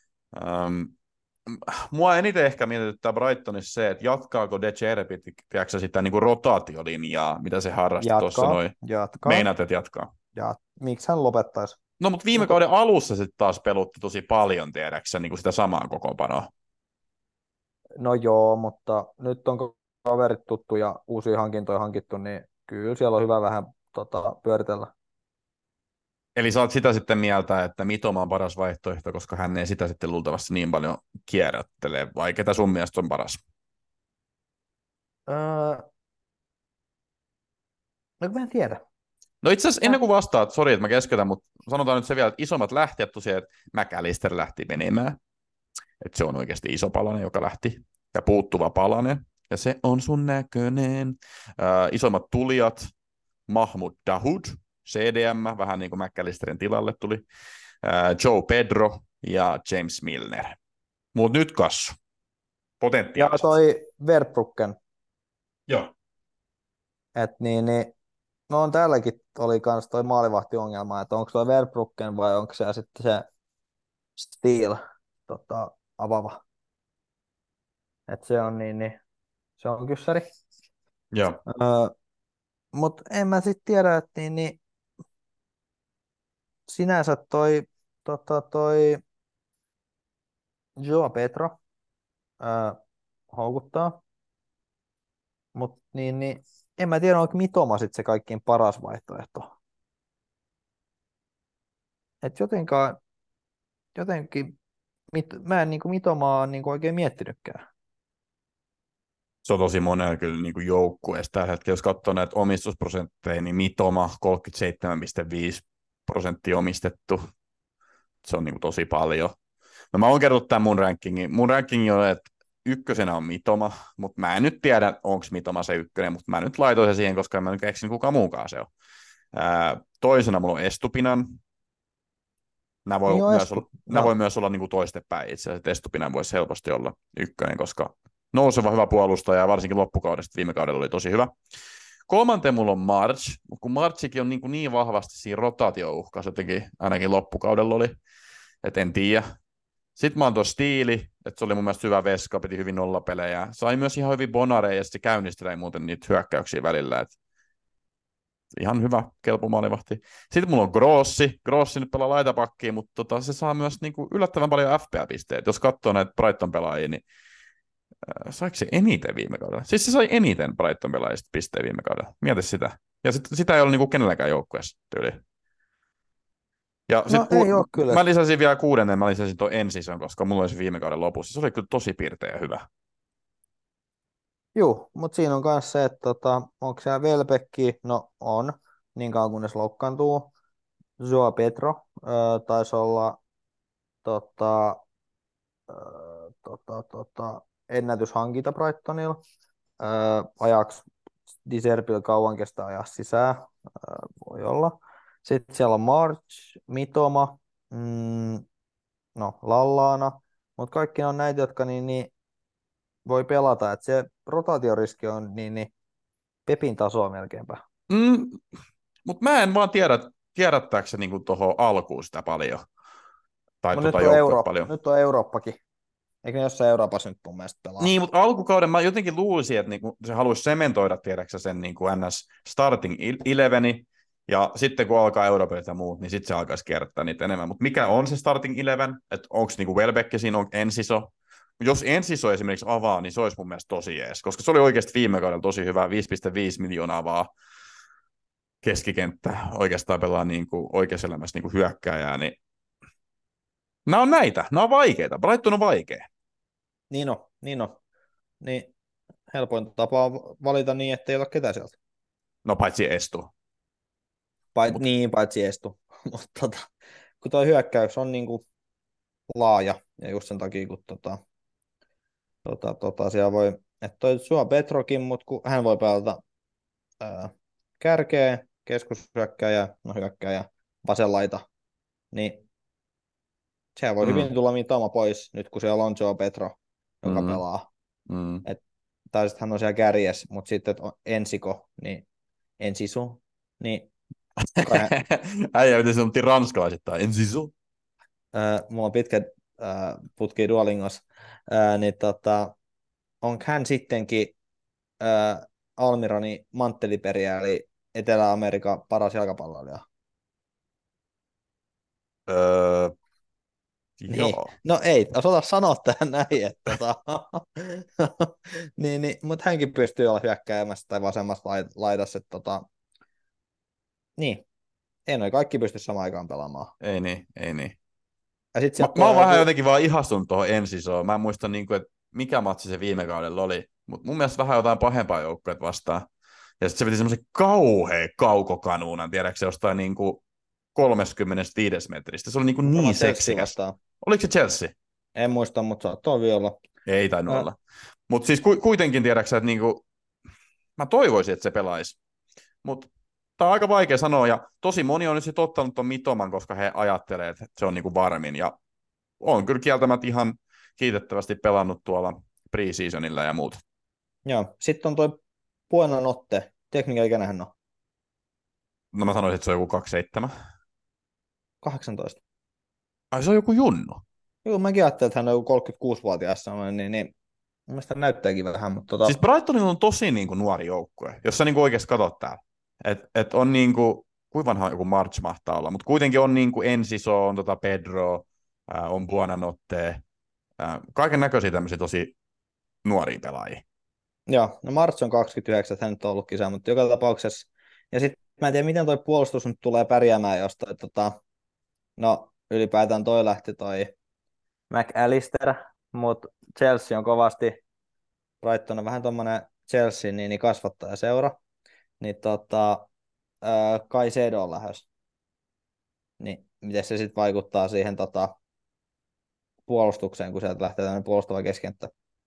Speaker 2: Mua eniten ehkä mietityttää Brightonissa se, että jatkaako De Zerbi, tiedätkö sitä niin kuin rotaatiolinjaa, mitä se harrasti tuossa noin. Meinaat, että jatkaa.
Speaker 3: Miksi hän lopettaisi?
Speaker 2: No, mutta viime kauden alussa sitten taas pelutti tosi paljon, tiedäksä, niin kuin sitä samaa kokoonpanoa.
Speaker 3: No joo, mutta nyt on kaverit tuttu ja uusia hankintoja hankittu, niin kyllä siellä on hyvä vähän pyöritellä.
Speaker 2: Eli sä oot sitä sitten mieltä, että Mitoma on paras vaihtoehto, koska hän ei sitä sitten luultavasti niin paljon kierrättele, vai ketä sun mielestä on paras?
Speaker 3: No mä en tiedä.
Speaker 2: No itse asiassa ennen kuin vastaat, sori että mä keskeytän, mutta sanotaan nyt se vielä, että isommat lähtijät tosiaan, että McAllister lähti menemään. Että se on oikeasti iso palanen, joka lähti, ja puuttuva palanen, ja se on sun näköinen. Isommat tulijat, Mahmoud Dahoud, CDM, vähän niin kuin McAllisterin tilalle tuli, Joe Pedro ja James Milner. Mutta nyt kassu. Potentiaalisesti.
Speaker 3: Ja toi Verbruggen.
Speaker 2: Joo.
Speaker 3: No täälläkin oli kans toi maalivahtiongelma, että onko toi Verbruggen vai onko se sitten se Steel avava. Että se on se on kyssäri.
Speaker 2: Joo.
Speaker 3: Mutta en mä sitten tiedä, että sinänsä toi toi Joao Pedro ää, houkuttaa, mutta niin, en mä tiedä, onko Mitoma sit se kaikkein paras vaihtoehto. Et jotenkin mä en niinku Mitomaa niinku oikein miettinytkään.
Speaker 2: Se on tosi monella kyllä niin kuin joukkueessa tällä hetkellä. Jos katsoo näitä omistusprosentteja, niin Mitoma 37,5% omistettu. Se on niin kuin tosi paljon. No mä oon kertonut tämän mun rankingin. Mun rankingi on, että ykkösenä on Mitoma, mutta mä en nyt tiedä, onko Mitoma se ykkönen, mutta mä nyt laitoin se siihen, koska en mä nyt keksin kuka muukaan se on. Toisena mulla on Estupinan. Nämä voi,
Speaker 3: Niin on
Speaker 2: myös olla,
Speaker 3: Estu.
Speaker 2: nämä voi
Speaker 3: No,
Speaker 2: myös olla niin kuin toistepäin itse asiassa, että Estupinan voisi helposti olla ykkönen, koska nouseva hyvä puolustaja ja varsinkin loppukaudesta viime kaudella oli tosi hyvä. Kolmanteen mulla on March, mutta kun Marchikin on niin vahvasti siinä rotaatio-uhkassa jotenkin ainakin loppukaudella oli, että en tiedä. Sitten mä oon tuo Stiili, että se oli mun mielestä hyvä veska, piti hyvin nollapelejä. Sai myös ihan hyvin bonareja ja sitten se käynnistelee muuten niitä hyökkäyksiä välillä, että ihan hyvä kelpo maalivahti. Sitten mulla on Grossi. Grossi nyt pelaa laitapakkiin, mutta se saa myös niinku yllättävän paljon FPA-pisteitä. Jos katsoo näitä Brighton-pelaajia, niin saiko se eniten viime kaudella? Siis se sai eniten Brighton-pelaajista pisteen viime kaudella. Mieti sitä. Ja sitä ei ole niinku kenelläkään joukkueessa tyyliin. Ja
Speaker 3: no
Speaker 2: sitten
Speaker 3: ei ole kyllä.
Speaker 2: mä lisäsin vielä kuudennen, mä lisäsin tuon Ensison, koska mulla oli se viime kauden lopussa. Se oli kyllä tosi pirteä ja hyvä.
Speaker 3: Juu, mutta siinä on myös se, että onko siellä Welbecki? No on, niin kauan kunnes loukkaantuu. Joao Pedro taisi olla tota, ennätyshankinta Brightonilla. Ajaksi Diserbil kauan kestää ajaa sisään, voi olla. Sitten siellä on March, Mitoma, no Lallana, mutta kaikki on näitä, jotka niin voi pelata, että se rotaatioriski on niin Pepin tasoa melkeinpä.
Speaker 2: Mutta mä en vaan tiedättääkö se niinku tuohon alkuun sitä paljon. Tai
Speaker 3: Mutta
Speaker 2: joukkuetta paljon.
Speaker 3: nyt on Eurooppakin. Eikö ne jossain Euroopassa nyt mun mielestä pelaa?
Speaker 2: Niin, mutta alkukauden mä jotenkin luulisin, että niinku se haluaisi sementoida, tiedäksä sen niinku NS Starting 11, ja sitten kun alkaa Euroopet ja muut, niin sitten se alkaisi kierrättää niitä enemmän. Mutta mikä on se Starting 11? Että onko niinku Welbeck siinä, onko Ensiso? Jos Ensiso esimerkiksi avaa, niin se olisi mun mielestä tosi jees, koska se oli oikeasti viime kaudella tosi hyvä, 5,5 miljoonaa vaan keskikenttä, oikeastaan pelaa niinku oikeassa elämässä niinku hyökkääjää, niin nämä on näitä, nämä on vaikeita, Brighton on vaikea.
Speaker 3: Niin on, niin on. Niin helpoin tapa on valita niin, ettei ole ketään sieltä.
Speaker 2: No paitsi Estu.
Speaker 3: Niin, paitsi Estu. Mutta kun tuo hyökkäys on niinku laaja, ja just sen takia, kun siellä voi, että toi Joao Petrokin, mutta kun hän voi pelata kärkeä, keskushyökkäjä, no hyökkäjä, vasenlaita, niin siellä voi hyvin tulla Mitoma pois, nyt kun siellä on Joao Petro, joka pelaa. Tai sitten hän on siellä kärjessä, mutta sitten Ensiko, niin Ensisu, niin
Speaker 2: Äijä, miten se sanottiin ranskalaisittain, Ensisu.
Speaker 3: mulla on pitkä putki Duolingossa, niin onko hän sittenkin Almirani mantteliperiä, eli Etelä-Amerikan paras jalkapalloilija? Niin.
Speaker 2: Joo.
Speaker 3: No ei, osata sanoa tähän näin, että niin, mutta hänkin pystyy olla hyökkäämässä tai vasemmassa laidassa, että niin, ei noi kaikki pysty samaan aikaan pelaamaan.
Speaker 2: Ei niin.
Speaker 3: Ja sit
Speaker 2: Mä oon vähän jotenkin vaan ihastunut tuohon Ensisoon. Mä en muista, niinku, että mikä matsi se viime kaudella oli, mutta mun mielestä vähän jotain pahempaa joukkuetta vastaan. Ja sitten se veti semmoisen kauhean kaukokanuunan, tiedätkö se jostain niinku 35 metristä. Se oli niin seksikäs. Oliko se Chelsea?
Speaker 3: En muista, mutta saattoi olla.
Speaker 2: Ei tainnut olla. Mutta siis kuitenkin tiedätkö, että niinku, mä toivoisin, että se pelaisi. Mutta tämä on aika vaikea sanoa, ja tosi moni on nyt sitten ottanut tuon Mitoman, koska he ajattelee, että se on niinku varmin. Ja on kyllä kieltämättä ihan kiitettävästi pelannut tuolla pre-seasonilla ja muuta.
Speaker 3: Joo, sitten on toi Buonanotte. Tekniikka ikäinen hän on.
Speaker 2: No mä sanoisin, että se on joku 27.
Speaker 3: 18.
Speaker 2: Ai se on joku junnu.
Speaker 3: Joo, mäkin ajattelin, että hän on joku 36-vuotias, niin mielestäni näyttääkin vähän, mutta
Speaker 2: Siis Brightonilla on tosi niinku nuori joukkue, jos sä niinku oikeasti katsot täällä. Et on niinku kuinka vanha joku March mahtaa olla, mutta kuitenkin on niin kuin Enciso, on Pedro, on Buonanotte, kaiken näköisiä tämmöisiä tosi nuoria pelaajia.
Speaker 3: Joo, no Marts on 29, että hän nyt on ollut kisaan, mutta joka tapauksessa. Ja sitten mä en tiedä, miten toi puolustus nyt tulee pärjäämään, jos no ylipäätään toi lähti toi McAllister, mutta Chelsea on kovasti, Brighton on vähän tommonen Chelsea niin kasvattajaseura, niin Caicedo on lähdössä. Niin miten se sitten vaikuttaa siihen puolustukseen, kun sieltä lähtee tämmöinen puolustava keskenttä.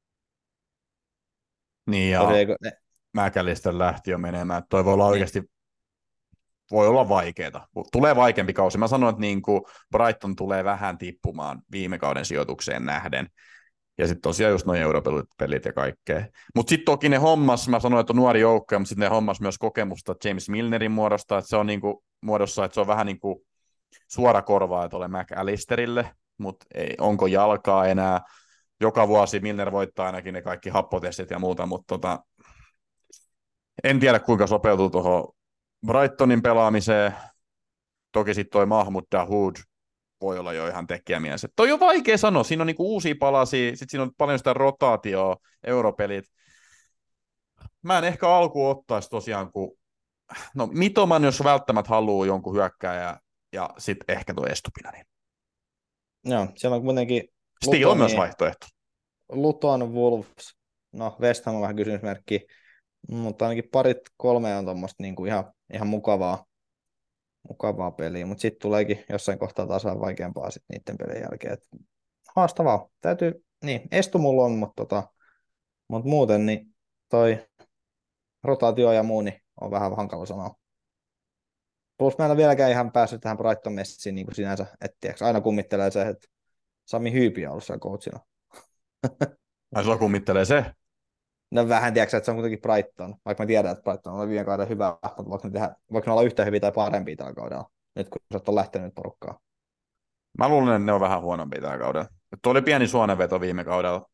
Speaker 2: Niin, ja McAllister lähti jo menemään. Toi voi olla oikeasti, voi olla vaikeeta. Tulee vaikeampi kausi. Mä sanoin, että niin kuin Brighton tulee vähän tippumaan viime kauden sijoitukseen nähden. Ja sitten tosiaan just noin Europelit ja kaikkea. Mutta sitten toki ne hommas, mä sanoin, että on nuori joukkoja, mutta sitten ne hommas myös kokemusta James Milnerin muodosta, että se on niinku muodossa, että se on vähän niin kuin suora korvaa tuolle McAllisterille, mutta onko jalkaa enää. Joka vuosi Milner voittaa ainakin ne kaikki happotestit ja muuta, mutta en tiedä kuinka sopeutuu tuohon Brightonin pelaamiseen. Toki sitten toi Mahmoud Dahoud voi olla jo ihan tekijämies. Toi on vaikea sanoa, siinä on niinku uusia palasia, sitten siinä on paljon sitä rotaatioa, europelit. Mä en ehkä alkuun ottaisi tosiaan, no Mitoman, jos välttämättä haluaa jonkun hyökkääjä, ja sitten ehkä tuo Estupinani.
Speaker 3: Joo, siellä on kuitenkin
Speaker 2: Steel on myös vaihtoehto.
Speaker 3: Luton, Wolves, no West Ham on vähän kysymysmerkki, mutta ainakin parit kolme on tuommoista niinku ihan mukavaa peliä, mutta sitten tuleekin jossain kohtaa taas vähän vaikeampaa sit niiden pelien jälkeen. Et haastavaa. Täytyy, niin, Estu mulla on, mutta muuten niin toi rotaatio ja muu niin on vähän hankala sanoa. Plus mä en ole vieläkään ihan päässyt tähän Brighton messiin niin kuin sinänsä, että aina kummittelee se, että Sami Hyypi on ollut siellä coachina.
Speaker 2: Ai sulla kummittelee se?
Speaker 3: No vähän tiedätkö, että se on kuitenkin Brighton, vaikka mä tiedän, että Brighton on viime kauden hyvä, mutta voiko ne olla yhtä hyviä tai parempia tällä kaudella, nyt kun sä oot lähtenyt porukkaan.
Speaker 2: Mä luulen, että ne on vähän huonompia tällä kaudella. Tuo oli pieni suonenveto viime kaudella.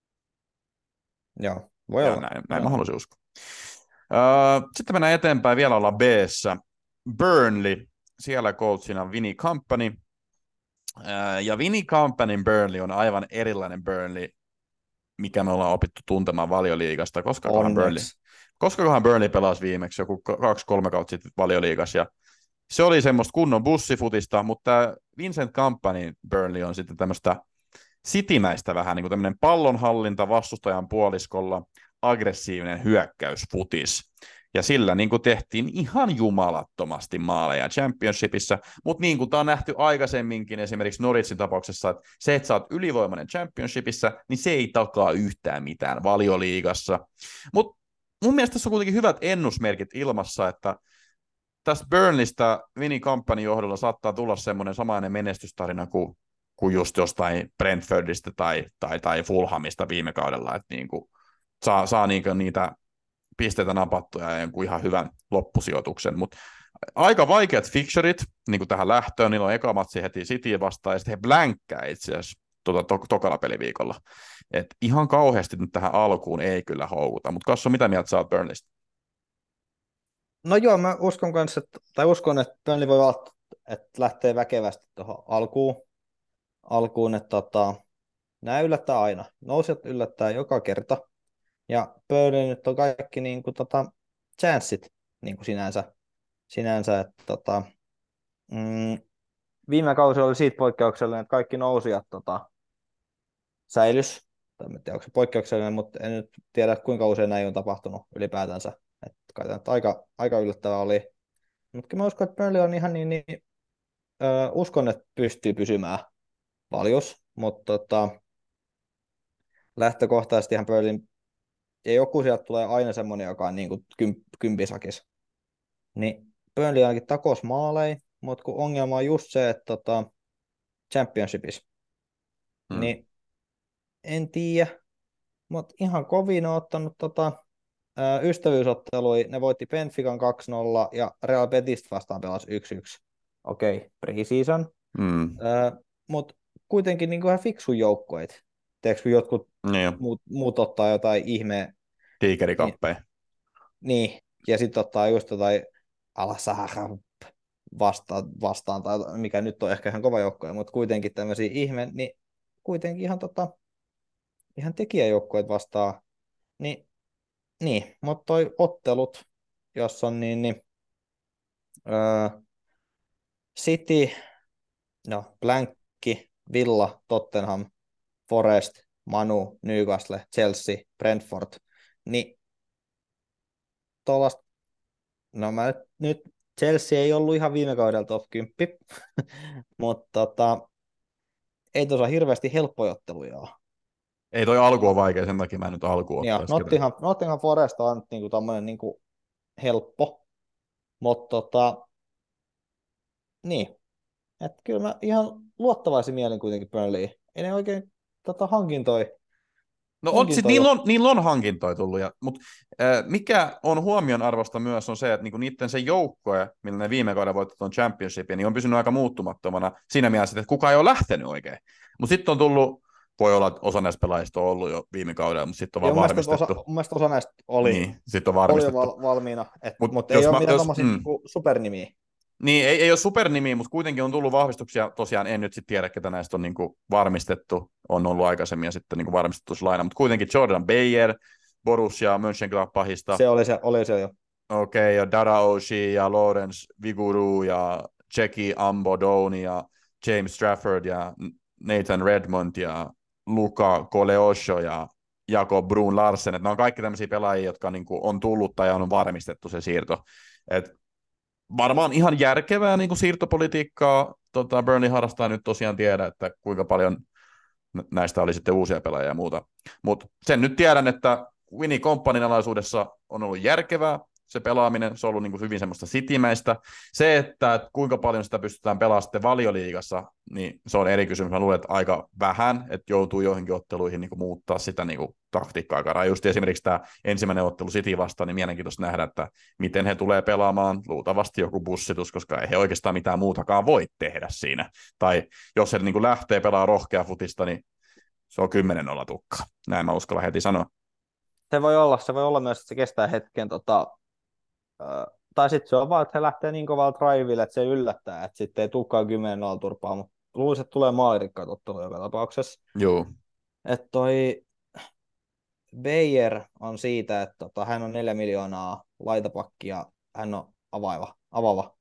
Speaker 3: Joo, voi olla.
Speaker 2: Näin mä haluaisin uskoa. Sitten mennään eteenpäin, vielä ollaan B-ssä. Burnley, siellä coachina Vinnie Company. Ja Vinnie Companyn Burnley on aivan erilainen Burnley, mikä me ollaan opittu tuntemaan Valioliigasta. Koskakohan Burnley pelasi viimeksi, joku 2-3 kautta sitten Valioliigassa. Ja se oli semmoista kunnon bussifutista, mutta Vincent Companyn Burnley on sitten tämmöistä citymäistä vähän, niin kuin tämmöinen pallonhallinta vastustajan puoliskolla, aggressiivinen hyökkäysfutis. Ja sillä niin kuin tehtiin ihan jumalattomasti maaleja Championshipissa, mutta niin kuin tämä on nähty aikaisemminkin esimerkiksi Norwichin tapauksessa, että se, että sä oot ylivoimainen Championshipissa, niin se ei takaa yhtään mitään Valioliigassa. Mutta mun mielestä tässä on kuitenkin hyvät ennusmerkit ilmassa, että tästä Burnleystä Vinnie Company johdolla saattaa tulla semmoinen samainen menestystarina kuin just jostain Brentfordista tai Fulhamista viime kaudella, että niin kuin saa niin kuin niitä pisteitä napattuja ja jonkun ihan hyvän loppusijoituksen, mutta aika vaikeat fixturit niin kuin tähän lähtöön, niillä on eka matsi heti City vastaan, ja sitten he blänkkää itse asiassa tokalla peliviikolla. Et ihan kauheasti nyt tähän alkuun ei kyllä houkuta, mutta Kassu, mitä mieltä sä oot Burnleystä?
Speaker 3: No joo, mä uskon, että Burnley voi olla, että lähtee väkevästi tuohon alkuun että nämä yllättää aina. Nousijat yllättää joka kerta. Ja Burnley nyt on kaikki niin kuin, chanssit niin kuin sinänsä että viime kausi oli siitä poikkeuksellinen, että kaikki nousijat säilys. Tai en tiedä, onko se poikkeuksellinen, mutta en nyt tiedä, kuinka usein näin on tapahtunut ylipäätänsä. Että kai tämä aika yllättävää oli. Mutta mä uskon, että Burnley on ihan uskon, että pystyy pysymään valjus, mutta lähtökohtaisesti ihan Burnley ja joku sieltä tulee aina semmoinen, joka on niin kuin kympisakis. Niin Burnley ainakin takos maaleja, mutta kun ongelma on just se, että Championshipissa, niin en tiedä, mutta ihan kovin on ottanut ystävyysottelui. Ne voitti Benfican 2-0 ja Real Betis vastaan pelasi 1-1. Okei, pre-season. Mutta kuitenkin niin kuin ihan fiksu joukkoit. Tiedätkö, kun jotkut muut ottaa jotain ihme
Speaker 2: tiikerikappeja.
Speaker 3: Niin, ja sitten ottaa just jotain Al-Sahar vastaan, tai mikä nyt on ehkä ihan kova joukkue, mutta kuitenkin tämmöisiä niin kuitenkin ihan tekijäjoukkueet vastaan. Niin, mutta toi ottelut, jos on City, no Blankki, Villa, Tottenham, Forest, Manu, Newcastle, Chelsea, Brentford, niin tuollaista, no nyt Chelsea ei ollut ihan viime kaudella top 10, mutta ei tuossa hirveästi helppoja otteluja ole.
Speaker 2: Ei toi alku on vaikea, sen takia mä en nyt alkuun
Speaker 3: Ja
Speaker 2: ottaisi.
Speaker 3: Nottingham Forest on niinku tommonen niinku helppo, mutta niin, että kyllä mä ihan luottavaisin mielin kuitenkin Burnley. Ei ne oikein hankintoja.
Speaker 2: No niillä on hankintoja tullut, mutta mikä on huomionarvosta myös on se, että niinku niiden se joukkue, millä ne viime kaudella voitti tuon championshipin, niin on pysynyt aika muuttumattomana siinä mielessä, että kukaan ei ole lähtenyt oikein. Mutta sitten on tullut, voi olla, että osa näistä pelaajista on ollut jo viime kaudella, mutta sitten on vaan varmistettu.
Speaker 3: Mun mielestä osa näistä oli,
Speaker 2: niin, sit on varmistettu.
Speaker 3: Oli jo valmiina, mutta
Speaker 2: ei
Speaker 3: ole mitään tommosia supernimiä.
Speaker 2: Niin, ei ole supernimiä, mutta kuitenkin on tullut vahvistuksia. Tosiaan en nyt sitten tiedä, ketä näistä on niinku varmistettu. On ollut aikaisemmin ja sitten niinku varmistettu laina, mutta kuitenkin Jordan Bayer, Borussia Mönchengladbachista.
Speaker 3: Se oli se jo.
Speaker 2: Okei, ja Dara Oshie ja Lawrence Viguru ja Jackie Ambodoni ja James Strafford ja Nathan Redmond ja Luka Koleosho ja Jakob Brun Larsen. Nämä on kaikki tämmöisiä pelaajia, jotka niinku on tullut tai on varmistettu se siirto. Varmaan ihan järkevää niin kuin siirtopolitiikkaa Burnley harrastaa, nyt tosiaan tiedä, että kuinka paljon näistä oli sitten uusia pelaajia ja muuta. Mutta sen nyt tiedän, että Winnie Companyn alaisuudessa on ollut järkevää se pelaaminen, se on ollut niin kuin hyvin semmoista sitimäistä. Se, että kuinka paljon sitä pystytään pelaamaan sitten Valioliigassa, niin se on eri kysymys. Mä luulen, että aika vähän, että joutuu joihinkin otteluihin niin kuin muuttaa sitä niin kuin taktiikkaa aika rajusti. Esimerkiksi tämä ensimmäinen ottelu City vastaan, niin mielenkiintoista nähdä, että miten he tulee pelaamaan. Luultavasti joku bussitus, koska ei he oikeastaan mitään muutakaan voi tehdä siinä. Tai jos he niin kuin lähtee pelaamaan rohkea futista, niin se on 10-0 tukka. Näin mä uskallan heti sanoa.
Speaker 3: Se voi olla myös, että se kestää hetken tai sitten se on vaan, että he lähtee niin kovalla driville, että se yllättää, että sitten ei tulekaan 10-0 turpaa, mutta luulisin, että tulee maalirikkaat ottelu joka tapauksessa.
Speaker 2: Joo.
Speaker 3: Että toi Bayer on siitä, että hän on 4 miljoonaa laitapakkia, hän on avaava.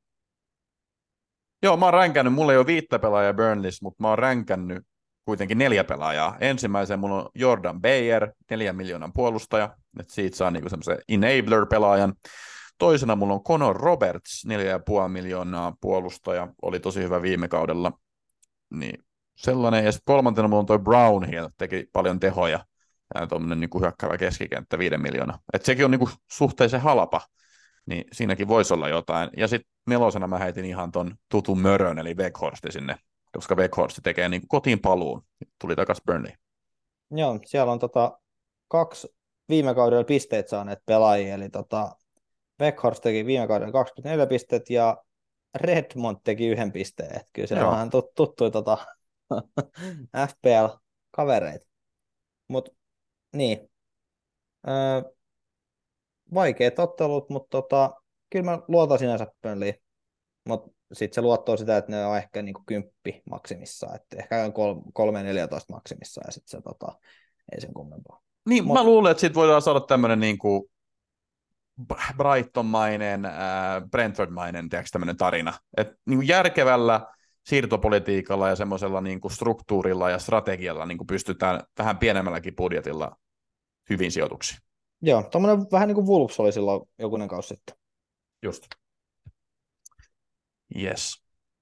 Speaker 2: Joo, mä oon ränkännyt, mulla ei ole 5 pelaajaa Burnleys, mutta mä oon ränkännyt kuitenkin 4 pelaajaa. Ensimmäisen mulla on Jordan Bayer, 4 miljoonan puolustaja, että siitä saa niinku semmoisen enabler-pelaajan. Toisena mulla on Conor Roberts, 4,5 miljoonaa puolustaja, oli tosi hyvä viime kaudella. Niin sellainen, ja sitten kolmantena mulla on toi Brownhill, teki paljon tehoja, ja tuommoinen niinku hyökkäävä keskikenttä, 5 miljoonaa. Että sekin on niinku suhteellisen halpa, niin siinäkin voisi olla jotain. Ja sitten nelosena mä heitin ihan ton tutun mörön, eli Weghorsti sinne, koska Weghorsti tekee niinku kotiin paluun. Tuli takaisin Burnley.
Speaker 3: Joo, siellä on 2 viime kaudella pisteet saaneet pelaajia, eli Weghorst teki viime kaudella 24 pistet ja Redmond teki 1 pisteen. Että kyllä se on vähän tuttuja FPL-kavereita. Mutta niin, vaikeat ottelut, mutta kyllä mä luotan sinänsä Burnley. Mutta sitten se luottoo sitä, että ne on ehkä niinku 10 maksimissaan. Että ehkä 3-14 maksimissaan ja sitten se ei sen kummempaa.
Speaker 2: Niin, mä luulen, että siitä voidaan saada tämmöinen niinku Brighton-mainen, Brentford-mainen tämmöinen tarina. Että niinku järkevällä siirtopolitiikalla ja semmoisella niinku struktuurilla ja strategialla niinku pystytään vähän pienemmälläkin budjetilla hyvin sijoituksiin.
Speaker 3: Joo, tommoinen vähän niin kuin Wolves oli silloin jokunen kausi sitten.
Speaker 2: Just. Yes.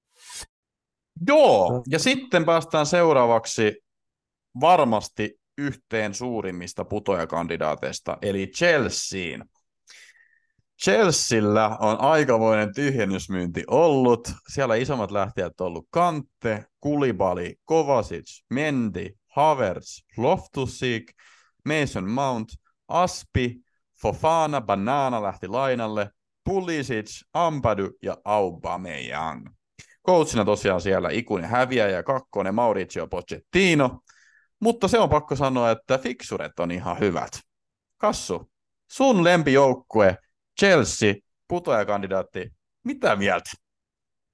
Speaker 2: Joo, ja sitten päästään seuraavaksi varmasti yhteen suurimmista putoajakandidaateista, eli Chelseain. Chelsealla on aikamoinen tyhjennysmyynti ollut. Siellä isommat lähtijät on ollut Kante, Koulibaly, Kovacic, Mendy, Havertz, Loftus-Cheek, Mason Mount, Aspi, Fofana, Banana lähti lainalle, Pulisic, Ampadu ja Aubameyang. Coachina tosiaan siellä ikuinen häviäjä, kakkonen Mauricio Pochettino, mutta se on pakko sanoa, että fiksuret on ihan hyvät. Kassu, sun lempijoukkue, Chelsea, putoajakandidaatti, mitä mieltä?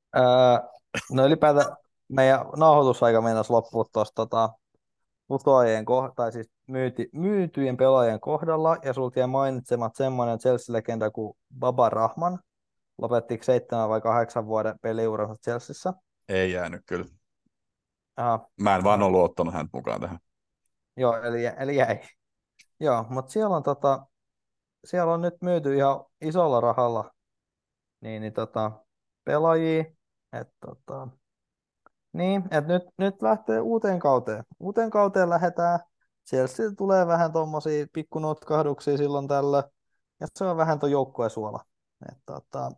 Speaker 3: Öö, no ylipäätään meidän nauhoitusaika meinasi loppua tuosta putoajien tai siis myytyjen pelaajien kohdalla, ja sulta jäi mainitsemat semmoinen Chelsea-legenda kuin Baba Rahman. Lopettiko 7 vai 8 vuoden peliuransa Chelseassa?
Speaker 2: Ei jäänyt kyllä.
Speaker 3: Aha,
Speaker 2: Mä en vaan
Speaker 3: aha.
Speaker 2: ollut ottanut häntä mukaan tähän.
Speaker 3: Joo, eli jäi. Joo, mutta siellä on nyt myyty ihan isolla rahalla pelaajia. Nyt lähtee uuteen kauteen. Uuteen kauteen lähdetään. Chelsea tulee vähän tuommoisia pikkunotkahduksia silloin tällä. Ja se on vähän tuo joukkuesuola. Et, tota,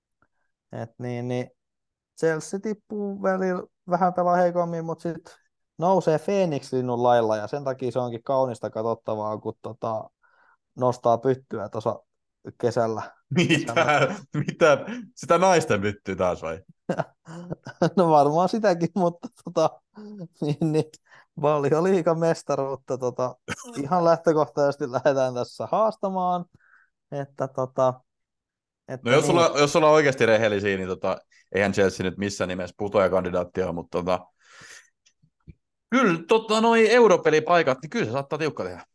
Speaker 3: Chelsea tippuu välillä vähän pelaa heikommin, mutta sitten nousee Phoenix-linnun lailla. Ja sen takia se onkin kaunista katsottavaa, kun nostaa pyttyä tuossa kesällä.
Speaker 2: Mitä? Sitä naisten pyttyy taas vai?
Speaker 3: No varmaan sitäkin, mutta Valioliigan mestaruutta ihan lähtökohtaisesti lähdetään tässä haastamaan. Että,
Speaker 2: No
Speaker 3: että niin.
Speaker 2: jos ollaan oikeasti rehellisiä, niin eihän Chelsea nyt missään nimessä putoajakandidaatti ole, mutta kyllä noi europelipaikat, niin kyllä se saattaa tiukka tehdä.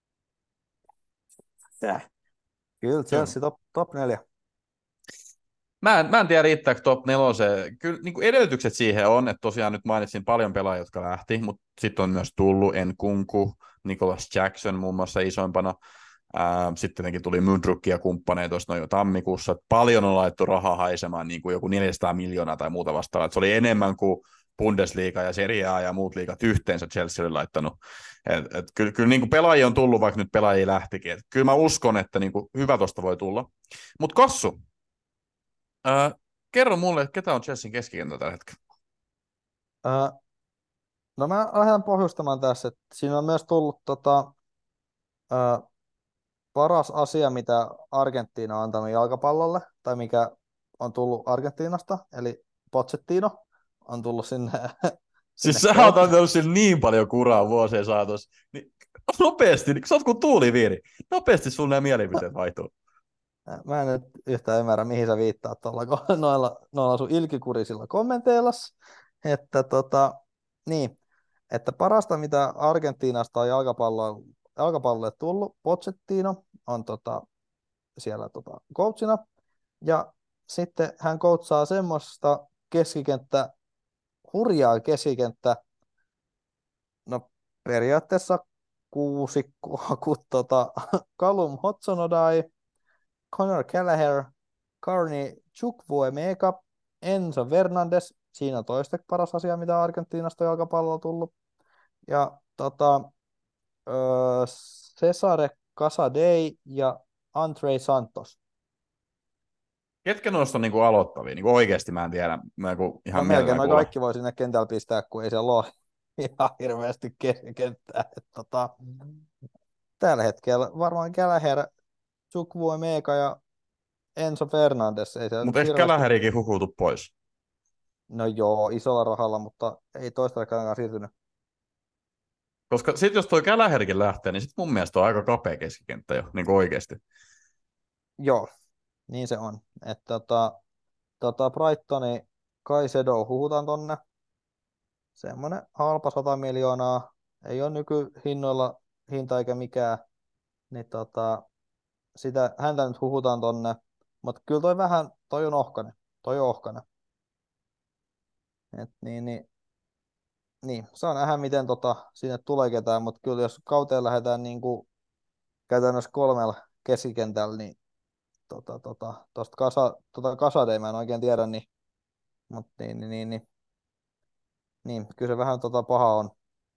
Speaker 3: Kyllä
Speaker 2: Joo.
Speaker 3: Chelsea top 4.
Speaker 2: Mä en tiedä riittääkö top 4. Kyllä niin kuin edellytykset siihen on, että tosiaan nyt mainitsin paljon pelaajia, jotka lähti, mutta sitten on myös tullut Nkunku, Nicholas Jackson muun muassa isoimpana. Sitten tietenkin tuli Mudryk ja kumppaneita tuossa jo tammikuussa. Paljon on laittu rahaa haisemaan niin kuin joku 400 miljoonaa tai muuta vastaavaa. Se oli enemmän kuin Bundesliga ja Serie A ja muut liigat yhteensä Chelsea oli laittanut. Kyllä niin kuin pelaajia on tullut, vaikka nyt pelaajia lähtikin. Kyllä mä uskon, että niin kuin hyvä tuosta voi tulla. Mutta Kassu, kerro mulle, ketä on Chelsean keskikentällä tällä hetkellä?
Speaker 3: No mä lähden pohjustamaan tässä, että siinä on myös tullut paras asia, mitä Argentiina on antanut jalkapallolle, tai mikä on tullut Argentiinasta, eli Pochettino on tullut sinne.
Speaker 2: Siis sä oot antanut sille niin paljon kuraa vuosien saatossa. Niin nopeasti, niin sä oot kuin tuuliviiri. Nopeasti sun nämä mielipiteet vaihtuu.
Speaker 3: Mä en nyt yhtään ymmärrä, mihin sä viittaat noilla sun ilkikurisilla kommenteilla. Että niin, että parasta, mitä Argentiinasta on jalkapallolle tullut, Pochettino on siellä coachina, ja sitten hän coachaa semmoista hurjaa keskikenttä, no periaatteessa kuusikkoa, kun Callum Hudson-Odoi, Conor Gallagher, Carney Chukwuemeka, Enzo Fernandes, siinä on toisteksi paras asia, mitä Argentiinasta on jalkapallolla tullut, ja Cesare Casadei ja Andre Santos.
Speaker 2: Ketkä noista on niinku aloittavia? Niinku oikeasti mä en tiedä. Mä ihan
Speaker 3: Melkein
Speaker 2: kuulen.
Speaker 3: kaikki voi sinne kentällä pistää, kun ei siellä ole ihan hirveästi kenttää. Tällä hetkellä varmaan Gallagher, Chukwuemeka ja Enzo Fernandes.
Speaker 2: Mutta ehkä Gallagherkin hukuutu pois.
Speaker 3: No joo, isolla rahalla, mutta ei toistaisekaan siirtynyt.
Speaker 2: Koska sitten jos toi Gallagherkin lähtee, niin sit mun mielestä on aika kapea keskikenttä jo, niin kuin oikeasti.
Speaker 3: Joo, niin se on. Että Brightoni Caicedo huhutaan tonne. Semmoinen halpa 100 miljoonaa. Ei ole nykyhinnoilla hinta eikä mikään. Niin häntä nyt huhutaan tonne. Mutta kyllä toi on ohkainen. Toi on ohkainen. Niin, saa nähdä miten sinne tulee ketään, mutta kyllä jos kauteen lähdetään niin kuin käytännössä 3 keskikentällä, niin tuosta Casadei mä en oikein tiedä, mutta niin, kyllä se vähän paha on.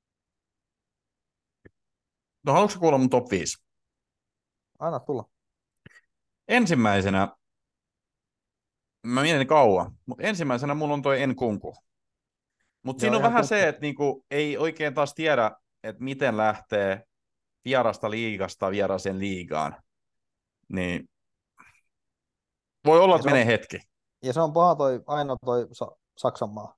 Speaker 2: No haluatko kuulla mun top 5?
Speaker 3: Anna tulla.
Speaker 2: Ensimmäisenä, mä mietin kauan, mutta ensimmäisenä mulla on toi Nkunku. Mutta siinä on vähän se, että niinku, ei oikein taas tiedä, että miten lähtee vierasta liigasta vieraaseen liigaan. Niin voi olla, että menee hetki.
Speaker 3: Ja se on paha aina toi Saksan maa.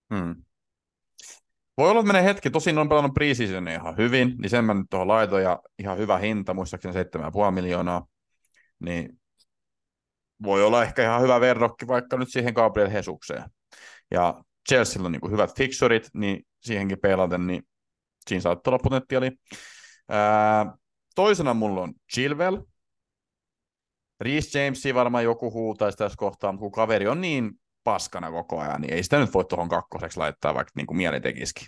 Speaker 2: Voi olla, että menee hetki. Tosin on pelannut pre-seasonia ihan hyvin, niin sen mä nyt tuohon laitoin, ja ihan hyvä hinta, muistaakseni 7,5 miljoonaa. Niin voi olla ehkä ihan hyvä verrokki vaikka nyt siihen Gabriel Jesukseen. Ja Chelsealla on niin kuin hyvät fixurit, niin siihenkin peilaten, niin siinä saattaa olla potentiaalia. Toisena mulla on Chilwell. Reece Jamesia varmaan joku huutaisi tässä kohtaa, mutta kun kaveri on niin paskana koko ajan, niin ei sitä nyt voi tuohon kakkoseksi laittaa, vaikka niin kuin mieli tekisikin.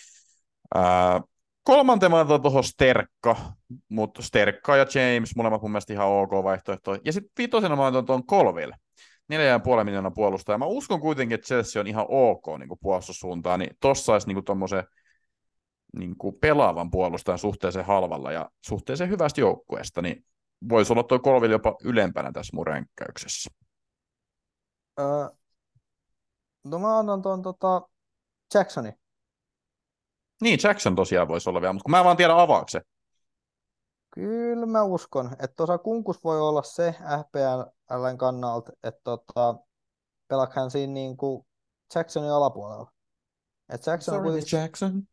Speaker 2: Kolmantena otetaan tuohon Sterkka, mutta Sterkka ja James, molemmat mun mielestä ihan ok vaihtoehto. Ja sitten viitosena mä otan tuon Colville, 4,5 miljoonaa puolustaja. Mä uskon kuitenkin, että Chelsea on ihan ok niin kuin puolustussuuntaan, niin tossa olisi niin tuommoisen niin pelaavan puolustajan suhteeseen halvalla ja suhteeseen hyvästä joukkueesta, niin voisi olla tuo Colville jopa ylempänä tässä mun ränkkäyksessä.
Speaker 3: No mä annan tuon Jacksoni.
Speaker 2: Niin, Jackson tosiaan voisi olla vielä, mutta kun mä en vaan tiedä avaako se.
Speaker 3: Kyllä mä uskon, että tuossa kunkus voi olla se FPLn kannalta, että pelaako hän siinä niin kuin Jacksonin alapuolella. Että Jackson on kuitenkin
Speaker 2: Jackson.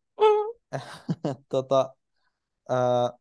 Speaker 3: ää,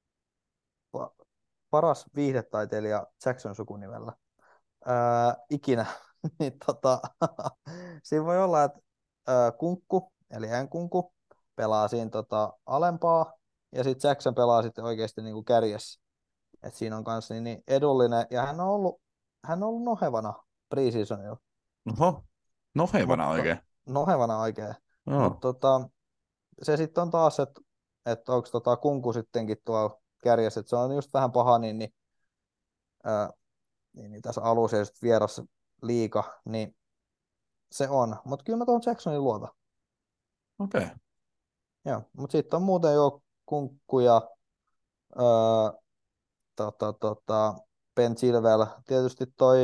Speaker 3: paras viihdetaiteilija Jackson sukunimellä ikinä. Niin siinä voi olla, että kunkku, eli Nkunku, pelaa siinä alempaa, ja sitten Jackson pelaa sitten oikeasti niin kuin kärjessä. Et siinä on kanssa niin edullinen, ja hän on ollut nohevana pre-seasonilla.
Speaker 2: Oho, nohevana oikein.
Speaker 3: Nohevana oikein.
Speaker 2: Oh.
Speaker 3: Mutta se sitten on taas, että onko kunku sittenkin tuolla kärjessä, että se on just vähän paha, niin tässä alussa ja just vieras liiga, niin se on. Mutta kyllä mä tuohon Jacksonin luotan.
Speaker 2: Okei. Okay.
Speaker 3: Joo, mutta sitten on muuten jo kunkku ja Ben Chilwell. Tietysti toi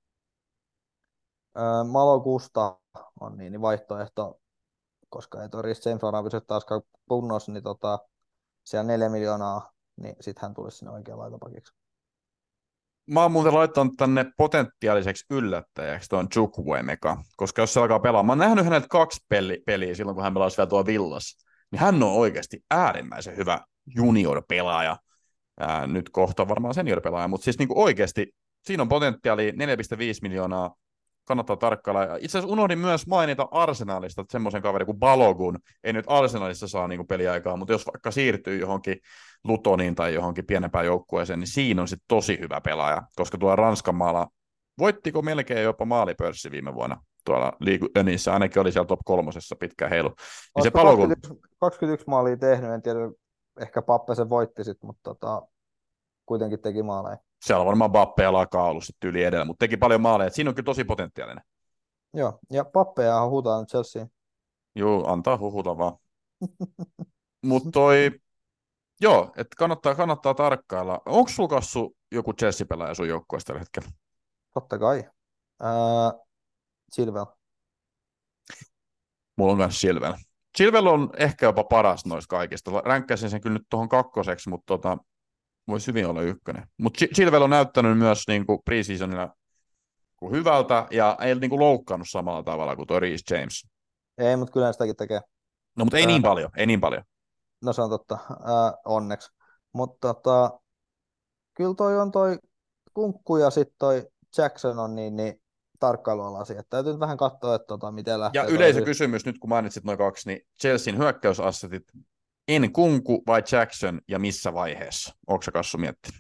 Speaker 3: Malo Gusta on niin vaihtoehto, koska ei toi Reece James varmaan pysy taaskaan kunnossa, niin siellä 4 miljoonaa, niin sitten hän tulisi sinne oikean laitapakiksi.
Speaker 2: Mä oon muuten laittanut tänne potentiaaliseksi yllättäjäksi tuon Chukwuemeka, koska jos se alkaa pelaamaan, mä oon nähnyt häneltä 2 peliä silloin, kun hän pelasi vielä tuolla Villassa, niin hän on oikeasti äärimmäisen hyvä junior-pelaaja. Nyt kohta varmaan senior-pelaaja, mutta siis niinku oikeasti siinä on potentiaalia 4,5 miljoonaa, kannattaa tarkkailla. Itse asiassa unohdin myös mainita Arsenalista semmoisen kaverin kuin Balogun. Ei nyt Arsenalissa saa niinku peliaikaa, mutta jos vaikka siirtyy johonkin Lutoniin tai johonkin pienempään joukkueeseen, niin siinä on sitten tosi hyvä pelaaja, koska tuolla Ranskan maalla voittiko melkein jopa maalipörssi viime vuonna tuolla Ligue 1:issä, ainakin oli siellä top 3 pitkään heilu. Niin se Balogun
Speaker 3: 21 maalia tehnyt, en tiedä, ehkä Pappe sen voitti sitten, mutta kuitenkin teki maaleja.
Speaker 2: Siellä on varmaan Bappe ja Laka ollut sitten yli edellä, mutta teki paljon maaleja. Siinä on kyllä tosi potentiaalinen.
Speaker 3: Joo, ja Pappeja huutaa nyt Chelsea.
Speaker 2: Joo, antaa huhuta vaan. Mutta joo, että kannattaa tarkkailla. Onko sulla Kassu joku Chelsea-pelaaja sun joukkueesta tällä hetkellä?
Speaker 3: Totta kai. Chilwell.
Speaker 2: Mulla on myös Chilwell. Chilwell on ehkä jopa paras noista kaikista. Ränkkäsin sen kyllä nyt tuohon kakkoseksi, mutta voisi hyvin olla ykkönen. Mutta Chilwell on näyttänyt myös niinku pre-seasonilla hyvältä ja ei niinku loukkaannut samalla tavalla kuin tuo Reece James.
Speaker 3: Ei, mutta kyllä sitäkin tekee.
Speaker 2: No, mutta ei niin paljon.
Speaker 3: No se on totta, onneksi. Mutta kyllä toi kunkku ja sitten toi Jackson on niin tarkkailualaisia. Täytyy nyt vähän katsoa, että miten lähtee.
Speaker 2: Ja yleisökysymys, nyt kun mainitsit noin 2, niin Chelsean hyökkäysassetit, Nkunku vai Jackson ja missä vaiheessa? Onko sä Kassu miettinyt?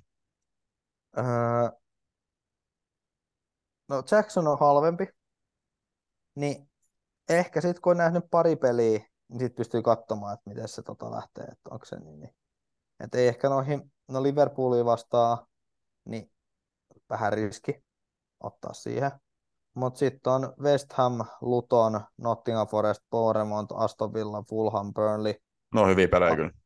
Speaker 3: No Jackson on halvempi, niin ehkä sitten kun on nähnyt pari peliä, niin sitten pystyy katsomaan, että miten se lähtee, että onko se niin. Että ei ehkä no Liverpoolia vastaan, niin vähän riski ottaa siihen. Mutta sitten on West Ham, Luton, Nottingham Forest, Bournemouth, Aston Villa, Fulham, Burnley.
Speaker 2: No hyviä pelejä kyllä.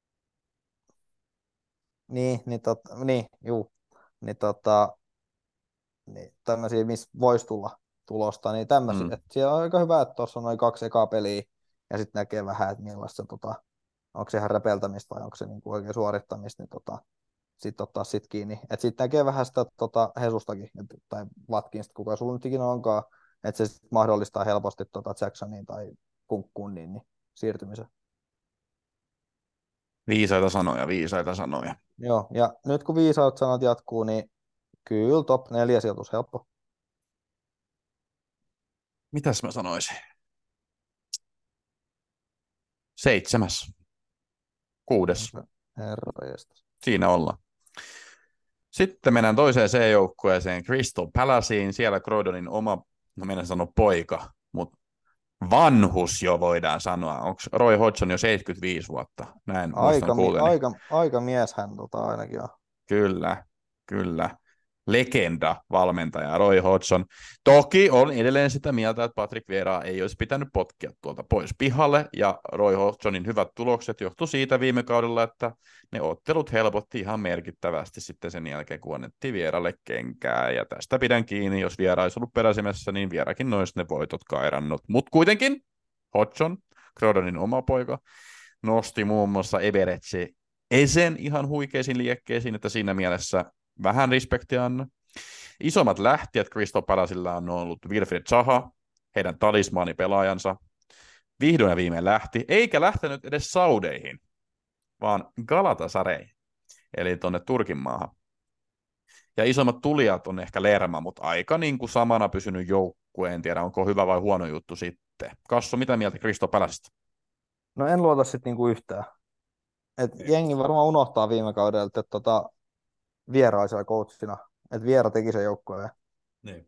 Speaker 3: Niin tämmöisiä, missä voisi tulla tulosta, niin tämmöisiä. Siellä on aika hyvä, että tuossa on noin 2 ekaa peliä, ja sitten näkee vähän, että millaista onko se ihan repeltämistä vai onko se niinku oikein suorittamista, niin sitten ottaa sit kiinni. Että sitten näkee vähän sitä Hesustakin, tai Watkinsta, kuka sulla nyt ikinä onkaan, että se sit mahdollistaa helposti Jacksoniin tai Kunkkuun niin siirtymisen.
Speaker 2: Viisaita sanoja.
Speaker 3: Joo, ja nyt kun viisaat sanat jatkuu, niin Kyllä, top 4 sijoitus helppo.
Speaker 2: Mitäs mä sanoisin? 7. 6.
Speaker 3: Herranjestas.
Speaker 2: Siinä ollaan. Sitten mennään toiseen C-joukkueeseen, Crystal Palaceen. Siellä Croydonin oma, no mennään sanoa poika, mutta vanhus jo voidaan sanoa. Onko Roy Hodgson jo 75 vuotta? Näin muistan kuuleni.
Speaker 3: Aika mies hän ainakin on.
Speaker 2: Kyllä, kyllä. Legenda valmentaja Roy Hodgson. Toki on edelleen sitä mieltä, että Patrick Vieraa ei olisi pitänyt potkia tuolta pois pihalle, ja Roy Hodgsonin hyvät tulokset johtuu siitä viime kaudella, että ne ottelut helpotti ihan merkittävästi sitten sen jälkeen, kun annettiin Vieralle kenkää, ja tästä pidän kiinni, jos Viera olisi ollut peräsimessä, niin Vierakin olisi ne voitot kairannut. Mutta kuitenkin Hodgson, Croydonin oma poika, nosti muun muassa Everetsi Esen ihan huikeisiin liekkeisiin, että siinä mielessä vähän respektiä anna. Isommat lähtijät Crystal Palacella on ollut Wilfried Zaha, heidän talismaanipelaajansa. Vihdoin ja viimein lähti, eikä lähtenyt edes Saudeihin, vaan Galatasaray, eli tuonne Turkin maahan. Ja isommat tulijat on ehkä Lerma, mutta aika niin kuin samana pysynyt joukkue, en tiedä onko hyvä vai huono juttu sitten. Kassu, mitä mieltä Crystal Palacesta?
Speaker 3: No en luota sitten niinku yhtään. Jengi varmaan unohtaa viime kaudella, että Viera oli siellä coachina, että Viera teki sen joukkueen.
Speaker 2: Niin.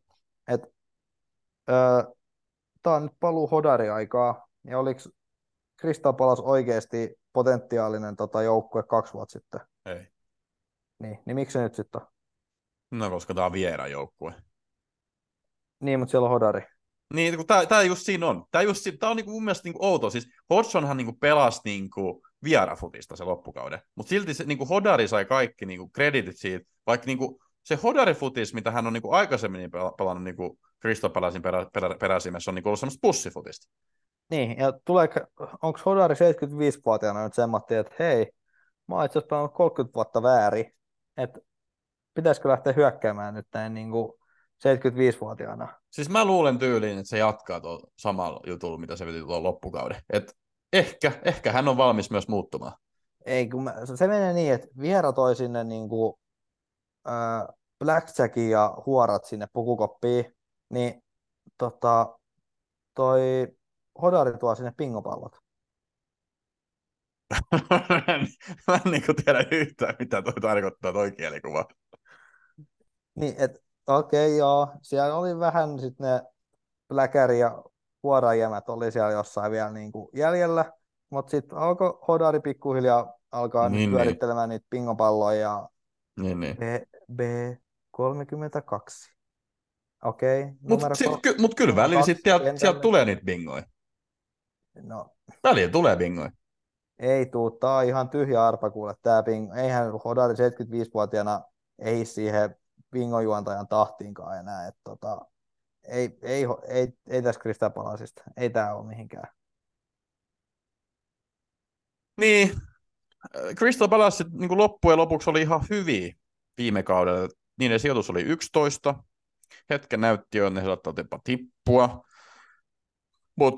Speaker 3: Tämä on nyt paluu Hodari-aikaa, ja oliko Crystal Palace oikeasti potentiaalinen joukkue 2 vuotta sitten?
Speaker 2: Ei.
Speaker 3: Niin miksi se nyt sitten on?
Speaker 2: No, koska tämä on Vieran joukkue.
Speaker 3: Niin, mutta siellä on Hodari.
Speaker 2: Niin, kun tämä just siinä on. Tämä on niinku mun mielestä niinku outo. Siis Hodgsonhan niinku pelasi niinku Vierafutista se loppukauden. Mutta silti se, niinku Hodari sai kaikki niinku kreditit siitä. Vaikka niinku se Hodari-futis, mitä hän on niinku aikaisemmin pelannut niinku Crystal Palacen peräsimessä, on niinku ollut semmoista pussifutista.
Speaker 3: Niin, ja onko Hodari 75-vuotiaana nyt semmoinen, että hei, mä oon itse asiassa pelannut 30 vuotta väärin, että pitäisikö lähteä hyökkäämään nyt näin niin kuin 75-vuotiaana?
Speaker 2: Siis mä luulen tyyliin, että se jatkaa tuolla samalla jutulla, mitä se veti tuon loppukauden. Et ehkä hän on valmis myös muuttumaan.
Speaker 3: Ei, kun se menee niin, että Viera toi sinne niin kuin, Blackjackin ja huorat sinne pukukoppiin, niin toi Hodari tuo sinne pingopallot.
Speaker 2: Mä en niinku tiedä yhtään, mitä toi tarkoittaa toi kielikuva.
Speaker 3: Niin, että okei, joo, siellä oli vähän sitten ne Bläkäri ja huorajämät oli siellä jossain vielä niin kuin jäljellä, mutta sitten alkoi Hodari pikkuhiljaa alkaa nyt pyörittelemään niitä pingopalloja ja
Speaker 2: Niin.
Speaker 3: B32. Okei,
Speaker 2: Mutta kyllä välillä sitten sieltä tulee niitä bingoja.
Speaker 3: No,
Speaker 2: välillä tulee bingoja.
Speaker 3: Ei tuu, tää on ihan tyhjä arpa kuule tää bingo. Eihän Hodari 75-vuotiaana ei siihen bingojuontajan tahtiinkaan enää. Ei tässä Crystal Palacesta. Ei tää ole mihinkään.
Speaker 2: Niin, Crystal Palace niin loppujen lopuksi oli ihan hyviä viime kaudella. Niiden sijoitus oli 11. Hetken näytti jo, että ne saattaa jopa tippua. Mutta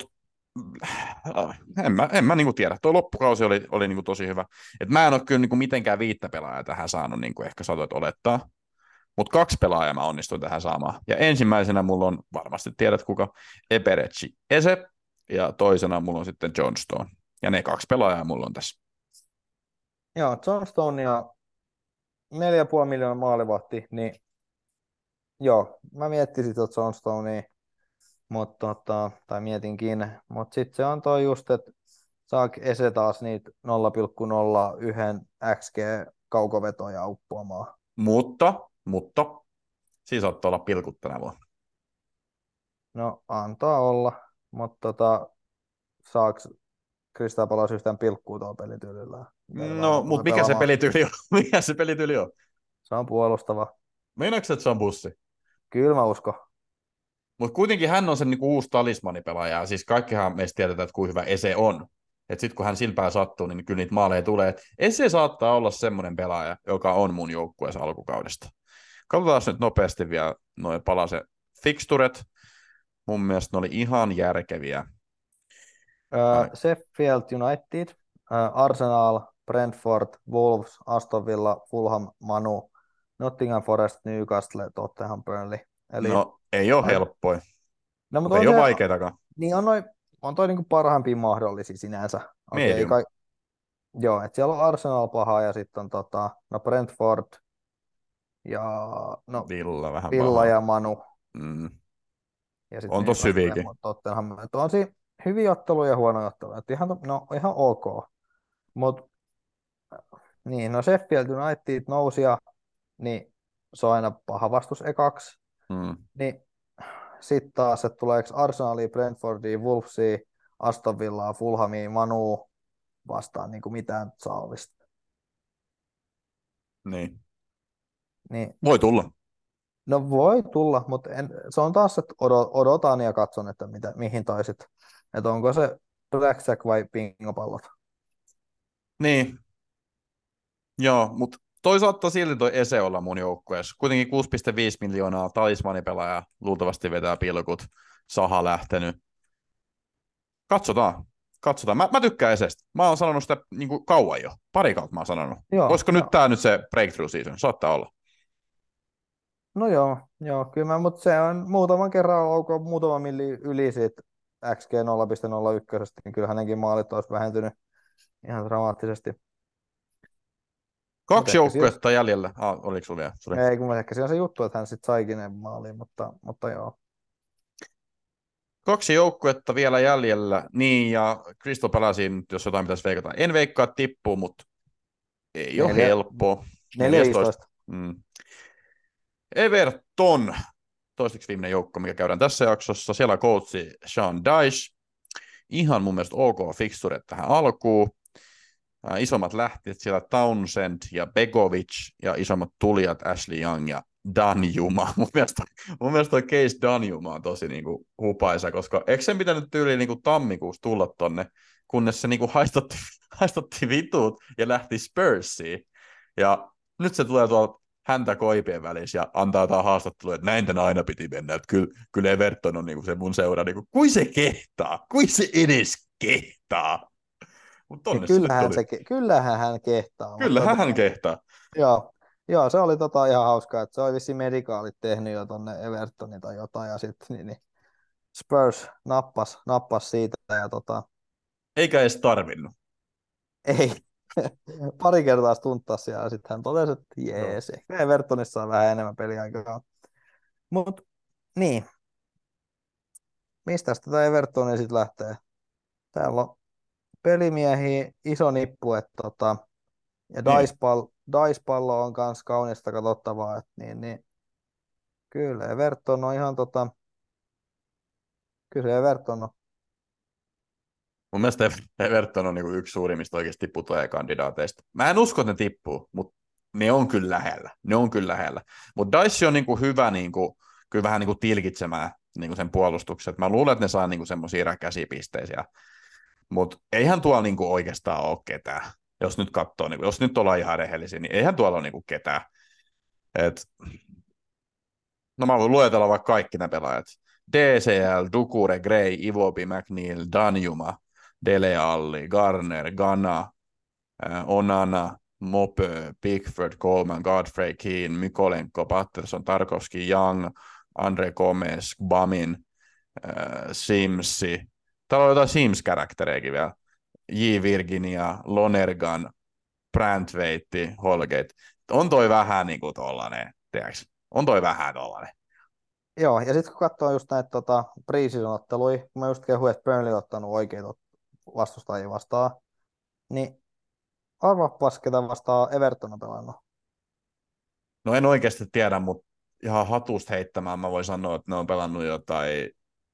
Speaker 2: en mä niinku tiedä. Tuo loppukausi oli niinku tosi hyvä. Et mä en ole kyllä niinku mitenkään 5 pelaajaa tähän saanut, niin kuin ehkä saatoit olettaa. Mutta 2 pelaajaa mä onnistuin tähän saamaan. Ja ensimmäisenä mulla on, varmasti tiedät kuka, Eberechi Eze. Ja toisena mulla on sitten Johnstone. Ja ne 2 pelaajaa mulla on tässä.
Speaker 3: Joo, Johnstone ja 4,5 miljoonaa maalivahti, niin joo, mä miettisin tuota Johnstonea, tai mietinkin, mutta sitten se on toi just, että saako Ese taas niitä 0,01 XG kaukovetoja uppoamaan.
Speaker 2: Mutta, siis saattaa olla pilkut tänä vuonna.
Speaker 3: No, antaa olla, mutta saako Crystal Palace yhtään pilkkuu tuolla pelityylillä?
Speaker 2: No, mutta mikä se pelityyli on? Mikä se pelityyli on?
Speaker 3: Se on puolustava.
Speaker 2: Meinaatko, että se on bussi?
Speaker 3: Kyllä mä uskon.
Speaker 2: Mutta kuitenkin hän on sen niinku uusi talismanipelaaja. Siis kaikkihan meistä tiedetään, että kuinka hyvä Ese on. Että sitten kun hän silpää sattuu, niin kyllä niitä maaleja tulee. Et Ese saattaa olla semmoinen pelaaja, joka on mun joukkueessa alkukaudesta. Katsotaan nyt nopeasti vielä noin Palacen fixturet. Mun mielestä ne oli ihan järkeviä.
Speaker 3: Sheffield United, Arsenal, Brentford, Wolves, Aston Villa, Fulham, Manu, Nottingham Forest, Newcastle, Tottenham, Burnley. Eli,
Speaker 2: No, ei ole helppoja,
Speaker 3: no, mutta
Speaker 2: mutta
Speaker 3: on
Speaker 2: ei ole
Speaker 3: se,
Speaker 2: vaikeitakaan.
Speaker 3: niin on toi niinku parhaimpia mahdollisia sinänsä. Okei,
Speaker 2: Medium.
Speaker 3: joo, että siellä on Arsenal paha ja sitten on no Brentford ja no
Speaker 2: Villa vähän
Speaker 3: Villa
Speaker 2: pahaa.
Speaker 3: ja Manu
Speaker 2: Mm.
Speaker 3: ja sitten
Speaker 2: On tossa
Speaker 3: Newcastle ja
Speaker 2: hyviäkin.
Speaker 3: Tottenham. Että on siinä hyviä otteluja ja huonoja otteluja. Että ihan ok. Mutta niin, no Sheffield United nousi ja niin se on aina paha vastus ekaksi.
Speaker 2: Mm.
Speaker 3: Niin sitten taas, että tuleeko Arsenalia, Brentfordia, Wolvesia, Aston Villaa, Fulhamia, Manu vastaan niin kuin mitään saavista.
Speaker 2: Niin.
Speaker 3: Niin,
Speaker 2: Voi tulla.
Speaker 3: no voi tulla, mutta se on taas, että odotan ja katson, että mihin taisit. Että onko se blackjack vai pingopallot.
Speaker 2: Niin, joo, mutta toisaalta silti toi Ese olla mun joukkueessa. Kuitenkin 6,5 miljoonaa talismanipelaajaa luultavasti vetää pilkut. Saha lähtenyt. Katsotaan. Katsotaan. Mä tykkään Esestä. Mä oon sanonut sitä niin kuin kauan jo. Pari kautta mä oon sanonut.
Speaker 3: Joo,
Speaker 2: Olisiko nyt
Speaker 3: joo.
Speaker 2: tää nyt se breakthrough season? Saattaa olla.
Speaker 3: No joo, kyllä mutta se on muutaman kerran, onko muutama milli yli siitä XG 0,01, niin kyllä hänenkin maalit olisi vähentynyt ihan dramaattisesti. Mutta
Speaker 2: 2
Speaker 3: ehkä siinä,
Speaker 2: joukkuetta jäljellä. Oliko sulla vielä? Sorry.
Speaker 3: ei, kun ehkä siinä on se juttu, että hän sitten saikin ne maaliin, mutta joo.
Speaker 2: 2 joukkuetta vielä jäljellä. Niin, ja Crystal Palacein, jos jotain pitäisi veikata. En veikkaa, että tippuu, mutta ei ole helppo.
Speaker 3: 4-15.
Speaker 2: Mm. Everton, toistaiseksi viimeinen joukko, mikä käydään tässä jaksossa. Siellä on coachi Sean Dyche. Ihan mun mielestä ok fixture tähän alkuun. Isommat lähtijät siellä Townsend ja Begovic ja isommat tulijat Ashley Young ja Danjuma. Mun mielestä toi case Danjuma on tosi niinku hupaisa, koska eikö sen pitänyt tyyliin niinku tammikuussa tulla tonne, kunnes se niinku haistotti vitut ja lähti Spursiin. Ja nyt se tulee tuolta häntä koipien välissä ja antaa jotain haastattelua, että näin tän aina piti mennä, että kyllä Everton on niinku se mun seura, niinku, kuin se kehtaa, kuin se edes kehtaa. Mutta tonne se nyt tuli.
Speaker 3: Kyllähän hän kehtaa.
Speaker 2: Kyllähän hän kehtaa.
Speaker 3: Joo, se oli ihan hauskaa, että se oli vissiin medikaalit tehnyt jo tonne Evertonin tai jotain, ja sitten niin Spurs nappas siitä, ja
Speaker 2: Eikä edes tarvinnut.
Speaker 3: ei, pari kertaa stunttasi, ja sitten hän totesi, että jees, ehkä Evertonissa on vähän enemmän peliaikaa. Mutta niin, mistä tätä Evertonia sitten lähtee? Täällä on pelimiehiä, iso nippu, että ja
Speaker 2: Niin.
Speaker 3: Dice-pallo on myös kaunista katsottavaa, että niin, kyllä Everton on ihan kyllä se Everton on.
Speaker 2: Mun mielestä Everton on niinku yksi suurimmista oikeasti putoajakandidaateista. Mä en usko, että ne tippuu, mutta ne on kyllä lähellä. Ne on kyllä lähellä. Mutta Dice on niinku hyvä niinku, kyllä vähän niinku tilkitsemään niinku sen puolustuksen. Mä luulen, että ne saa niinku semmoisia räkäsipisteisiä. Mutta eihän tuolla niinku oikeastaan ole ketään. Jos nyt katsoo, niinku, jos nyt ollaan ihan rehellisiä, niin eihän tuolla ole niinku ketään. No mä voin luetella vaikka kaikki nämä pelaajat. DCL, Dukure, Gray, Iwobi, McNeil, Danjuma, Dele Alli, Garner, Gana, Onana, Mopö, Pickford, Coleman, Godfrey, Keane, Mykolenko, Patterson, Tarkovski, Young, Andre Gomez, Bamin, Simsi. Täällä on jotain Sims-karaktereikin vielä. J. Virginia, Lonergan, Brandtweight, Holgate. On toi vähän niin kuin tollanen, tiedätkö? On toi vähän tollanen.
Speaker 3: Joo, ja sitten kun katsoo just näitä pre-season-otteluja, kun mä just kehuin, että Burnley on ottanut oikeita vastustajia vastaan, niin arvaapas, ketä vastaan Everton on pelannut.
Speaker 2: No en oikeasti tiedä, mutta ihan hatusta heittämään mä voin sanoa, että ne on pelannut jotain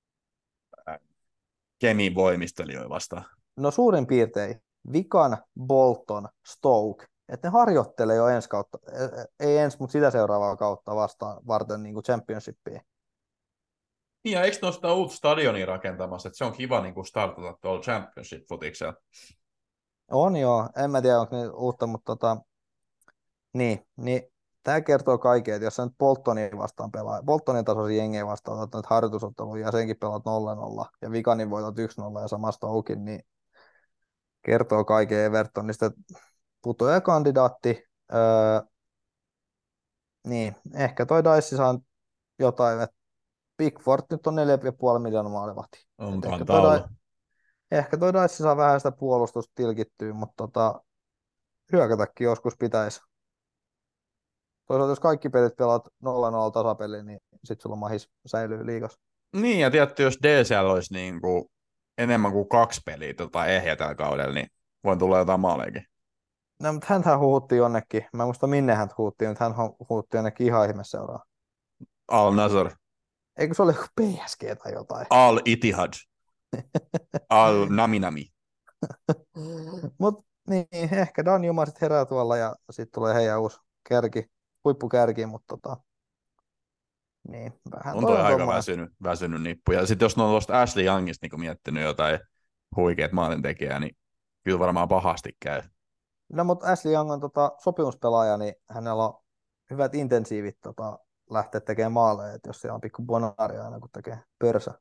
Speaker 2: Kemin voimistelijoita vastaan.
Speaker 3: No suurin piirtein Vikan, Bolton, Stoke, että ne harjoittelee jo ensi kautta, ei ensi, mutta sitä seuraavaa kautta vastaan varten niin kuin championshipia.
Speaker 2: Niin, ja eikö ne ole sitä uutta stadionia rakentamassa, että se on kiva niin kuin startata tuolla championship-futiksella?
Speaker 3: On joo, en mä tiedä, onko ne uutta, mutta niin tämä kertoo kaiken, että jos sä nyt Boltonia vastaan pelaa, Boltonin tasoisia jengejä vastaan otat nyt harjoitusotteluja ja senkin pelaat 0-0 ja Vikanin voitat 1-0 ja samasta Oukin, niin kertoo kaiken Evertonista. Putoajakandidaatti, Niin, ehkä toi Dice saa jotain, että Pickford nyt on 4,5 miljoonaa maalivahti.
Speaker 2: On
Speaker 3: Et
Speaker 2: taitaa olla.
Speaker 3: ehkä toi Dice saa vähän sitä puolustusta tilkittyä, mutta hyökätäkin joskus pitäisi. Toisaalta jos kaikki pelit pelaat 0-0 tasapeliin, niin sit sulla mahis säilyy liigassa.
Speaker 2: Niin, ja tietty, jos DCL olisi niin kuin enemmän kuin 2 peliä ehjä tällä kaudella, niin voi tulla jotain maalejakin.
Speaker 3: No, mutta hänhän huutti jonnekin. Mä en muista minne hän huutti, mutta hän huutti jonnekin ihan ihmesseuraa.
Speaker 2: Al Nazar,
Speaker 3: Eikö se ole joku PSG tai jotain?
Speaker 2: Al Ittihad, Al Naminami.
Speaker 3: Mutta niin, ehkä Dan Juma sitten herää tuolla ja sitten tulee heidän uusi huippukärki, mutta niin, vähän
Speaker 2: On
Speaker 3: toi
Speaker 2: toi
Speaker 3: on
Speaker 2: aika
Speaker 3: tommoinen.
Speaker 2: väsynyt nippu. Ja sitten jos ne on tuosta Ashley Youngista niin miettinyt jotain huikeat maalintekijää, niin kyllä varmaan pahasti käy.
Speaker 3: No, mutta Ashley Young on sopimuspelaaja, niin hänellä on hyvät intensiivit lähteä tekemään maaleja, että jos siellä on pikku bonaria aina, kun tekee pörsä.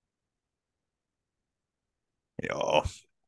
Speaker 2: Joo.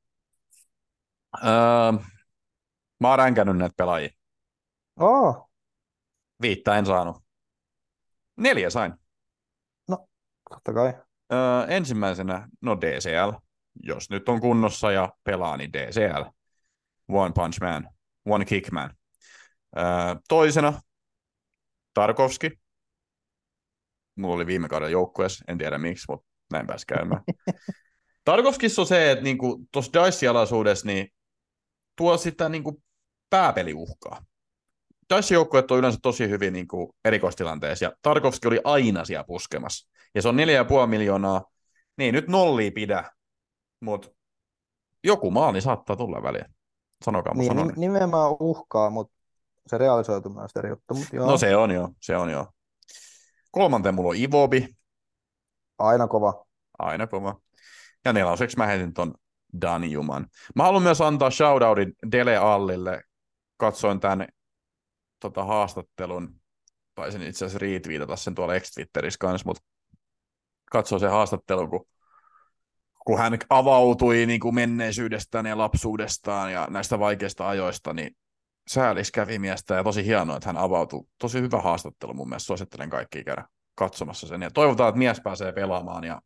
Speaker 2: Mä oon ränkännyt näitä pelaajia.
Speaker 3: Oh,
Speaker 2: 5 en saanut. 4 sain.
Speaker 3: no, totta kai.
Speaker 2: Ensimmäisenä, no DCL. Jos nyt on kunnossa ja pelaa, niin DCL. One Punch Man. One Kick Man. Toisena, Tarkovski. Mulla oli viime kauden joukkueessa, en tiedä miksi, mutta näin pääsi käymään. Tarkovskissa on se, että niinku, tuossa Dice-alaisuudessa niin tuo sitä niinku, pääpeliuhkaa. Dice-joukkueet on yleensä tosi hyvin niinku, erikoistilanteessa, ja Tarkovski oli aina siellä puskemassa. Ja se on 4,5 miljoonaa. Niin, nyt nollia pidä, mutta joku maali saattaa tulla väliin. Sanokaa mun
Speaker 3: Niin,
Speaker 2: sanon.
Speaker 3: nimenomaan uhkaa, mutta se realisoituu myös eri juttu, mutta joo,
Speaker 2: No se on jo. Kolmanteen mulla on Ivobi,
Speaker 3: aina kova.
Speaker 2: aina kova. Ja neloseksi mä heitin ton Danjuman. Mä haluan myös antaa shoutoutin Dele Allille. Katsoin tämän haastattelun, taisin itse asiassa retweetata sen tuolla X-Twitterissä kanssa, mutta katsoin sen haastattelun, kun hän avautui niin kuin menneisyydestään ja lapsuudestaan ja näistä vaikeista ajoista, niin säälis kävi miestä ja tosi hienoa, että hän avautui. Tosi hyvä haastattelu mun mielestä, suosittelen kaikkia käydä katsomassa sen. Ja toivotaan, että mies pääsee pelaamaan ja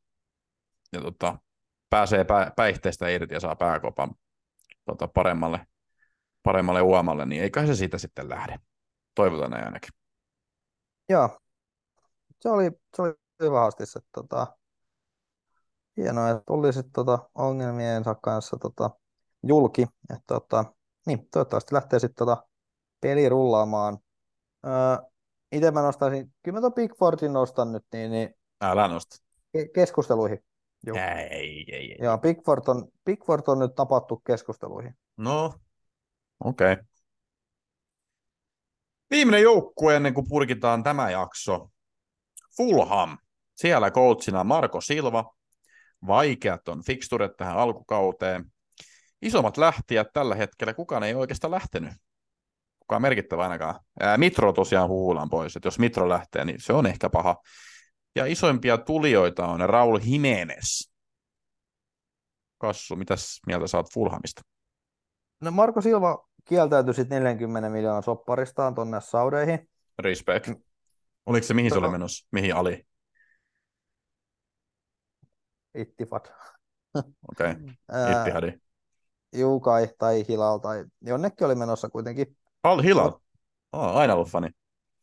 Speaker 2: pääsee päihteistä irti ja saa pääkopan paremmalle uomalle, niin eiköhän se siitä sitten lähde. Toivotaan näin ainakin.
Speaker 3: Joo, se oli hyvä haastis, että hienoa, että tuli sitten ongelmiensa kanssa julki, että niin, toivottavasti lähtee sitten peli rullaamaan. Itse mä nostaisin, kyllä mä tuon Pickfordin nostan nyt niin
Speaker 2: Älä nosta.
Speaker 3: keskusteluihin. Joo.
Speaker 2: Ei.
Speaker 3: Ja Pickford on nyt napattu keskusteluihin.
Speaker 2: No, okei. Okay. Viimeinen joukkue ennen kuin purkitaan tämä jakso. Fulham. Siellä coachina Marco Silva. Vaikeat on fixturet tähän alkukauteen. Isommat lähtijät tällä hetkellä. Kukaan ei oikeastaan lähtenyt. Kukaan merkittävä ainakaan. Mitro tosiaan huulaan pois. Että jos Mitro lähtee, niin se on ehkä paha. Ja isoimpia tulijoita on Raul Jimenez. Kassu, mitäs mieltä saat Fulhamista?
Speaker 3: No Marco Silva kieltäytyi sitten 40 miljoonan sopparistaan tuonne Saudeihin.
Speaker 2: Respect. Oliko se mihin se oli menossa? Mihin Ali?
Speaker 3: Ittifat.
Speaker 2: Okei. Ittihadi.
Speaker 3: Juukai tai Hilal tai jonnekin oli menossa kuitenkin.
Speaker 2: Al Hilal. Aina ollut fani.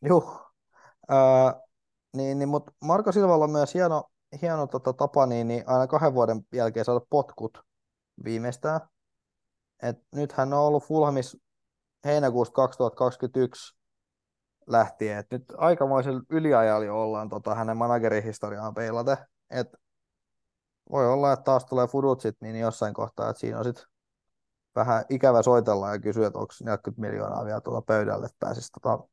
Speaker 3: Mutta Marko Silvalla on myös hieno tapa niin aina 2 vuoden jälkeen saada potkut viimeistään. Nyt hän on ollut Fulhamissa heinäkuusta 2021 lähtien. Nyt aikamoisella yliajalla jo ollaan hänen managerihistoriaan peilaten. Voi olla, että taas tulee fudutsit niin jossain kohtaa, että siinä on sitten vähän ikävä soitella ja kysyä, että onko 40 miljoonaa vielä tuolla pöydälle, että pääsisi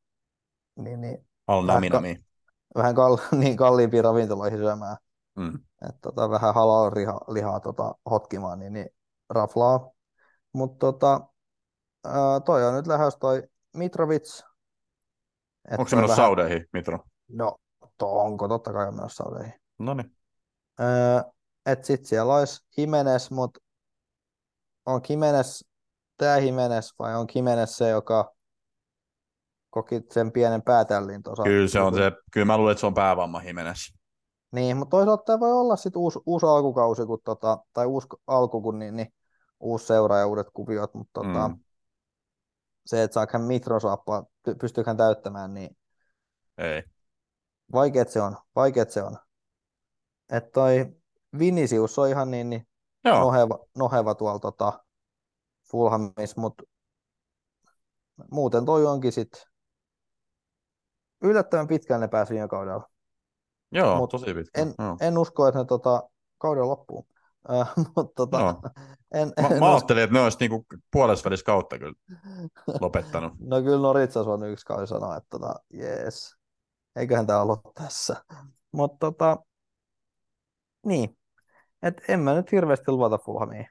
Speaker 2: Al Naminami.
Speaker 3: vähän niin kalliimpiin ravintoloihin syömään. Että vähän halal lihaa hotkimaan, niin raflaa. Mutta toi on nyt lähes toi Mitrovic.
Speaker 2: Onko se menossa Saudeihin, Mitro?
Speaker 3: No, onko totta kai on menossa Saudeihin.
Speaker 2: Noniin.
Speaker 3: Että sit siellä olisi Jimenez, mutta on Jimenez vai on Jimenez se, joka koki sen pienen päätällin tuossa.
Speaker 2: Kyllä mä luulen, että se on päävamma Jimenez.
Speaker 3: Niin, mutta toisaalta tämä voi olla sitten uusi alkukausi, kun tai uusi alku, kun niin uusi seura ja uudet kuviot, mutta se, että saako hän mikrosaappaa, pystyykö hän täyttämään, niin
Speaker 2: Ei.
Speaker 3: Vaikeet se on. Että toi Vinicius on ihan niin
Speaker 2: Joo.
Speaker 3: noheva tuolla Fulhamissa, mutta muuten toi onkin sitten yllättävän pitkään ne pääsi viime kaudella.
Speaker 2: Joo, tosi pitkä.
Speaker 3: En usko, että ne kauden loppuun.
Speaker 2: No.
Speaker 3: Mä
Speaker 2: ajattelin, että ne olisi niinku puolesvälis kautta kyllä lopettanut.
Speaker 3: No kyllä Noritsas on yksi kausi sanoa, että jees, eiköhän tämä ollut tässä. Mutta niin, että en mä nyt hirveästi luota Fulhamiin.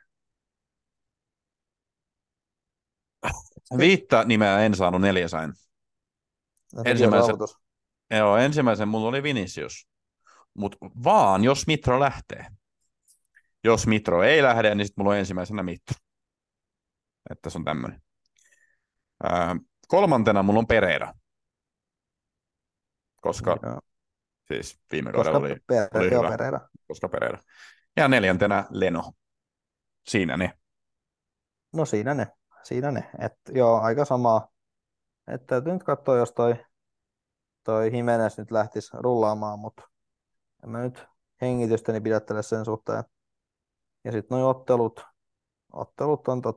Speaker 2: 5 nimeä en saanut, 4 sain. Ensimmäisen mulla oli Vinicius. Mutta vaan jos Mitro lähtee. Jos Mitro ei lähde, niin sitten mulla on ensimmäisenä Mitro. Että se on tämmöinen. 3. mulla on Pereira. Koska siis viime kaudella oli hyvä.
Speaker 3: Pereira.
Speaker 2: Koska Pereira. Ja 4. Leno. Siinä ne.
Speaker 3: No siinä ne. Joo, aika samaa. Että täytyy nyt katsoa, jos toi Jimenez nyt lähtisi rullaamaan, mutta en mä nyt hengitystäni pidättele sen suhteen. Ja sitten noi ottelut on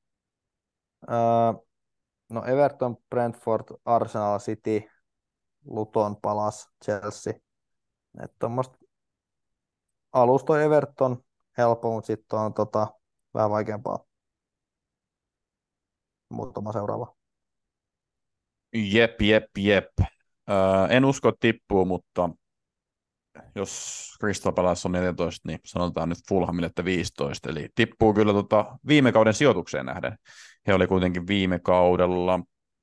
Speaker 3: no Everton, Brentford, Arsenal, City, Luton, Palace, Chelsea. Että tuommoista alusta Everton helppo, mutta sitten on vähän vaikeampaa. Muutama seuraava.
Speaker 2: Jep. En usko, että tippuu, mutta jos Crystal Palace on 14, niin sanotaan nyt Fulhamille, että 15. Eli tippuu kyllä viime kauden sijoitukseen nähden. He oli kuitenkin viime kaudella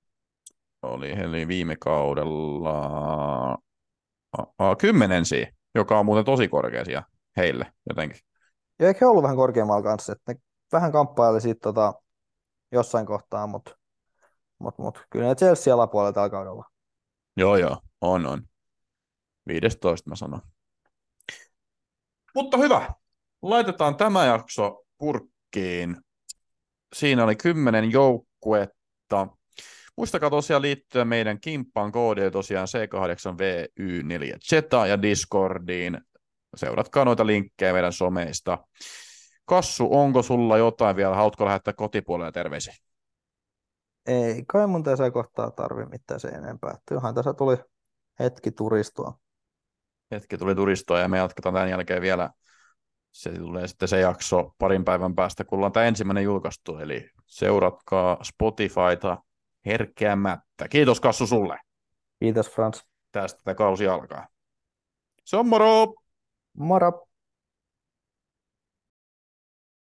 Speaker 2: 10, joka on muuten tosi korkea siellä heille jotenkin.
Speaker 3: Ja eikö he ollut vähän korkeammalla kanssa, että ne vähän kamppaili siitä jossain kohtaa, mutta kyllä ne Chelsea alapuolella tällä kaudella.
Speaker 2: Joo, on. 15 mä sanon. Mutta hyvä. Laitetaan tämä jakso purkkiin. Siinä oli 10 joukkuetta. Muistakaa tosiaan liittyä meidän kimppaan koodi tosiaan C8VY4 Zeta ja Discordiin. Seuratkaa noita linkkejä meidän someista. Kassu, onko sulla jotain vielä? Haluatko lähettää kotipuolelle terveisiä?
Speaker 3: Ei kai mun tässä kohtaa tarvi mitään sen enempää. Johan tässä tuli hetki turistua.
Speaker 2: Ja me jatketaan tämän jälkeen vielä. Se tulee sitten se jakso parin päivän päästä, kun ollaan tämä ensimmäinen julkaistu. Eli seuratkaa Spotifyta herkeämättä. Kiitos Kassu sulle.
Speaker 3: Kiitos Frans.
Speaker 2: Tästä tämä kausi alkaa. Se on moro!
Speaker 3: Moro!